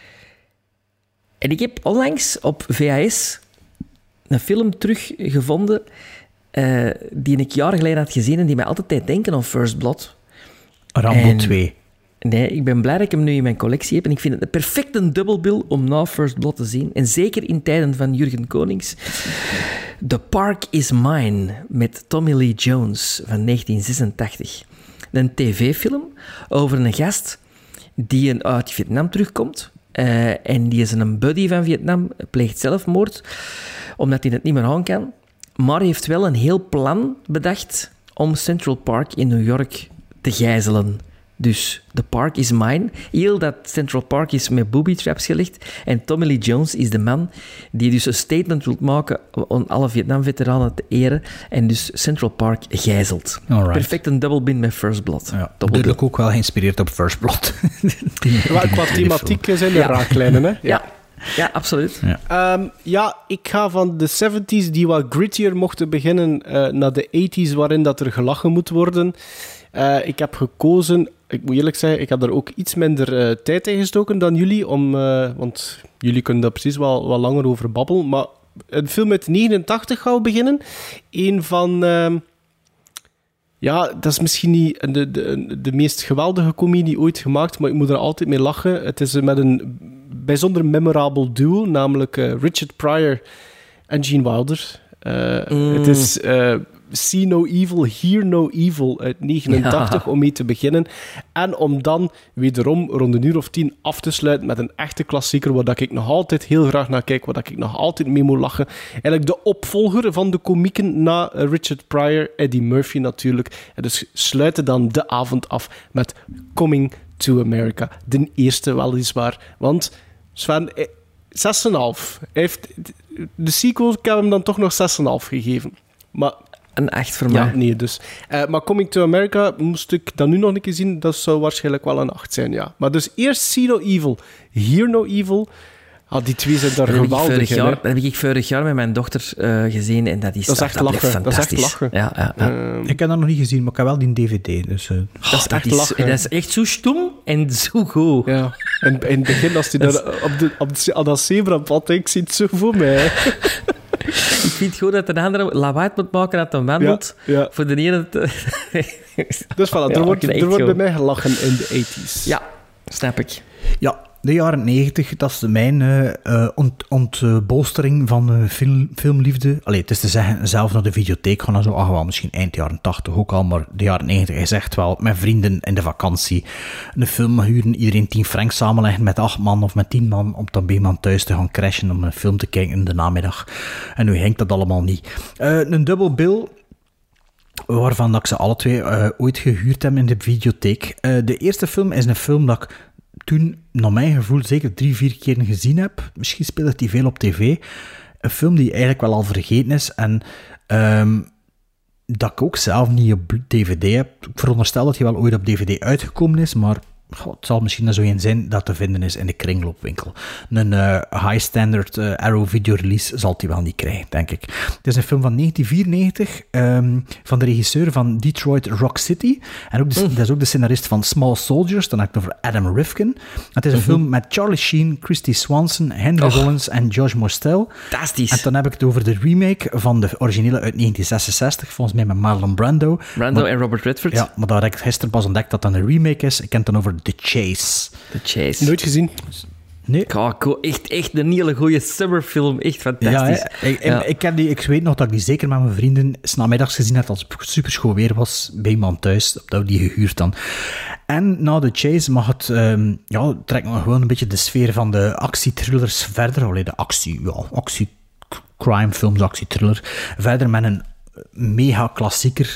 En ik heb onlangs op VHS een film teruggevonden die ik jaren geleden had gezien en die mij altijd deed denken aan First Blood. Rambo 2. Nee, ik ben blij dat ik hem nu in mijn collectie heb. En ik vind het een perfecte double bill om na First Blood te zien. En zeker in tijden van Jurgen Konings. The Park is Mine met Tommy Lee Jones van 1986. Een tv-film over een gast die uit Vietnam terugkomt. En die is een buddy van Vietnam, pleegt zelfmoord, omdat hij het niet meer aan kan. Maar heeft wel een heel plan bedacht om Central Park in New York te gijzelen. Dus The Park is Mine. Heel dat Central Park is met booby traps gelegd. En Tommy Lee Jones is de man die dus een statement wil maken om alle Vietnam-veteranen te eren. En dus Central Park gijzelt. Alright. Perfect een double bin met First Blood. Ja, duidelijk ook wel geïnspireerd op First Blood. Qua thematiek zijn er raaklijnen, hè? Ja. Ja, absoluut. Ja. Ik ga van de 70s, die wat grittier mochten beginnen, naar de 80s, waarin dat er gelachen moet worden. Ik heb gekozen, ik moet eerlijk zeggen, ik heb daar ook iets minder tijd in gestoken dan jullie, want jullie kunnen daar precies wel langer over babbelen. Maar een film uit 89 gaan we beginnen. Een van... Ja, dat is misschien niet de meest geweldige comedie ooit gemaakt, maar ik moet er altijd mee lachen. Het is met een bijzonder memorabel duo, namelijk Richard Pryor en Gene Wilder. Het is See No Evil, Hear No Evil uit 89, om mee te beginnen. En om dan wederom rond een uur of 10 af te sluiten met een echte klassieker, waar ik nog altijd heel graag naar kijk, waar ik nog altijd mee moet lachen. Eigenlijk de opvolger van de komieken na Richard Pryor, Eddie Murphy natuurlijk. En dus sluiten dan de avond af met Coming to America. De eerste weliswaar. Want Sven, 6,5. De sequel, ik heb hem dan toch nog 6,5 gegeven. Maar... Een 8 voor mij. Ja, nee, dus. Maar Coming to America, moest ik dat nu nog een keer zien, dat zou waarschijnlijk wel een 8 zijn, ja. Maar dus eerst See No Evil, Hear No Evil. Die twee zijn daar geweldig in. Dat heb ik vorig jaar met mijn dochter gezien en dat is echt lachen. Fantastisch. Dat is echt lachen. Ja. Ik heb dat nog niet gezien, maar ik heb wel die DVD. Dus, dat is echt lachen. Dat is echt zo stom en zo goed. Ja. En in het begin, als hij daar op dat zebrapad, ik zie het zo voor mij. Ik vind gewoon dat een andere lawaai moet maken dat hij wandelt. Ja. Voor de ene... Dus voilà, er wordt bij mij gelachen in de 80s. Ja, snap ik. Ja, de jaren 90, dat is mijn ontbolstering van filmliefde. Allee, het is te zeggen, zelf naar de videotheek gaan en zo. Wel, misschien eind jaren 80 ook al, maar de jaren 90 is echt wel met vrienden in de vakantie. Een film huren, iedereen 10 frank samenleggen met 8 man of met 10 man, om dan bij iemand thuis te gaan crashen om een film te kijken in de namiddag. En nu hangt dat allemaal niet. Een dubbel bill, waarvan dat ik ze alle twee ooit gehuurd heb in de videotheek. De eerste film is een film dat ik toen, naar mijn gevoel, zeker 3-4 keer gezien heb. Misschien speelde die veel op tv. Een film die eigenlijk wel al vergeten is. En dat ik ook zelf niet op DVD heb. Ik veronderstel dat hij wel ooit op DVD uitgekomen is, maar het zal misschien zo een zijn dat te vinden is in de kringloopwinkel. Een high-standard Arrow video-release zal hij wel niet krijgen, denk ik. Het is een film van 1994 van de regisseur van Detroit Rock City. En ook dat is ook de scenarist van Small Soldiers. Dan heb ik het over Adam Rifkin. Het is een film met Charlie Sheen, Christy Swanson, Henry Rollins en Josh Mostel. Fantastisch. En dan heb ik het over de remake van de originele uit 1966, volgens mij met Marlon Brando. En Robert Redford. Ja, maar daar heb ik gisteren pas ontdekt dat dat een remake is. Ik ken het dan over The Chase. The Chase. Nooit gezien. Nee. Echt een hele goede summerfilm. Echt fantastisch. Ja, ik weet nog dat ik die zeker met mijn vrienden 's namiddags gezien heb als het super schoon weer was bij iemand thuis. Dat we die gehuurd dan. En na The Chase mag het... trekt me gewoon een beetje de sfeer van de actietrillers verder. Allee, de actie-crime-films, actietriller. Verder met een mega-klassieker...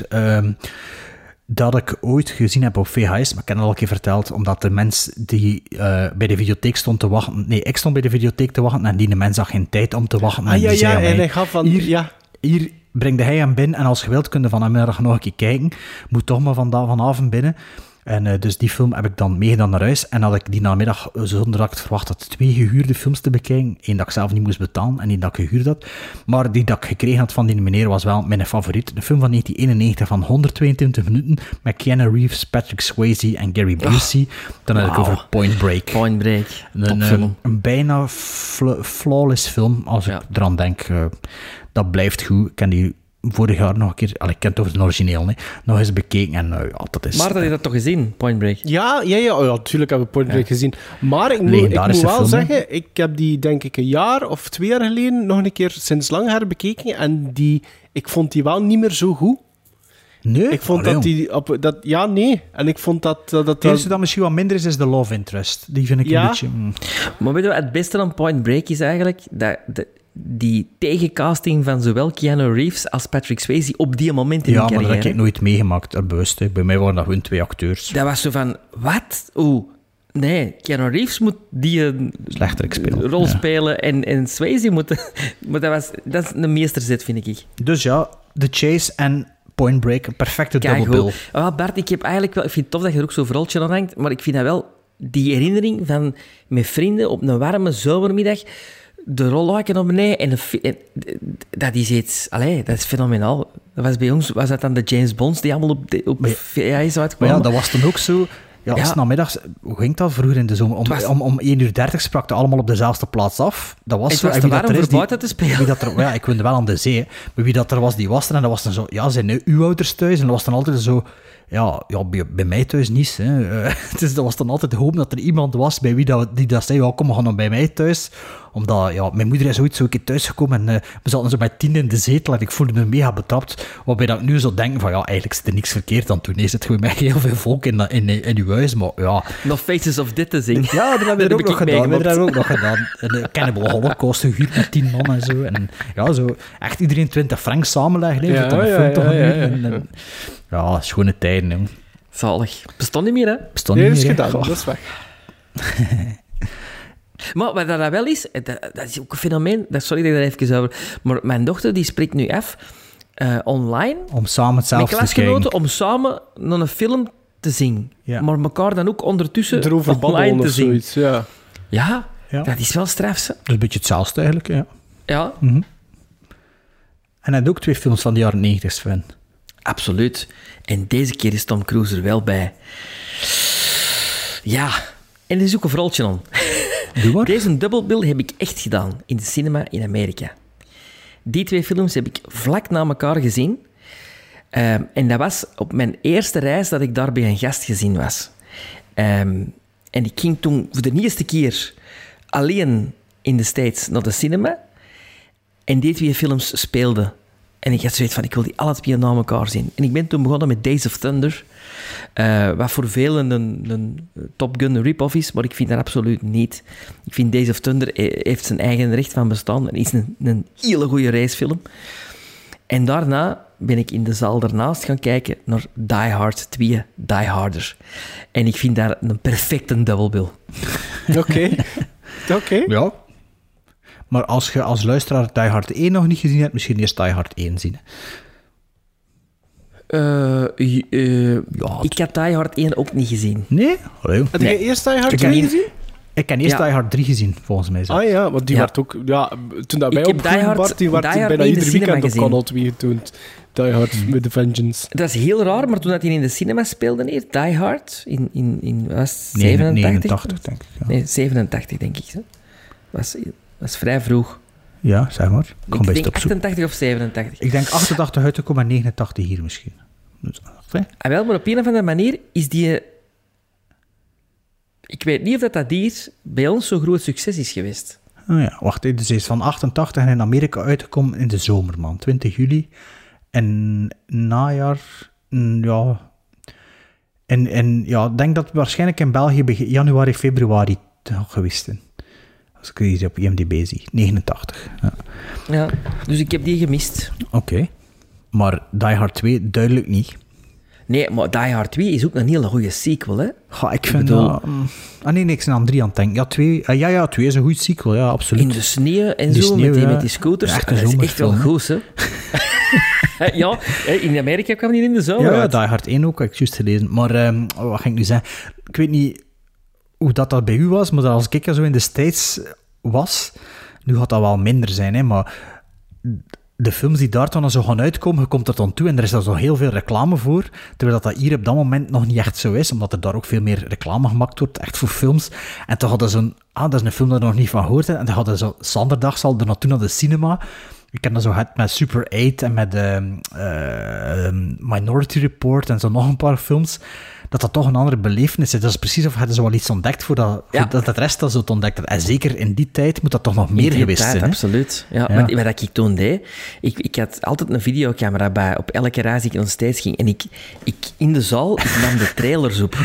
dat ik ooit gezien heb op VHS, maar ik heb het al een keer verteld, omdat de mens die bij de videotheek stond te wachten... Nee, ik stond bij de videotheek te wachten en die mens had geen tijd om te wachten. En die zei en hij gaf van... Hier brengt hij hem binnen en als je wilt kun je vanmiddag nog een keer kijken. Moet toch maar vanavond binnen. En dus die film heb ik dan meegedaan naar huis. En had ik die namiddag, zonder dat ik het verwacht had, 2 gehuurde films te bekijken. Eén dat ik zelf niet moest betalen en één dat ik gehuurd had. Maar die dat ik gekregen had van die meneer was wel mijn favoriet. Een film van 1991 van 122 minuten met Keanu Reeves, Patrick Swayze en Gary Busey. Dan heb ik over Point Break. Point Break. Een bijna flawless film, als ik eraan denk. Dat blijft goed. Ik ken die vorig jaar nog een keer... ik ken het over het origineel, nog eens bekeken. En dat is... Maar had je dat toch gezien, Point Break? Ja, natuurlijk hebben we Point Break gezien. Maar ik moet wel zeggen, ik heb die denk ik een jaar of 2 jaar geleden nog een keer sinds lang herbekeken. En ik vond die wel niet meer zo goed. Nee? Ik vond En ik vond dat... De eerste dat misschien wat minder is de love interest. Die vind ik een beetje... Maar weet je wat, het beste aan Point Break is eigenlijk... die tegencasting van zowel Keanu Reeves als Patrick Swayze op die moment in de carrière. Ja, maar dat heb ik nooit meegemaakt, bewust. Bij mij waren dat gewoon 2 acteurs. Dat was zo van, wat? Nee, Keanu Reeves moet die rol spelen en Swayze moet... Maar dat is een meesterzet, vind ik. Dus ja, The Chase en Point Break, een perfecte double bill. Bart, ik vind het tof dat je er ook zo'n verhaaltje aan hangt, maar ik vind dat wel die herinnering van met vrienden op een warme zomermiddag de rolluiken op beneden en dat is iets... Allee, dat is fenomenaal. Dat was bij ons, was dat dan de James Bonds die allemaal op VHS uitkwamen? Maar ja, dat was dan ook zo... Ja, als namiddags, hoe ging dat vroeger in de zomer? Om 1:30 sprak het allemaal op dezelfde plaats af. Dat was zo. Het was te warm voor buiten te spelen. Ja, ik woonde wel aan de zee. Hè. Maar wie dat er was, die was er. En dat was dan zo... Ja, zijn nu uw ouders thuis? En dat was dan altijd zo... Ja, bij mij thuis niet. Hè. Dus dat was dan altijd hoop dat er iemand was bij wie die dat zei, ja, kom, we gaan dan bij mij thuis. Omdat, ja, mijn moeder is ooit zo een keer thuisgekomen en we zaten zo met 10 in de zetel en ik voelde me mega betrapt. Waarbij dat ik nu zo denk van, ja, eigenlijk zit er niks verkeerd aan toen. Nee, zit gewoon met heel veel volk in uw huis, maar ja... Nog Faces of Dit te zingen. Ja, dat hebben we ook nog gedaan. We hebben ook nog gedaan. De Cannibal Holocaust gehuurd met 10 man en zo. En ja, zo echt iedereen 20 frank samenleggen. Ja, dat een film te gaan huren. Ja, schone tijden, jong. Zalig. Bestond niet meer, hè? Bestond niet meer, is gedaan, dat is weg. Maar wat dat wel is, dat is ook een fenomeen, sorry dat ik daar even over... Maar mijn dochter die spreekt nu af, online... Om samen hetzelfde te kijken. Met klasgenoten, om samen naar een film te zingen. Ja. Maar elkaar dan ook ondertussen erover online te zingen. Zoiets, ja. Ja, dat is wel straf, hè? Dat is een beetje hetzelfde, eigenlijk, ja. Ja. Mm-hmm. En hij had ook 2 films van de jaren 90, Sven. Absoluut. En deze keer is Tom Cruise er wel bij. Ja, en er is ook een verhaaltje aan. Doe maar. Deze dubbelbill heb ik echt gedaan in de cinema in Amerika. Die 2 films heb ik vlak na elkaar gezien. En dat was op mijn eerste reis dat ik daar bij een gast gezien was. En ik ging toen voor de eerste keer alleen in de States naar de cinema. En die 2 films speelden. En ik had zoiets van, ik wil die alle 2 na elkaar zien. En ik ben toen begonnen met Days of Thunder. Wat voor velen een Top Gun rip-off is, maar ik vind dat absoluut niet. Ik vind Days of Thunder heeft zijn eigen recht van bestaan en is een hele goede racefilm. En daarna ben ik in de zaal daarnaast gaan kijken naar Die Hard 2, Die Harder. En ik vind daar een perfecte double bill. Oké. Ja. Maar als je als luisteraar Die Hard 1 nog niet gezien hebt, misschien eerst Die Hard 1 zien. Ik had Die Hard 1 ook niet gezien. Nee? Heb je eerst Die Hard 2 gezien? Ik heb eerst Die Hard 3 gezien, volgens mij. Zo. Ah ja, want die werd ook... Ja, toen dat wij opgroeiden, Bart, die werd bijna ieder weekend op Kanaal 2 getoond. Die Hard with a Vengeance. Dat is heel raar, maar toen dat hij in de cinema speelde hier, Die Hard, in was 87? 89, denk ik. Ja. Nee, 87, denk ik. Dat was vrij vroeg. Ja, zeg maar. Ik denk 88 of 87. Ik denk 88 uit te komen en 89 hier misschien. Dus, wel, maar op een of andere manier is die... Ik weet niet of dat hier bij ons zo'n groot succes is geweest. Oh ja, wacht, dus hij is van 88 en in Amerika uitgekomen in de zomer, man. 20 juli. En najaar, ja... En ja, ik denk dat het waarschijnlijk in België begin januari, februari geweest is. Als ik hier op IMDb zie. 89. Ja, dus ik heb die gemist. Oké. Maar Die Hard 2 duidelijk niet. Nee, maar Die Hard 2 is ook een hele goede sequel, hè? Ja, ik vind dat... nee, ik ben aan 3 aan het denken. Ja, 2 is een goed sequel, ja, absoluut. In de sneeuw en zo, met die scooters. Ja, dat is echt wel goed, hè? Ja, in Amerika kwam die in de zomer uit. Die Hard 1 ook, heb ik juist gelezen. Maar wat ging ik nu zeggen? Ik weet niet hoe dat bij u was, maar als ik zo in de States was, nu gaat dat wel minder zijn, hè, maar de films die daar dan zo gaan uitkomen, je komt er dan toe en er is daar zo heel veel reclame voor, terwijl dat hier op dat moment nog niet echt zo is, omdat er daar ook veel meer reclame gemaakt wordt, echt voor films. En toen hadden ze dat is een film dat ik nog niet van gehoord heb, en toen hadden ze zanderdags al er naartoe naar de cinema. Ik heb dat zo gehad met Super 8 en met Minority Report en zo nog een paar films, dat toch een andere belevenis is. Dat is precies of hadden ze wel iets ontdekt voordat het rest dat ze het ontdekt had. En zeker in die tijd moet dat toch nog meer geweest zijn. Absoluut. Ja. Maar wat ik toen deed, ik had altijd een videocamera bij op elke reis die ik nog steeds ging. En ik in de zaal, ik nam de trailers op.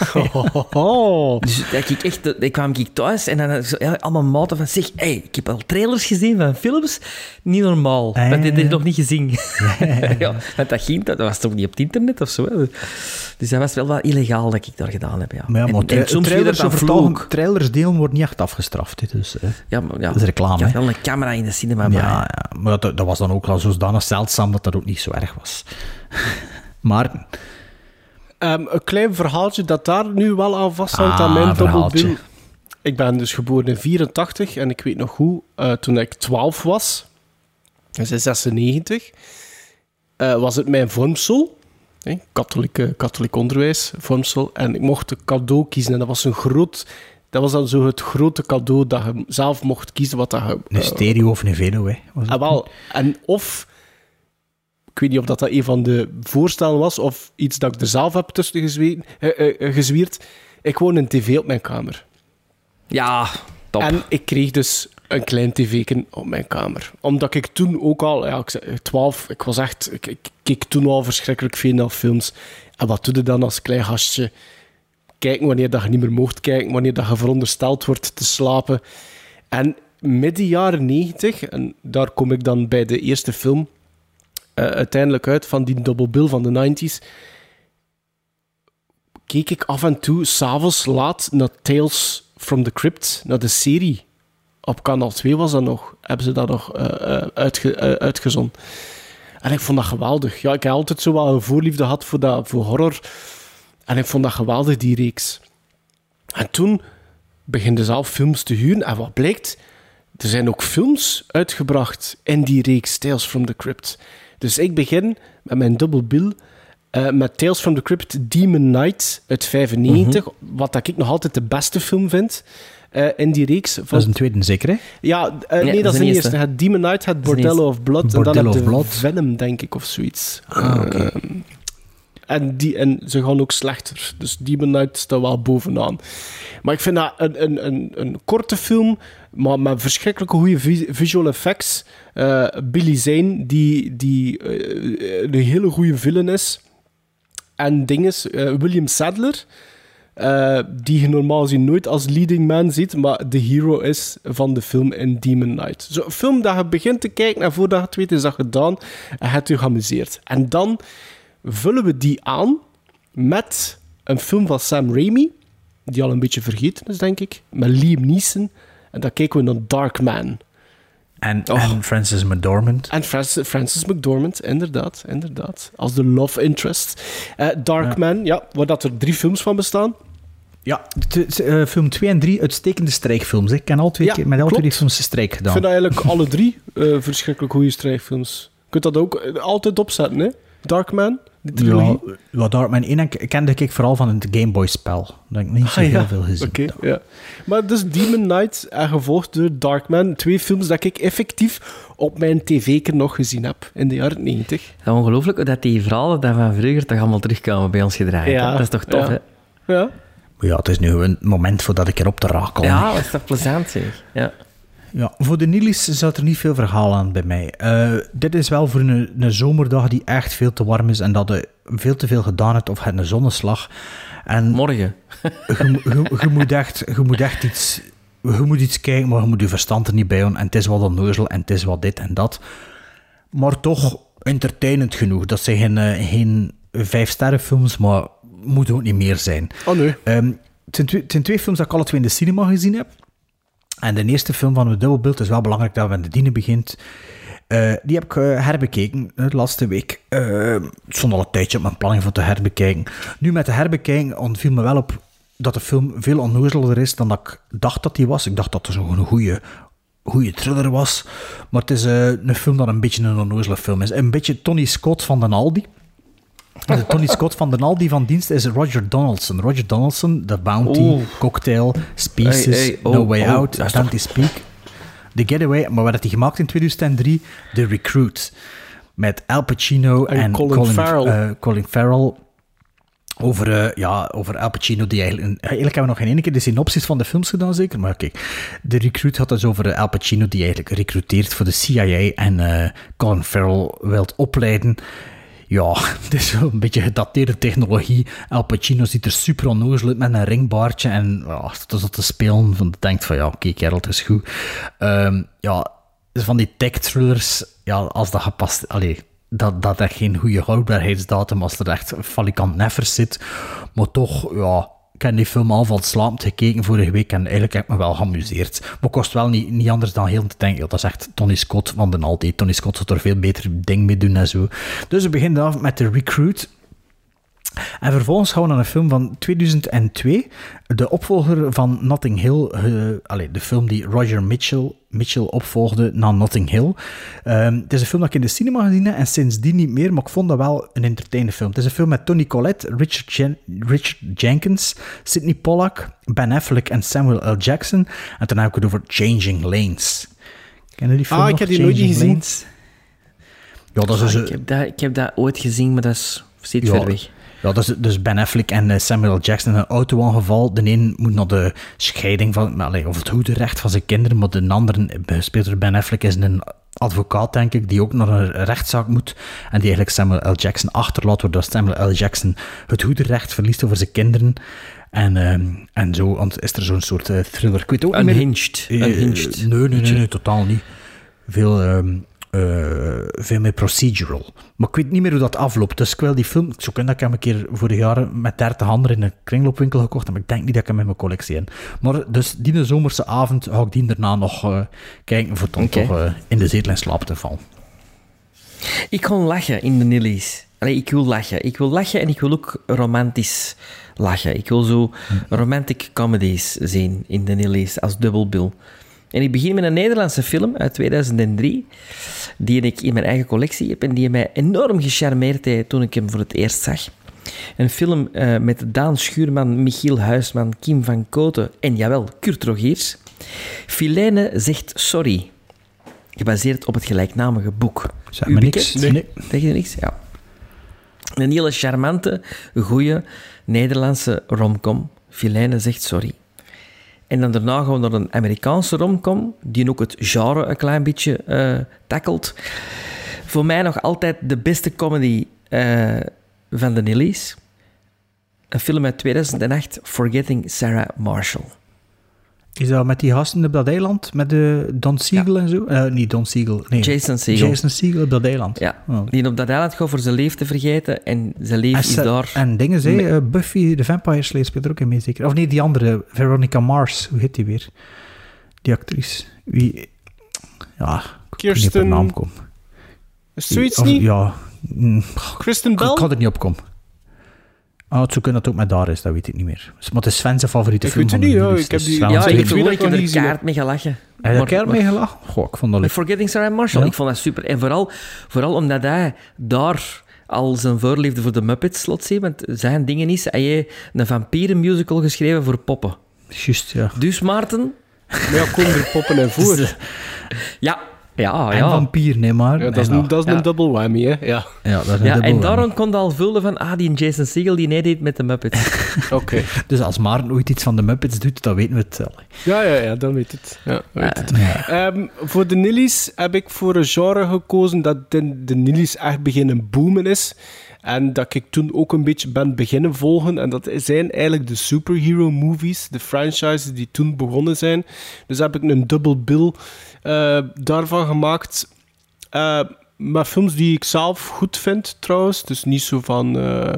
Dus dan kwam ik thuis en dan allemaal maten van, zeg, ik heb al trailers gezien van films. Niet normaal. Dat heb ik nog niet gezien. Ja, want dat was toch niet op het internet of zo. Hè? Dus dat was wel wat illegaal dat ik daar gedaan heb. Ja. Maar soms trailers delen wordt niet echt afgestraft. Hè, dus, dat is reclame. Ik had wel een camera in de cinema. Ja, maar dat was dan ook al zodanig zeldzaam dat dat ook niet zo erg was. Maar... Een klein verhaaltje dat daar nu wel aan vasthangt aan mijn Double Bill. Ik ben dus geboren in 84 en ik weet nog hoe, toen ik 12 was, dus in 96, was het mijn vormsel, katholiek onderwijs, vormsel, en ik mocht een cadeau kiezen en dat was dan zo het grote cadeau dat je zelf mocht kiezen wat dat je... Een stereo of een velo, hè? Of... Ik weet niet of dat een van de voorstellen was of iets dat ik er zelf heb tussen gezwierd. Ik woon een tv op mijn kamer. Ja, top. En ik kreeg dus een klein tv'ken op mijn kamer. Omdat ik toen ook al... Ja, ik zei 12, ik keek toen al verschrikkelijk veel naar films. En wat doe je dan als klein gastje? Kijken wanneer dat je niet meer mocht kijken, wanneer dat je verondersteld wordt te slapen. En midden jaren 90, en daar kom ik dan bij de eerste film... uiteindelijk uit van die Double Bill van de 90s, keek ik af en toe 's avonds laat naar Tales from the Crypt, naar de serie. Op kanaal 2 was dat nog. Hebben ze dat nog uitgezonden. En ik vond dat geweldig. Ja, ik heb altijd zo wel een voorliefde gehad voor horror. En ik vond dat geweldig, die reeks. En toen beginde zelf films te huren. En wat blijkt? Er zijn ook films uitgebracht in die reeks Tales from the Crypt. Dus ik begin met mijn Double Bill met Tales from the Crypt Demon Knight uit 95, wat dat ik nog altijd de beste film vind in die reeks. Dat is een tweede zeker, hè? Ja, nee, dat is de eerste. Het Demon Knight, het Bordello of Blood, en dan heb je Venom, denk ik, of zoiets. Okay. En ze gaan ook slechter. Dus Demon Knight staat wel bovenaan. Maar ik vind dat een korte film, maar met verschrikkelijke goede visual effects. Billy Zane, die een hele goede villain is. En William Sadler, die je normaal gezien nooit als leading man ziet, maar de hero is van de film in Demon Knight. Zo'n film dat je begint te kijken en voordat je het weet is dat gedaan en je hebt je geamuseerd. En dan vullen we die aan met een film van Sam Raimi, die al een beetje vergeten is, denk ik, met Liam Neeson. En dan kijken we naar Darkman. En Frances McDormand. En Frances McDormand, inderdaad. Als de love interest. Darkman, waar dat er 3 films van bestaan. Ja, film 2 en 3 uitstekende strijkfilms. Ik ken met alle twee die films strijk gedaan. Ik vind eigenlijk alle 3 verschrikkelijk goede strijkfilms. Je kunt dat ook altijd opzetten, hè? Darkman, die trilogie. Ja, Darkman 1 kende ik vooral van het Game Boy spel. Dat heb ik niet zo heel veel gezien. Okay, ja. Maar dus Demon Knight en gevolgd door Darkman. 2 films dat ik effectief op mijn tv nog gezien heb in de jaren 90. Het is ongelooflijk dat die verhalen daar van vroeger toch allemaal terugkomen bij ons gedraaid. Ja. Dat is toch tof, hè? Ja. Ja, het is nu een moment voordat ik erop te raken. Ja, dat is toch plezant, zeg. Ja, voor de Nilis zat er niet veel verhaal aan bij mij. Dit is wel voor een zomerdag die echt veel te warm is en dat je veel te veel gedaan hebt of het een zonneslag. En morgen. Je moet echt iets... Je moet iets kijken, maar je moet je verstand er niet bij houden. En het is wat onnozel en het is wat dit en dat. Maar toch entertainend genoeg. Dat zijn geen 5-sterrenfilms, maar moeten ook niet meer zijn. Oh nee. Het zijn 2 films dat ik alle 2 in de cinema gezien heb. En de eerste film van de Double Bill, het is wel belangrijk dat we aan de dienen begint. Die heb ik herbekeken de laatste week. Het stond al een tijdje op mijn planning voor te herbekijken. Nu met de herbekijken viel me wel op dat de film veel onnozeler is dan dat ik dacht dat die was. Ik dacht dat het zo'n goede thriller was. Maar het is een film dat een beetje een onnozele film is. Een beetje Tony Scott van Den Aldi. De Tony Scott van Den Aldi van dienst is Roger Donaldson. Roger Donaldson, The Bounty, Cocktail, Species, No Way Out, Dante Speak, The Getaway. Maar wat had hij gemaakt in 2003? The Recruit. Met Al Pacino en Colin Farrell. Over Al Pacino, die eigenlijk hebben we nog geen ene keer de synopsis van de films gedaan, zeker? Maar kijk, The Recruit had dus over Al Pacino, die eigenlijk recruteert voor de CIA en Colin Farrell wil opleiden. Ja, het is wel een beetje gedateerde technologie. Al Pacino ziet er super onnozel uit met een ringbaardje en dat is te spelen. Van denkt van oké, kerel, het is goed. Van die tech-thrillers, als dat gepast... Dat er geen goede houdbaarheidsdatum, als er echt falikant neffers zit. Maar toch, ik heb die film al van slapend gekeken vorige week en eigenlijk heb ik me wel geamuseerd. Maar het kost wel niet anders dan heel te denken, dat is echt Tony Scott van Den Aldi. Tony Scott zou er veel beter ding mee doen en zo. Dus we beginnen af met The Recruit. En vervolgens gaan we naar een film van 2002, de opvolger van Notting Hill, de film die Roger Mitchell opvolgde na Notting Hill. Het is een film dat ik in de cinema gezien heb en sindsdien niet meer, maar ik vond dat wel een entertainende film. Het is een film met Toni Collette, Richard Jenkins, Sidney Pollack, Ben Affleck en Samuel L. Jackson. En toen heb ik het over Changing Lanes. Ken je die film nog? Ik heb die nooit gezien. Lanes? Ja, dat is ik heb dat ooit gezien, maar dat is steeds ver weg. Ja, dus Ben Affleck en Samuel L. Jackson in een auto-ongeval. De een moet naar de scheiding of het hoederecht van zijn kinderen, maar de andere, gespeeld door Ben Affleck, is een advocaat, denk ik, die ook naar een rechtszaak moet en die eigenlijk Samuel L. Jackson achterlaat, waardoor Samuel L. Jackson het hoederecht verliest over zijn kinderen. En zo is er zo'n soort thriller. Ik weet ook Unhinged. Unhinged. Nee, totaal niet. Veel meer procedural. Maar ik weet niet meer hoe dat afloopt. Dus ik wil die film... Zo kan dat ik hem een keer vorig jaar met 30 anderen in een kringloopwinkel gekocht heb. Maar ik denk niet dat ik hem in mijn collectie heb. Maar dus die zomerse avond ga ik die daarna nog kijken voor dan toch in de zetel in slaap te vallen. Ik kon lachen in de Nillies. Ik wil lachen. Ik wil lachen en ik wil ook romantisch lachen. Ik wil zo romantic comedies zien in de Nillies als dubbelbill. En ik begin met een Nederlandse film uit 2003, die ik in mijn eigen collectie heb en die mij enorm gecharmeerd heeft toen ik hem voor het eerst zag. Een film met Daan Schuurman, Michiel Huisman, Kim van Kooten en jawel, Kurt Rogiers. Filijne zegt sorry. Gebaseerd op het gelijknamige boek. Zeg me niks. Nee. Zeg je niks? Ja. Een hele charmante, goeie Nederlandse romcom. Filijne zegt sorry. En dan daarna gaan we naar een Amerikaanse romcom, die ook het genre een klein beetje tackelt. Voor mij nog altijd de beste comedy van de Nillies. Een film uit 2008, Forgetting Sarah Marshall. Is dat met die gasten op dat eiland? Met Don Siegel en zo? Niet Don Siegel. Nee. Jason Siegel. Jason Siegel op dat eiland. Ja, die op dat eiland gaat voor zijn leven te vergeten en zijn leven is daar... En dingen zei, Buffy the Vampire Slayer speelt er ook in mee, zeker? Of nee, die andere, Veronica Mars. Hoe heet die weer? Die actrice. Wie... Ja, Kirsten... Ik kan niet op haar naam komen. Is zoiets niet? Ja. Kristen Bell? Ik kan er niet op komen. Het zou kunnen dat het ook met daar is, dat weet ik niet meer. Maar het is Sven's favoriete film van de Nillies. Ik heb er kaart mee gelachen. Heb je er kaart mee gelachen? Goh, ik vond dat leuk. Forgetting Sarah Marshall, ja. Ik vond dat super. En vooral omdat hij daar al zijn voorliefde voor de Muppets laat zien, want zijn dingen is, hij heeft een vampierenmusical geschreven voor poppen. Juist, ja. Dus Maarten... Maar ja, komen er poppen en voor? Ja. En vampier, nee maar. Ja, dat is een double whammy, hè. Ja, dat is een double en daarom kon je al vullen van, die Jason Segel die deed met de Muppets. Oké. Dus als Maarten ooit iets van de Muppets doet, dan weten we het wel. Ja, dan weet het. Voor de Nillies heb ik voor een genre gekozen dat de Nillies echt beginnen boomen is. En dat ik toen ook een beetje ben beginnen volgen. En dat zijn eigenlijk de superhero movies, de franchises die toen begonnen zijn. Dus heb ik een double bill daarvan gemaakt. Met films die ik zelf goed vind, trouwens. Dus niet zo van...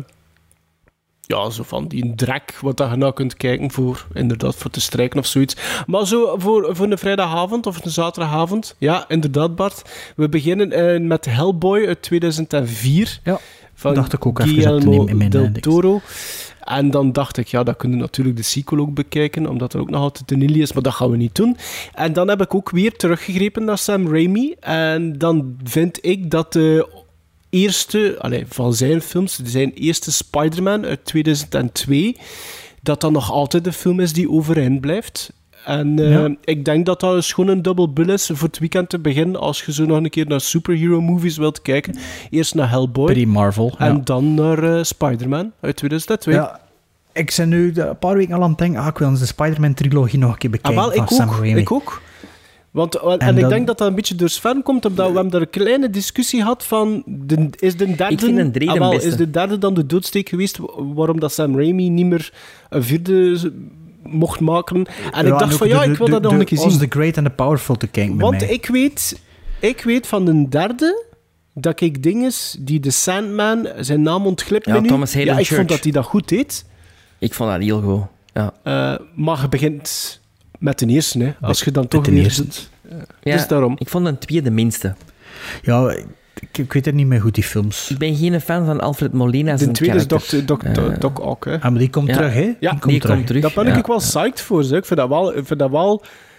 zo van die drek, wat je nou kunt kijken voor te strijken of zoiets. Maar zo voor een vrijdagavond of een zaterdagavond. Ja, inderdaad, Bart. We beginnen met Hellboy uit 2004. Ja. Van dacht ik ook Guillermo even del Toro. En dan dacht ik, dat kunnen we natuurlijk de sequel ook bekijken, omdat er ook nog altijd een Nilly is, maar dat gaan we niet doen. En dan heb ik ook weer teruggegrepen naar Sam Raimi. En dan vind ik dat de eerste, van zijn films, zijn eerste Spider-Man uit 2002, dat nog altijd de film is die overeind blijft. En ik denk dat dat gewoon een double bill is voor het weekend te beginnen, als je zo nog een keer naar superhero movies wilt kijken. Eerst naar Hellboy. Pretty Marvel. En dan naar Spider-Man uit 2002. Ja, ik ben nu een paar weken al aan het denken, ik wil eens de Spider-Man-trilogie nog een keer bekijken van Sam Raimi. Ik ook. En ik denk dat dat een beetje door Sven komt, omdat we hebben daar een kleine discussie gehad van, is de derde... Ik vind een drie de beste. Is de derde dan de doodsteek geweest, waarom dat Sam Raimi niet meer een vierde mocht maken. En ik dacht van, ik wil dat nog een keer zien. The Great and the Powerful te kijken Want ik weet van de derde dat ik dingen die de Sandman, zijn naam ontglipt me nu. Thomas Hayden ik Church. vond dat hij dat goed deed. Ik vond dat heel goed. Ja. Maar je begint met de eerste, hè. Als je dan toch weer doet. Dus daarom. Ik vond een tweede minste. Ja, Ik weet het niet meer goed, die films. Ik ben geen fan van Alfred Molina. De tweede is Doc Ock, hè. Maar die komt terug, hè? Ja, die komt terug. Daar ben ik wel psyched voor, zeg. Ik vind dat wel...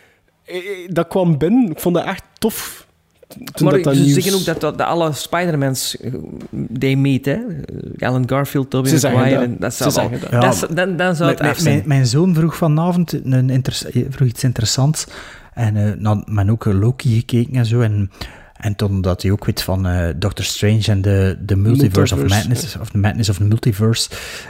Dat kwam binnen. Ik vond dat echt tof. Maar ze zeggen ook dat alle Spider-Mans they meet, hè. Alan Garfield, Tobey Maguire. Dat zou wel... Dan zou het af zijn. Mijn zoon vroeg vanavond vroeg iets interessants. En men ook Loki gekeken en zo. En toen dat hij ook weet van Doctor Strange en de Multiverse of Madness, of the Madness of the Multiverse.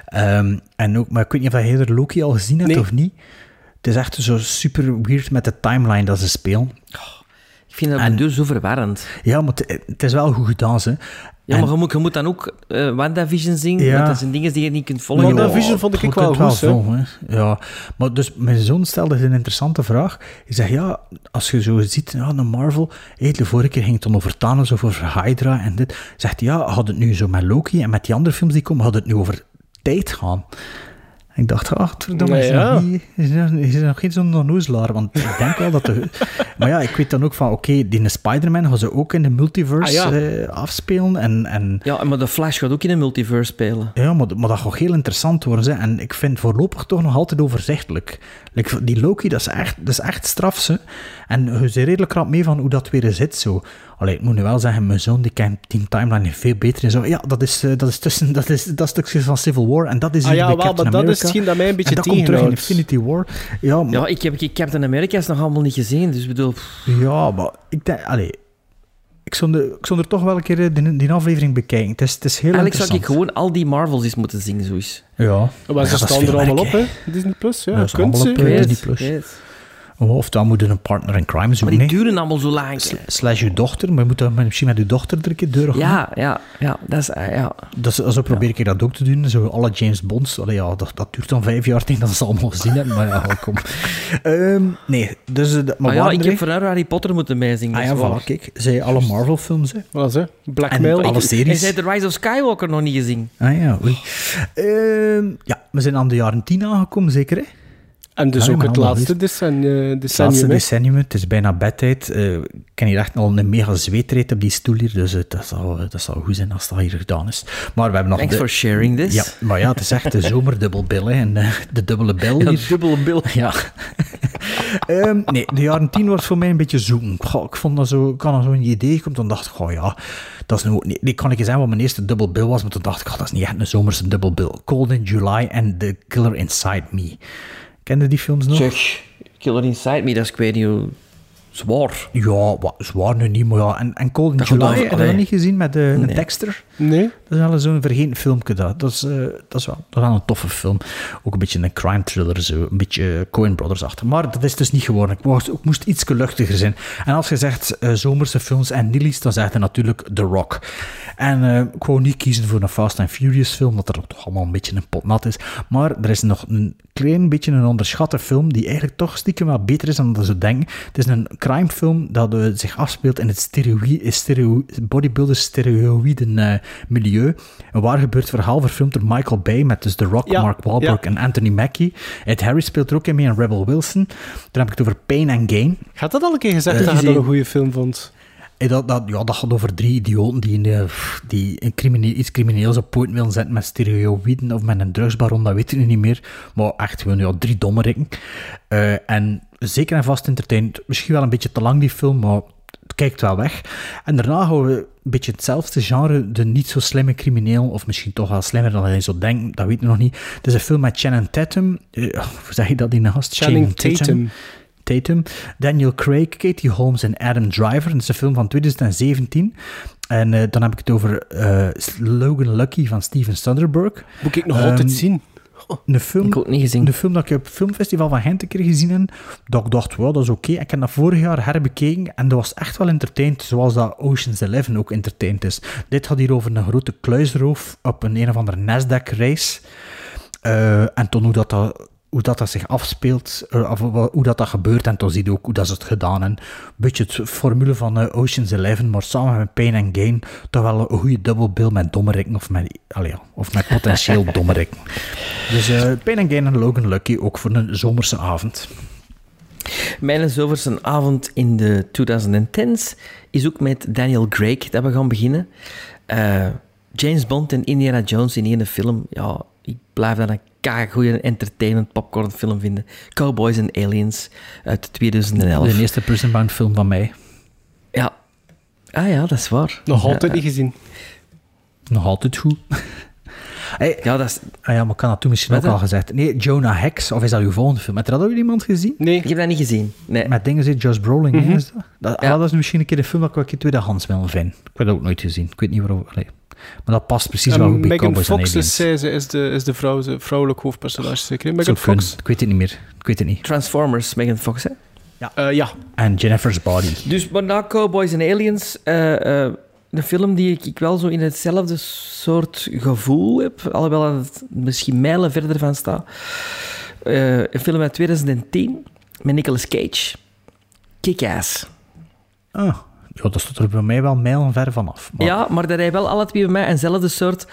En ook, maar ik weet niet of je er Loki al gezien hebt of niet. Het is echt zo super weird met de timeline dat ze spelen. Ik vind dat dus zo verwarrend. Ja, maar het is wel goed gedaan, hè. Ja, maar je moet dan ook WandaVision zien, want dat zijn dingen die je niet kunt volgen. WandaVision vond ik wel goed, hè. Ja, maar dus mijn zoon stelde een interessante vraag. Hij zegt, ja, als je zo ziet, ja, de Marvel, de vorige keer ging het dan over Thanos of over Hydra en dit. Zegt hij, ja, had het nu zo met Loki en met die andere films die komen, had het nu over tijd gaan. Ik dacht, verdomme, is er nog geen zo'n onnozelaar, want ik denk wel dat maar ja, ik weet dan ook van, oké, die Spider-Man gaan ze ook in de multiverse afspelen. En... Ja, maar de Flash gaat ook in de multiverse spelen. Ja, maar dat gaat heel interessant worden. Hè. En ik vind voorlopig toch nog altijd overzichtelijk. Die Loki, dat is echt straf. Hè. En je bent redelijk rap mee van hoe dat weer zit, zo. Allee, ik moet nu wel zeggen, mijn zoon die kent Team Timeline veel beter en zo. Ja, dat is stukjes van Civil War en dat is hier bij Captain America. Dat is hetgeen dat mij een beetje en dat komt terug in Infinity War. Ja, maar... ja, ik heb Captain America's nog allemaal niet gezien, dus bedoel... Ja, maar ik denk... Allee, ik zou er toch wel een keer die aflevering bekijken. Het is heel eigenlijk interessant. zou ik gewoon al die Marvels eens moeten zien, zoiets. Ja. Maar ze staan er allemaal op, hè? Disney Plus, ja. Dat is allemaal op Disney Plus. Of dan moet je een partner in crime zoeken. Maar die duren allemaal zo lang. Slash je dochter, maar je moet dan misschien met je dochter er een keer deur gaan. Ja, dat is... Zo probeer ik dat ook te doen. Zo alle James Bonds. Allee, ja, dat duurt dan 5 jaar tegen dat ze allemaal gezien hebben. Maar ja, kom. Nee, dus... Maar ik heb voor Harry Potter moeten meezingen. Ja, voilà, kijk. Zij alle Marvel-films, hè. Wat is hè? Blackmail. Alle series. En zij The Rise of Skywalker nog niet gezien. Ah ja, oei. Ja, we zijn aan de jaren 10 aangekomen, zeker, hè? En dus ook het laatste decennium. Het is bijna bedtijd. Ik ken hier echt al een mega zweetreet op die stoel hier, dus dat zal goed zijn als dat hier gedaan is. Maar we hebben nog... Thanks for sharing this. Ja, maar ja, het is echt de zomerdubbelbil, hè. En de dubbele bil hier. Ja, dubbele bil. Ja. Nee, de jaren 10 was voor mij een beetje zoeken. Ik vond dat zo... Ik had zo'n idee gekomen, toen dacht ik, ja... Dat is nu, nee, kan ik eens zeggen wat mijn eerste dubbelbil was, maar toen dacht ik, dat is niet echt een zomerse dubbelbil. Cold in July en The Killer Inside Me. Kende die films nog? Zeg, Killer Inside Me, dat is, ik weet niet hoe... Zwaar. Ja, zwaar nu niet, maar ja. En Cold in July, heb je dat niet gezien met een Dexter? Nee. Dat is wel zo'n vergeten filmpje. Dat is wel een toffe film. Ook een beetje een crime thriller, zo. Een beetje Coen Brothers achter. Maar dat is dus niet geworden. Ik moest iets luchtiger zijn. En als je zegt zomerse films en Nillies, dan zegt hij natuurlijk The Rock. En ik wou niet kiezen voor een Fast and Furious film, dat er toch allemaal een beetje een pot nat is. Maar er is nog een klein beetje een onderschatte film, die eigenlijk toch stiekem wat beter is dan dat ze denken. Het is een crimefilm dat zich afspeelt in het bodybuilder steroïden milieu. Een waar gebeurd verhaal, verfilmd door Michael Bay, met dus The Rock, Mark Wahlberg en Anthony Mackie. Ed Harris speelt er ook in mee en Rebel Wilson. Dan heb ik het over Pain and Gain. Had dat al een keer gezegd dat je dat een goede film vond? Dat gaat over 3 idioten die iets crimineels op poot willen zetten met steroïden of met een drugsbaron, dat weet ik nu niet meer. Maar echt gewoon 3 dommerikken. En zeker en vast entertainend. Misschien wel een beetje te lang die film, maar het kijkt wel weg. En daarna gaan we een beetje hetzelfde genre, de niet zo slimme crimineel, of misschien toch wel slimmer dan hij zou denken, dat weet ik nog niet. Het is een film met Channing Tatum. Hoe zeg je dat in de gast? Channing Tatum. Daniel Craig, Katie Holmes en Adam Driver. Dat is een film van 2017. En dan heb ik het over Logan Lucky van Steven Soderbergh. Moet ik nog altijd zien? Een film, ik ook niet gezien. Een film dat ik op het filmfestival van Gent een keer gezien heb, dat ik dacht, wow, dat is oké. Ik heb dat vorig jaar herbekeken en dat was echt wel entertainend, zoals dat Ocean's 11 ook entertainend is. Dit gaat hier over een grote kluisroof op een of andere Nasdaq-race. En toen hoe dat zich afspeelt, of hoe dat gebeurt, en toen zie je ook hoe dat ze het gedaan hebben. Een beetje het formule van Ocean's 11, maar samen met Pain and Gain toch wel een goede dubbelbill met dommerikken, of met potentieel dommerikken. Dus Pain and Gain en Logan Lucky ook voor een zomerse avond. Mijn zomerse avond in de 2010s is ook met Daniel Craig dat we gaan beginnen. James Bond en Indiana Jones in één film. Ja, ik blijf dat een goede entertainment popcornfilm vinden. Cowboys and Aliens uit 2011. De eerste Prison Bound film van mij. Ja. Ah ja, dat is waar. Nog altijd niet gezien. Nog altijd goed. Hey, ja, dat is... maar ik had dat toen misschien ook al gezegd. Nee, Jonah Hex, of is dat uw volgende film? Heb je dat ook iemand gezien? Nee. Ik heb dat niet gezien. Nee. Met dingen zit Josh Brolin. Is dat? Dat is misschien een keer een film dat ik wel een keer tweedehands wil vinden. Ik heb dat ook nooit gezien. Ik weet niet waarom. Maar dat past precies wel goed bij Megan Cowboys and Fox Aliens. is de vrouwelijk hoofdpersonage, zeker? Megan Fox? Ik weet het niet meer. Ik weet het niet. Transformers, Megan Fox, hè? Ja. Ja. En Jennifer's Body. Dus, maar na Cowboys and Aliens... een film die ik wel zo in hetzelfde soort gevoel heb, alhoewel het misschien mijlen verder van staat. Een film uit 2010 met Nicolas Cage. Kick-Ass. Ja, dat stond er bij mij wel mijlen ver vanaf. Maar... Ja, maar dat hij wel alle twee bij mij eenzelfde soort...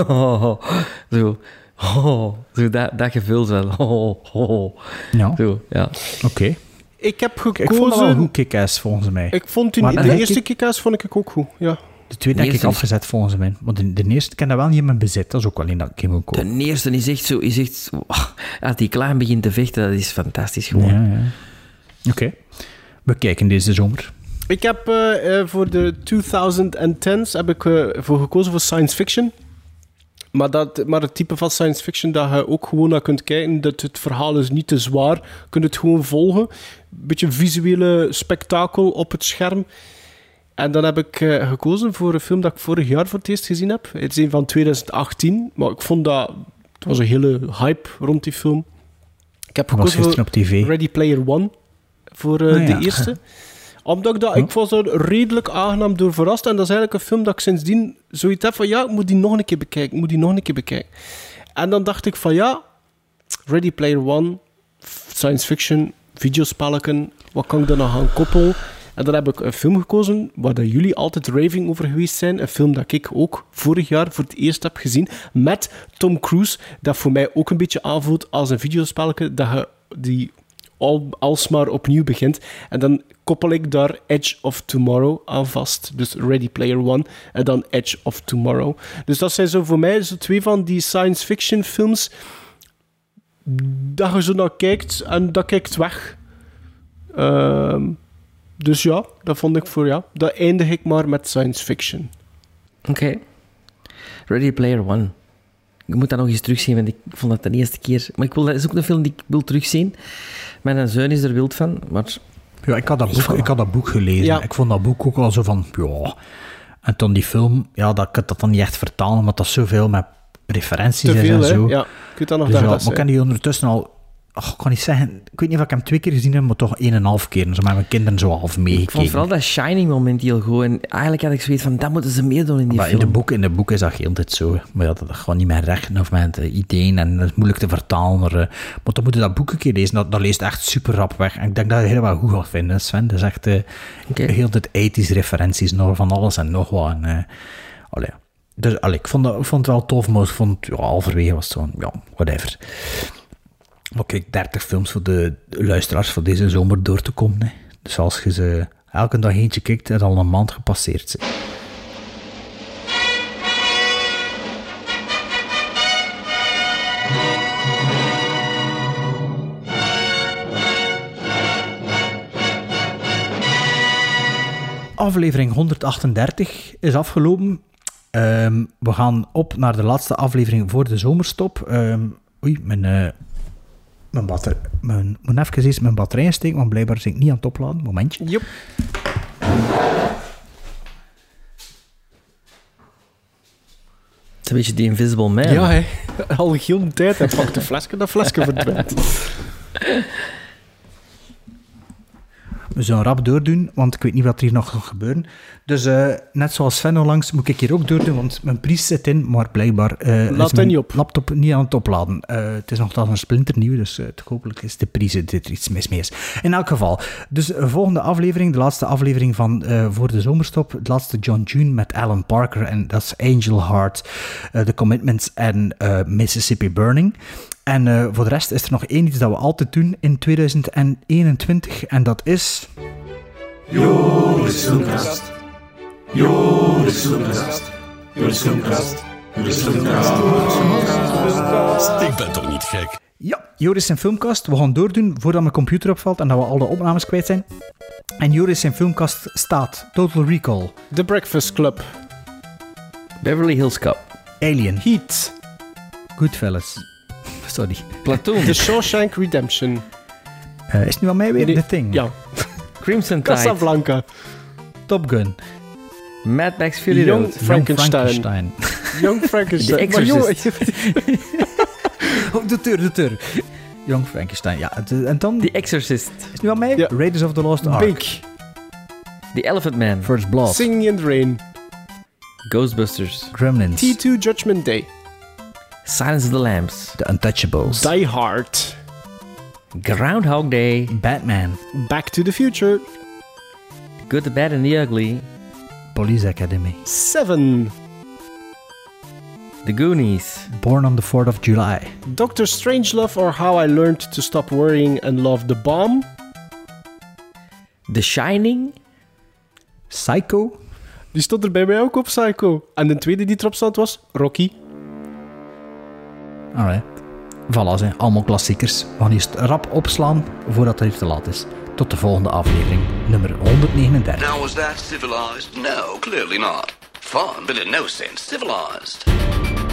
zo dat gevoel zo. Ja. Zo, ja. Oké. Ik heb gekozen... Ik vond dat wel goed Kick-Ass, volgens mij. Ik vond de eerste Kick-Ass vond ik ook goed, ja. De tweede heb ik afgezet, volgens mij. Maar de eerste ken dat wel niet in mijn bezit. Dat is ook wel in dat ik hem ook koop. De eerste is echt zo... Als die klein begint te vechten, dat is fantastisch gewoon. Ja. Oké. We kijken deze zomer. Ik heb voor de 2010's heb ik voor gekozen voor science fiction. Maar het type van science fiction dat je ook gewoon naar kunt kijken, dat het verhaal is niet te zwaar. Je kunt het gewoon volgen. Een beetje visuele spektakel op het scherm. En dan heb ik gekozen voor een film dat ik vorig jaar voor het eerst gezien heb. Het is een van 2018, maar ik vond dat... Het was een hele hype rond die film. Ik heb gekozen voor op TV. Ready Player One voor de eerste. Omdat ik was er redelijk aangenaam door verrast. En dat is eigenlijk een film dat ik sindsdien zoiets heb van... Ja, ik moet die nog een keer bekijken. En dan dacht ik van ja... Ready Player One, science fiction, videospelleken. Wat kan ik daar nog aan koppelen? En dan heb ik een film gekozen waar dat jullie altijd raving over geweest zijn. Een film dat ik ook vorig jaar voor het eerst heb gezien. Met Tom Cruise. Dat voor mij ook een beetje aanvoelt als een videospelletje. Dat je die alsmaar opnieuw begint. En dan koppel ik daar Edge of Tomorrow aan vast. Dus Ready Player One en dan Edge of Tomorrow. Dus dat zijn zo voor mij zo twee van die science fiction films dat je zo naar kijkt en dat kijkt weg. Dus ja, dat vond ik voor ja. Dat eindig ik maar met science fiction. Oké. Ready Player One. Ik moet dat nog eens terugzien, want ik vond dat de eerste keer... Maar dat is ook een film die ik wil terugzien. Mijn zoon is er wild van, maar... Ja, ik had dat boek gelezen. Ja. Ik vond dat boek ook al zo van... Ja. En toen die film... Ja, dat ik het dat dan niet echt vertalen, omdat dat zoveel met referenties is en zo. Ja, ik weet dat nog dus dat maar ik kan die ondertussen al... ik kan niet zeggen... Ik weet niet of ik hem 2 keer gezien heb, maar toch 1,5 keer. Zo met mijn kinderen zo half meegekeken. Ik vond vooral dat Shining moment heel goed. En eigenlijk had ik zoiets van, dat moeten ze meer doen in die film. In de boek is dat heel dit zo. Maar ja, dat gewoon niet met rechten of met ideeën. En dat is moeilijk te vertalen. Maar dan moet je dat boek een keer lezen. Dat leest echt super rap weg. En ik denk dat je het heel wel goed gaat vinden, Sven. Dat is echt heel dit 80's referenties nog van alles en nog wat. Dus ik vond het wel tof, maar ik vond halverwege was het zo ja, whatever. Oké, 30 films voor de luisteraars voor deze zomer door te komen. Hè. Dus als je ze elke dag eentje kijkt, er al een maand gepasseerd zijn. Aflevering 138 is afgelopen. We gaan op naar de laatste aflevering voor de zomerstop. Moet even eens mijn batterij insteken, want blijkbaar zit ik niet aan het opladen. Momentje. Yep. Het is een beetje die Invisible Man. Ja, hè. Al heel een tijd. Hij pakt de flesje, dat flesje verdwijnt. We zullen rap doordoen, want ik weet niet wat er hier nog gaat gebeuren. Dus net zoals Sven onlangs moet ik hier ook doordoen, want mijn pries zit in, maar blijkbaar is mijn niet op. Laptop niet aan het opladen. Het is nogthans een splinternieuw, dus hopelijk is de pries er iets mis mee. In elk geval, dus de volgende aflevering, de laatste aflevering van voor de zomerstop, het laatste John June met Alan Parker, en dat is Angel Heart, The Commitments en Mississippi Burning. En voor de rest is er nog één iets dat we altijd doen in 2021. En dat is... Joris Filmkast. Joris Filmkast. Joris Filmkast. Joris Filmkast. Ik ben toch niet gek? Ja, Joris zijn Filmkast. We gaan doordoen voordat mijn computer opvalt en dat we al de opnames kwijt zijn. En Joris zijn Filmkast staat Total Recall, The Breakfast Club, Beverly Hills Cop, Alien, Heat, Goodfellas. Sorry. Platoon, The Shawshank Redemption. Is het nu aan mij weer? The Thing. Ja. Crimson Tide, Casablanca, Top Gun, Mad Max Fury Young Road, Frankenstein. Young Frankenstein. The Exorcist. Oh, de deur. Young Frankenstein, ja. En dan... The Exorcist. Is het nu aan mij? Ja. Raiders of the Lost Ark. Big. The Elephant Man, First Blood. Singing in the Rain. Ghostbusters, Gremlins. T2 Judgment Day. Silence of the Lambs, The Untouchables. Die Hard. Groundhog Day, Batman. Back to the Future. Good, the Bad and the Ugly, Police Academy. 7. The Goonies, Born on the 4th of July. Doctor Strangelove or How I Learned to Stop Worrying and Love the Bomb. The Shining, Psycho. Die stond er bij mij ook op, Psycho. En de tweede die erop stond was Rocky. Alright. Voilà, zijn allemaal klassiekers. We gaan eerst rap opslaan voordat het te laat is. Tot de volgende aflevering, nummer 139. Now was that civilized? No, clearly not. Fun, but in no sense civilized.